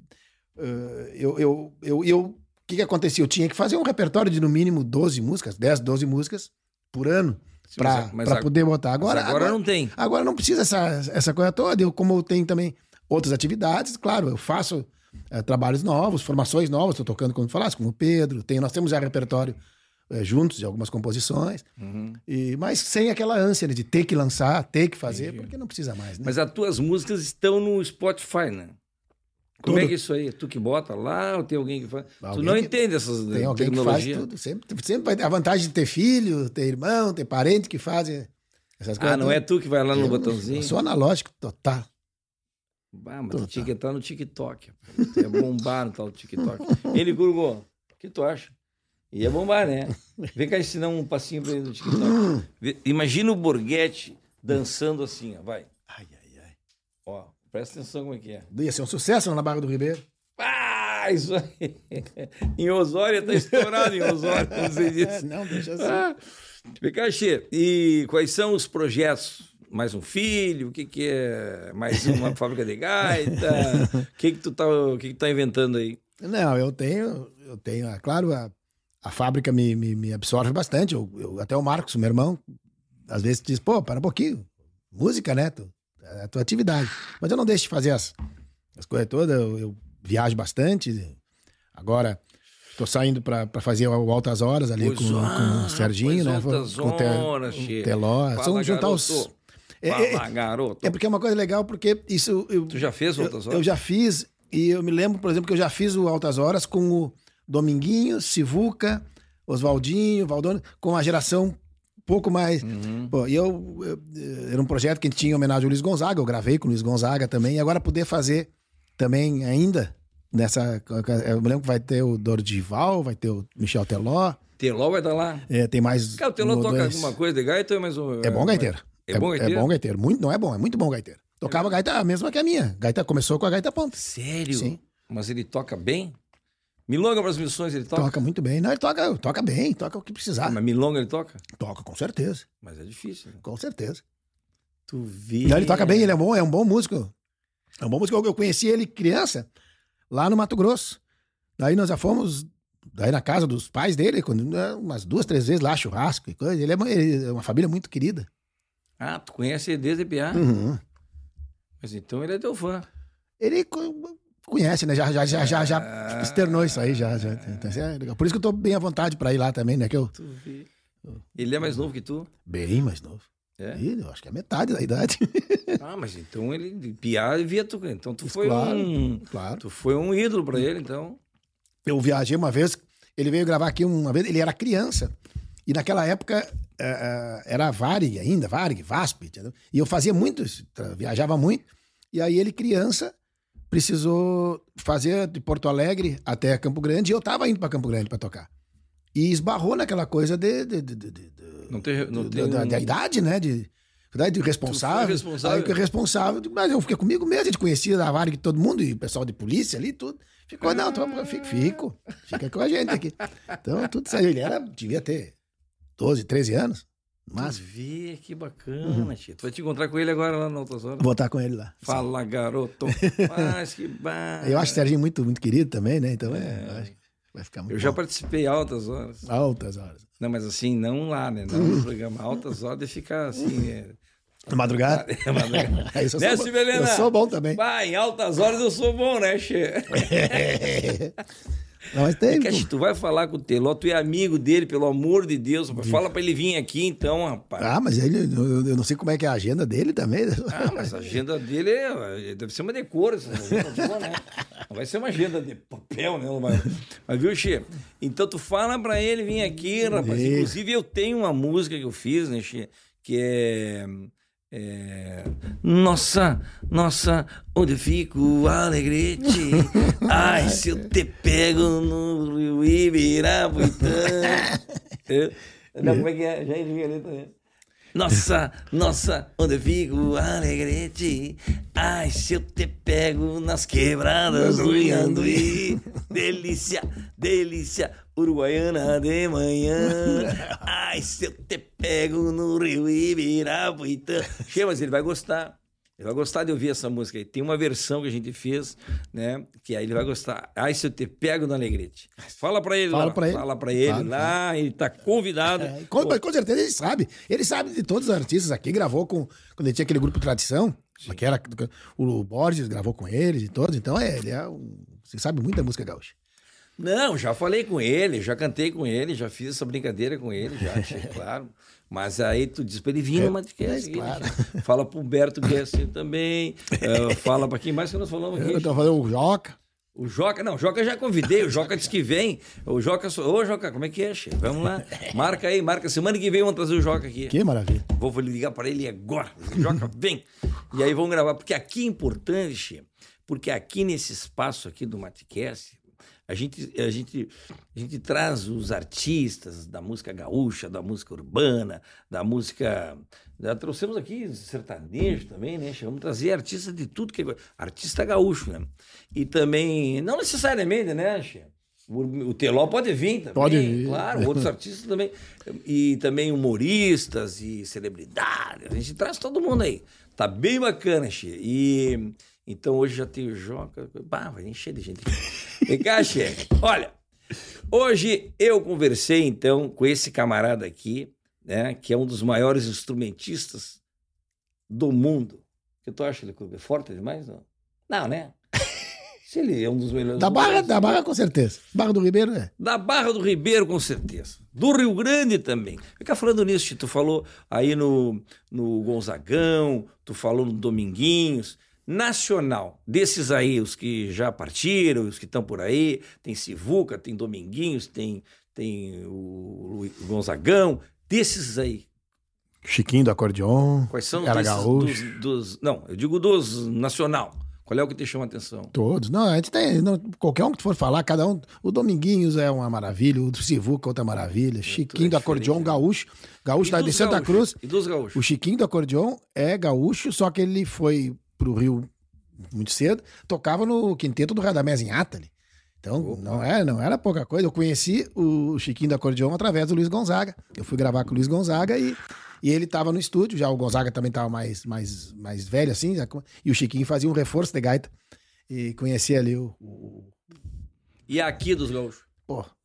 Eu, eu, eu, eu, o que, que acontecia? Eu tinha que fazer um repertório de, no mínimo, doze músicas, dez, doze músicas por ano, para poder botar. Agora, agora, agora não tem. Agora não precisa essa, essa coisa toda. Eu, como eu tenho também outras atividades, claro, eu faço é, trabalhos novos, formações novas, estou tocando, como falasse, com o Pedro. Tenho, nós temos já repertório é, juntos de algumas composições, uhum. e, mas sem aquela ânsia, né, de ter que lançar, ter que fazer, entendi. Porque não precisa mais. Né? Mas as tuas músicas estão no Spotify, né? Como tudo. É que é isso aí? Tu que bota lá ou tem alguém que faz? Alguém tu não que... entende essas tem alguém que faz tudo. Sempre, sempre vai ter a vantagem de ter filho, ter irmão, ter parente que fazem essas coisas. Ah, não é tu que vai lá no eu, botãozinho? Eu sou analógico total. Bah, mas tu tinha que entrar no TikTok. Tu ia bombar no tal do TikTok. Ele, Gurgo, o que tu acha? Ia bombar, né? Vem cá ensinar um passinho pra ele no TikTok. Imagina o Borghetti dançando assim, ó. Vai. Ai, ai, ai. Ó. Presta atenção como é que é. Ia ser um sucesso na Barra do Ribeiro. Ah, isso aí. Em Osório, tá estourado em Osório, como você disse. Não, deixa assim. Ah, vem cá, Che, e quais são os projetos? Mais um filho? O que que é? Mais uma fábrica de gaita? O que que tu tá, o que que tá inventando aí? Não, eu tenho, eu tenho, é claro, a, a fábrica me, me, me absorve bastante. Eu, eu, até o Marcos, meu irmão, às vezes diz, pô, para um pouquinho. Música, né? Tu, a tua atividade. Mas eu não deixo de fazer as, as coisas todas, eu, eu viajo bastante. Agora, tô saindo para fazer o Altas Horas ali com, com o Serginho, né? Altas com o te, Horas, o Teló. Fala, São juntar os... É, Fala, é, garoto. É porque é uma coisa legal, porque isso... Eu, tu já fez o Altas Horas? Eu, eu já fiz, e eu me lembro, por exemplo, que eu já fiz o Altas Horas com o Dominguinho, Sivuca, Oswaldinho, Valdônio, com a geração... pouco mais. Uhum. Pô, e eu, eu, era um projeto que a gente tinha em homenagem ao Luiz Gonzaga, eu gravei com o Luiz Gonzaga também, e agora poder fazer também ainda nessa. Eu me lembro que vai ter o Dorival, vai ter o Michel Teló. Teló vai estar lá. É, tem mais. Cara, o Teló um, toca dois... alguma coisa de gaita ou é mais um. É bom gaiteiro. É, é bom gaiteiro? É bom gaiteiro. Muito, não é bom, é muito bom gaiteiro. Tocava é gaita a mesma que a minha. Gaita começou com a gaita ponta. Sério? Sim. Mas ele toca bem? Milonga para as missões ele toca? Toca muito bem. Não, ele toca, toca bem, toca o que precisar. Ah, mas milonga ele toca? Toca, com certeza. Mas é difícil, né? Com certeza. Tu vê... Não, ele toca bem, ele é bom, é um bom músico. É um bom músico. Eu conheci ele criança, lá no Mato Grosso. Daí nós já fomos daí na casa dos pais dele, quando, umas duas, três vezes lá, churrasco e coisa. Ele é, uma, ele é uma família muito querida. Ah, tu conhece ele desde piá? Uhum. Mas então ele é teu fã. Ele conhece, né? Já, já, já, já, já externou isso aí, já. já então, é legal. Por isso que eu tô bem à vontade pra ir lá também, né? Que eu... Ele é mais novo que tu? Bem mais novo. É? Ele, eu acho que é metade da idade. Ah, mas então ele, piá, via tu. Então tu Isso, foi claro, um... Claro. Tu foi um ídolo pra ele, então. Eu viajei uma vez, ele veio gravar aqui uma vez, ele era criança. E naquela época uh, era Varig ainda, Varig, V A S P, entendeu? E eu fazia muito isso, viajava muito. E aí ele, criança, precisou fazer de Porto Alegre até Campo Grande, e eu tava indo para Campo Grande para tocar. E esbarrou naquela coisa de... de, de, de, de não tem, não de, tem da, um... da idade, né? De, de responsável. responsável. Aí eu fiquei responsável, mas eu fiquei comigo mesmo, a gente conhecia da Varig todo mundo, e o pessoal de polícia ali, tudo. Ficou, não, tô, fico, fico, fica com a gente aqui. Então, tudo certo. Ele era, devia ter doze, treze anos. Mas vê que bacana, uhum. Tia. Tu vai te encontrar com ele agora lá na Altas Horas? Vou estar com ele lá. Fala, garoto. Mas que bacana. Eu acho o Serginho muito, muito querido também, né? Então, é, é acho que vai ficar muito Eu bom. Já participei Altas Horas. Altas Horas. Não, mas assim, não lá, né? Não no programa Altas Horas de ficar assim... É... Na madrugada? É madrugada. eu, sou né, bom. Eu sou bom também. Vai, em altas horas eu sou bom, né, Che? Não, mas tem, é que, tu vai falar com o Teló, tu é amigo dele, pelo amor de Deus. De... Fala pra ele vir aqui, então, rapaz. Ah, mas ele, eu, eu não sei como é que é a agenda dele também. Ah, mas a agenda dele é, deve ser uma decora. Não, né? Não vai ser uma agenda de papel, né? Não vai... Mas viu, Che? Então tu fala pra ele vir aqui, rapaz. E... Inclusive eu tenho uma música que eu fiz, né, Che? Que é... É... Nossa, nossa, onde fico, Alegrete. Ai, se eu te pego no Rio Ibirapuitã. Não, como é que é? Já entendi ali também. Nossa, nossa, onde eu fico, Alegrete. Ai, se eu te pego nas quebradas do Ianduí. Delícia, delícia, Uruguaiana de manhã. Ai, se eu te pego no Rio Ibirapuitã. Che, mas ele vai gostar. Ele vai gostar de ouvir essa música aí. Tem uma versão que a gente fez, né? Que aí ele vai gostar. Ai, se eu te pego no Alegrete. Fala pra ele fala lá. Pra ele. Fala pra ele fala, lá. fala. Ele tá convidado. É, com, com certeza ele sabe. Ele sabe de todos os artistas aqui. Gravou com... Quando ele tinha aquele grupo Tradição, que era o Borges, gravou com eles e todos. Então, é, ele é um... Você sabe muito da música gaúcha. Não, já falei com ele, já cantei com ele, já fiz essa brincadeira com ele, já, achei claro. Mas aí tu diz pra ele vir no Matcast. É, claro. Fala pro Humberto Guest também. Uh, fala pra quem mais que nós falamos aqui. Eu tô falando o Joca. O Joca, não, o Joca eu já convidei, o Joca disse que vem. O Joca, ô Joca, como é que é, che? Vamos lá. Marca aí, marca. Semana que vem vamos trazer o Joca aqui. Que maravilha. Vou, vou ligar pra ele agora. Joca, vem. E aí vamos gravar, porque aqui é importante, che, porque aqui nesse espaço aqui do Matcast, A gente, a, gente, a gente traz os artistas da música gaúcha, da música urbana, da música... Já trouxemos aqui sertanejo também, né? Vamos trazer artistas de tudo que é... Artista gaúcho, né? E também... Não necessariamente, né, Che? O, o Teló pode vir também. Pode vir. Claro, outros artistas também. E também humoristas e celebridades. A gente traz todo mundo aí. Tá bem bacana, Che. E... Então hoje já tem o Joca. Bah, vai encher de gente. Vem cá, Che. Olha, hoje eu conversei então com esse camarada aqui, né, que é um dos maiores instrumentistas do mundo. O que tu acha, ele é forte demais? Não, não, né? Se ele é um dos melhores. Da Barra, da Barra, com certeza. Barra do Ribeiro, né? Da Barra do Ribeiro, com certeza. Do Rio Grande também. Fica falando nisso, tu falou aí no, no Gonzagão, tu falou no Dominguinhos. Nacional, desses aí, os que já partiram, os que estão por aí, tem Sivuca, tem Dominguinhos, tem, tem o, o Gonzagão, desses aí. Chiquinho do acordeon. Quais são era desses, gaúcho. Dos, dos... Não, eu digo dos nacional. Qual é o que te chama a atenção? Todos. Não, a gente tem. Não, qualquer um que tu for falar, cada um. O Dominguinhos é uma maravilha, o Sivuca é outra maravilha. É, Chiquinho é do acordeon, gaúcho. Gaúcho da de Santa gaúchos? Cruz. E dos gaúchos? O Chiquinho do acordeon é gaúcho, só que ele foi pro Rio muito cedo, tocava no quinteto do Radamés em Atali. Então, não era, não era pouca coisa. Eu conheci o Chiquinho do acordeon através do Luiz Gonzaga. Eu fui gravar com o Luiz Gonzaga e, e ele tava no estúdio. Já o Gonzaga também tava mais, mais, mais velho, assim. Já, e o Chiquinho fazia um reforço de gaita. E conheci ali o... o... E aqui dos gaúchos? Pô,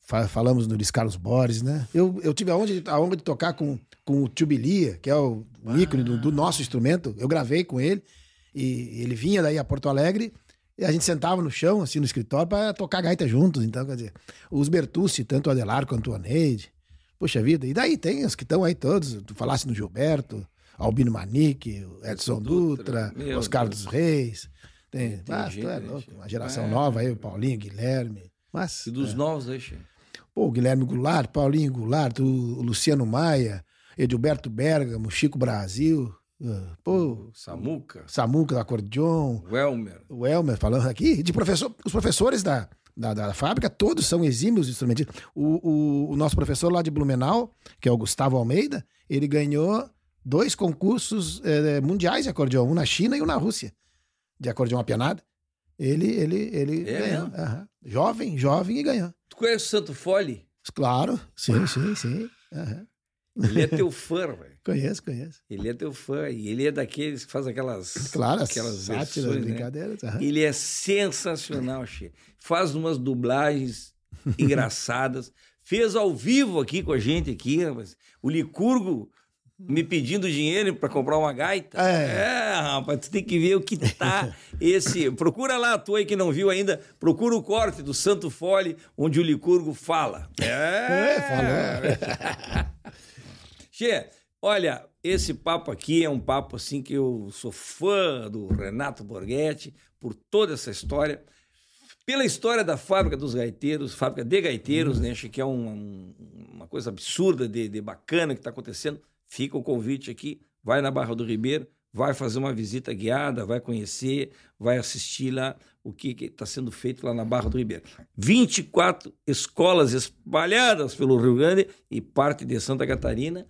fa falamos no Luiz Carlos Borges, né? Eu, eu tive a honra, de, a honra de tocar com, com o Tio Bilia, que é o, o ícone do, do nosso instrumento. Eu gravei com ele e ele vinha daí a Porto Alegre e a gente sentava no chão, assim, no escritório, para tocar gaita juntos. Então, quer dizer, os Bertucci, tanto o Adelar quanto o Oneide. Poxa vida, e daí tem os que estão aí todos. Tu falasse no Gilberto, Albino Manique, Edson Dutra, Dutra Oscar Deus. dos Reis. Tem, tem ah, gente, tu é louco, uma geração é, nova aí, o Paulinho, Guilherme. Mas, e dos é. novos aí, Che? Pô, o Guilherme Goulart, Paulinho Goulart, o Luciano Maia, Edilberto Bergamo, Chico Brasil. Pô, Samuca. Samuca, do acordeon. O Elmer. O Elmer, falando aqui. De professor, os professores da, da, da fábrica, todos são exímios instrumentistas. O, o, o nosso professor lá de Blumenau, que é o Gustavo Almeida, ele ganhou dois concursos eh, mundiais de acordeon, um na China e um na Rússia, de acordeon apianado. Ele, ele, ele é ganhou. Uhum. Jovem, jovem e ganhou. Tu conhece o Santo Fole? Claro, sim, sim, sim. Uhum. Ele é teu fã, velho. Conheço, conheço. Ele é teu fã. E ele é daqueles que faz aquelas... Claro, aquelas sátiras, versões, brincadeiras. Né? Uhum. Ele é sensacional, Che. Faz umas dublagens engraçadas. Fez ao vivo aqui com a gente, aqui, rapaz. O Licurgo me pedindo dinheiro para comprar uma gaita. É. é, rapaz, tu tem que ver o que tá esse... Procura lá, tu aí que não viu ainda, procura o corte do Santo Fole, onde o Licurgo fala. É, é falou. Che, olha, esse papo aqui é um papo assim que eu sou fã do Renato Borghetti, por toda essa história, pela história da fábrica dos gaiteiros, fábrica de gaiteiros, uhum. né, que é um, um, uma coisa absurda de, de bacana que está acontecendo. Fica o convite aqui, vai na Barra do Ribeiro, vai fazer uma visita guiada, vai conhecer, vai assistir lá o que está sendo feito lá na Barra do Ribeiro. vinte e quatro escolas espalhadas pelo Rio Grande e parte de Santa Catarina,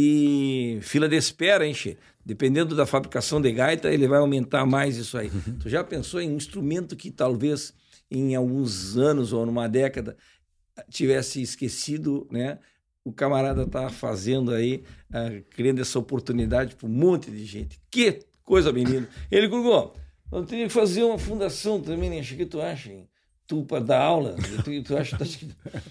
e fila de espera, hein, Che? Dependendo da fabricação de gaita, ele vai aumentar mais isso aí. Uhum. Tu já pensou em um instrumento que talvez em alguns anos ou numa década tivesse esquecido, né? O camarada tá fazendo aí, uh, criando essa oportunidade para um monte de gente. Que coisa, menino. Ele, Gurgô, eu tenho que fazer uma fundação também, né? O que tu acha, hein? Tu para dar aula, tu, tu acha que...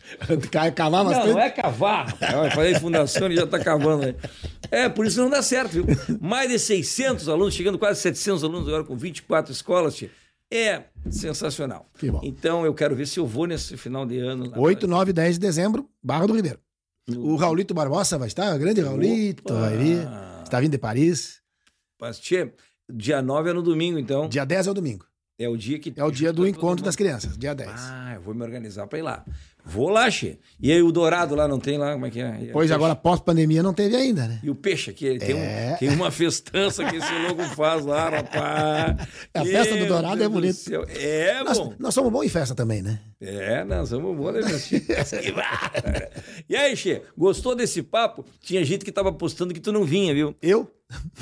Cavar bastante? Não, não é cavar. Vai fazer fundação e já está cavando aí. É, por isso não dá certo, viu? Mais de seiscentos alunos, chegando quase setecentos alunos agora com vinte e quatro escolas, tia. É sensacional. Que bom. Então eu quero ver se eu vou nesse final de ano. oito, nove e dez de dezembro, Barra do Ribeiro. O Raulito Barbosa vai estar, o grande Raulito Opa. vai vir. Está vindo de Paris. Mas, tia, dia nove é no domingo, então. Dia dez é o domingo. É o dia que... É o dia do encontro das crianças, dia dez. Ah, eu vou me organizar para ir lá. Vou lá, Che. E aí o Dourado lá não tem lá, como é que é? Pois é agora, pós-pandemia, não teve ainda, né? E o peixe aqui, ele tem, é. um, tem uma festança que esse louco faz lá, rapaz. A festa do Dourado Deus é bonita. É, nós, bom. Nós somos bons em festa também, né? É, nós somos bons, né, E aí, Che, gostou desse papo? Tinha gente que tava postando que tu não vinha, viu? Eu?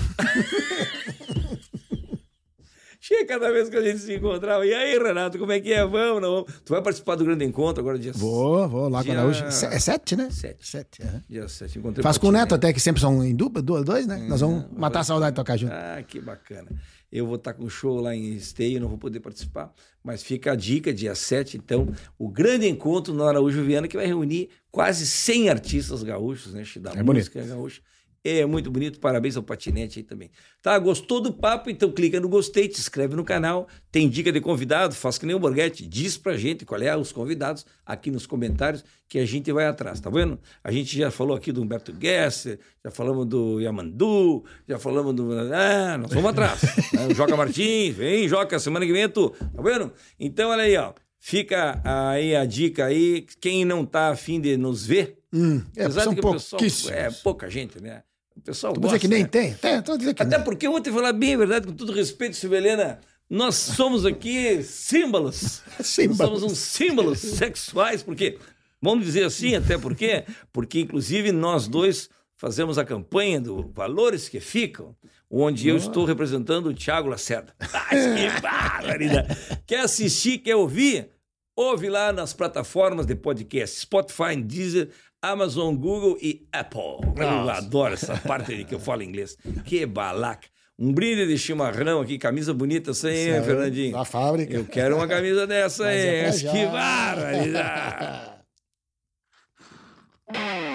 Che, cada vez que a gente se encontrava, e aí, Renato, como é que é? Vamos, não vamos? Tu vai participar do grande encontro agora, dia... Vou, vou lá dia... com a Araújo. É sete, né? Sete. Sete, uhum. Dia sete. Encontrei Faz com o Neto até, que sempre são em dupla, duas, dois, né? Hum, Nós vamos matar a saudade de tocar junto. Ah, que bacana. Eu vou estar com um show lá em Esteio, não vou poder participar, mas fica a dica, dia sete, então, o grande encontro no Araújo Viana, que vai reunir quase cem artistas gaúchos, né? Da é música bonito. gaúcha. É muito bonito, parabéns ao Patinete aí também. Tá, gostou do papo? Então clica no gostei, te inscreve no canal, tem dica de convidado, faz que nem o Borghetti, diz pra gente qual é os convidados aqui nos comentários que a gente vai atrás, tá vendo? A gente já falou aqui do Humberto Gesser, já falamos do Yamandu, já falamos do... Ah, nós vamos atrás. Né? Joca Martins, vem, Joca, semana que vem é tu, tá vendo? Então, olha aí, ó, fica aí a dica aí, quem não tá afim de nos ver, hum, é, são que pouquíssimos. É pouca gente, né? O pessoal tu gosta, dizer que nem né? tem? Até, dizer que Até não. porque eu vou te falar bem a verdade, com todo respeito, Silvelena, nós somos aqui símbolos. Símbolos. Nós somos uns símbolos sexuais, porque, vamos dizer assim, até porque, porque inclusive nós dois fazemos a campanha do Valores que Ficam, onde eu estou representando o Thiago Lacerda. Ai, que barbaridade! Quer assistir, quer ouvir? Ouve lá nas plataformas de podcast, Spotify, Deezer, Amazon, Google e Apple. Nossa. Eu adoro essa parte aí que eu falo inglês. Que balaca. Um brinde de chimarrão aqui, camisa bonita essa aí, hein, Fernandinho? Da fábrica. Eu quero uma camisa dessa aí. É Que barbaridade. Música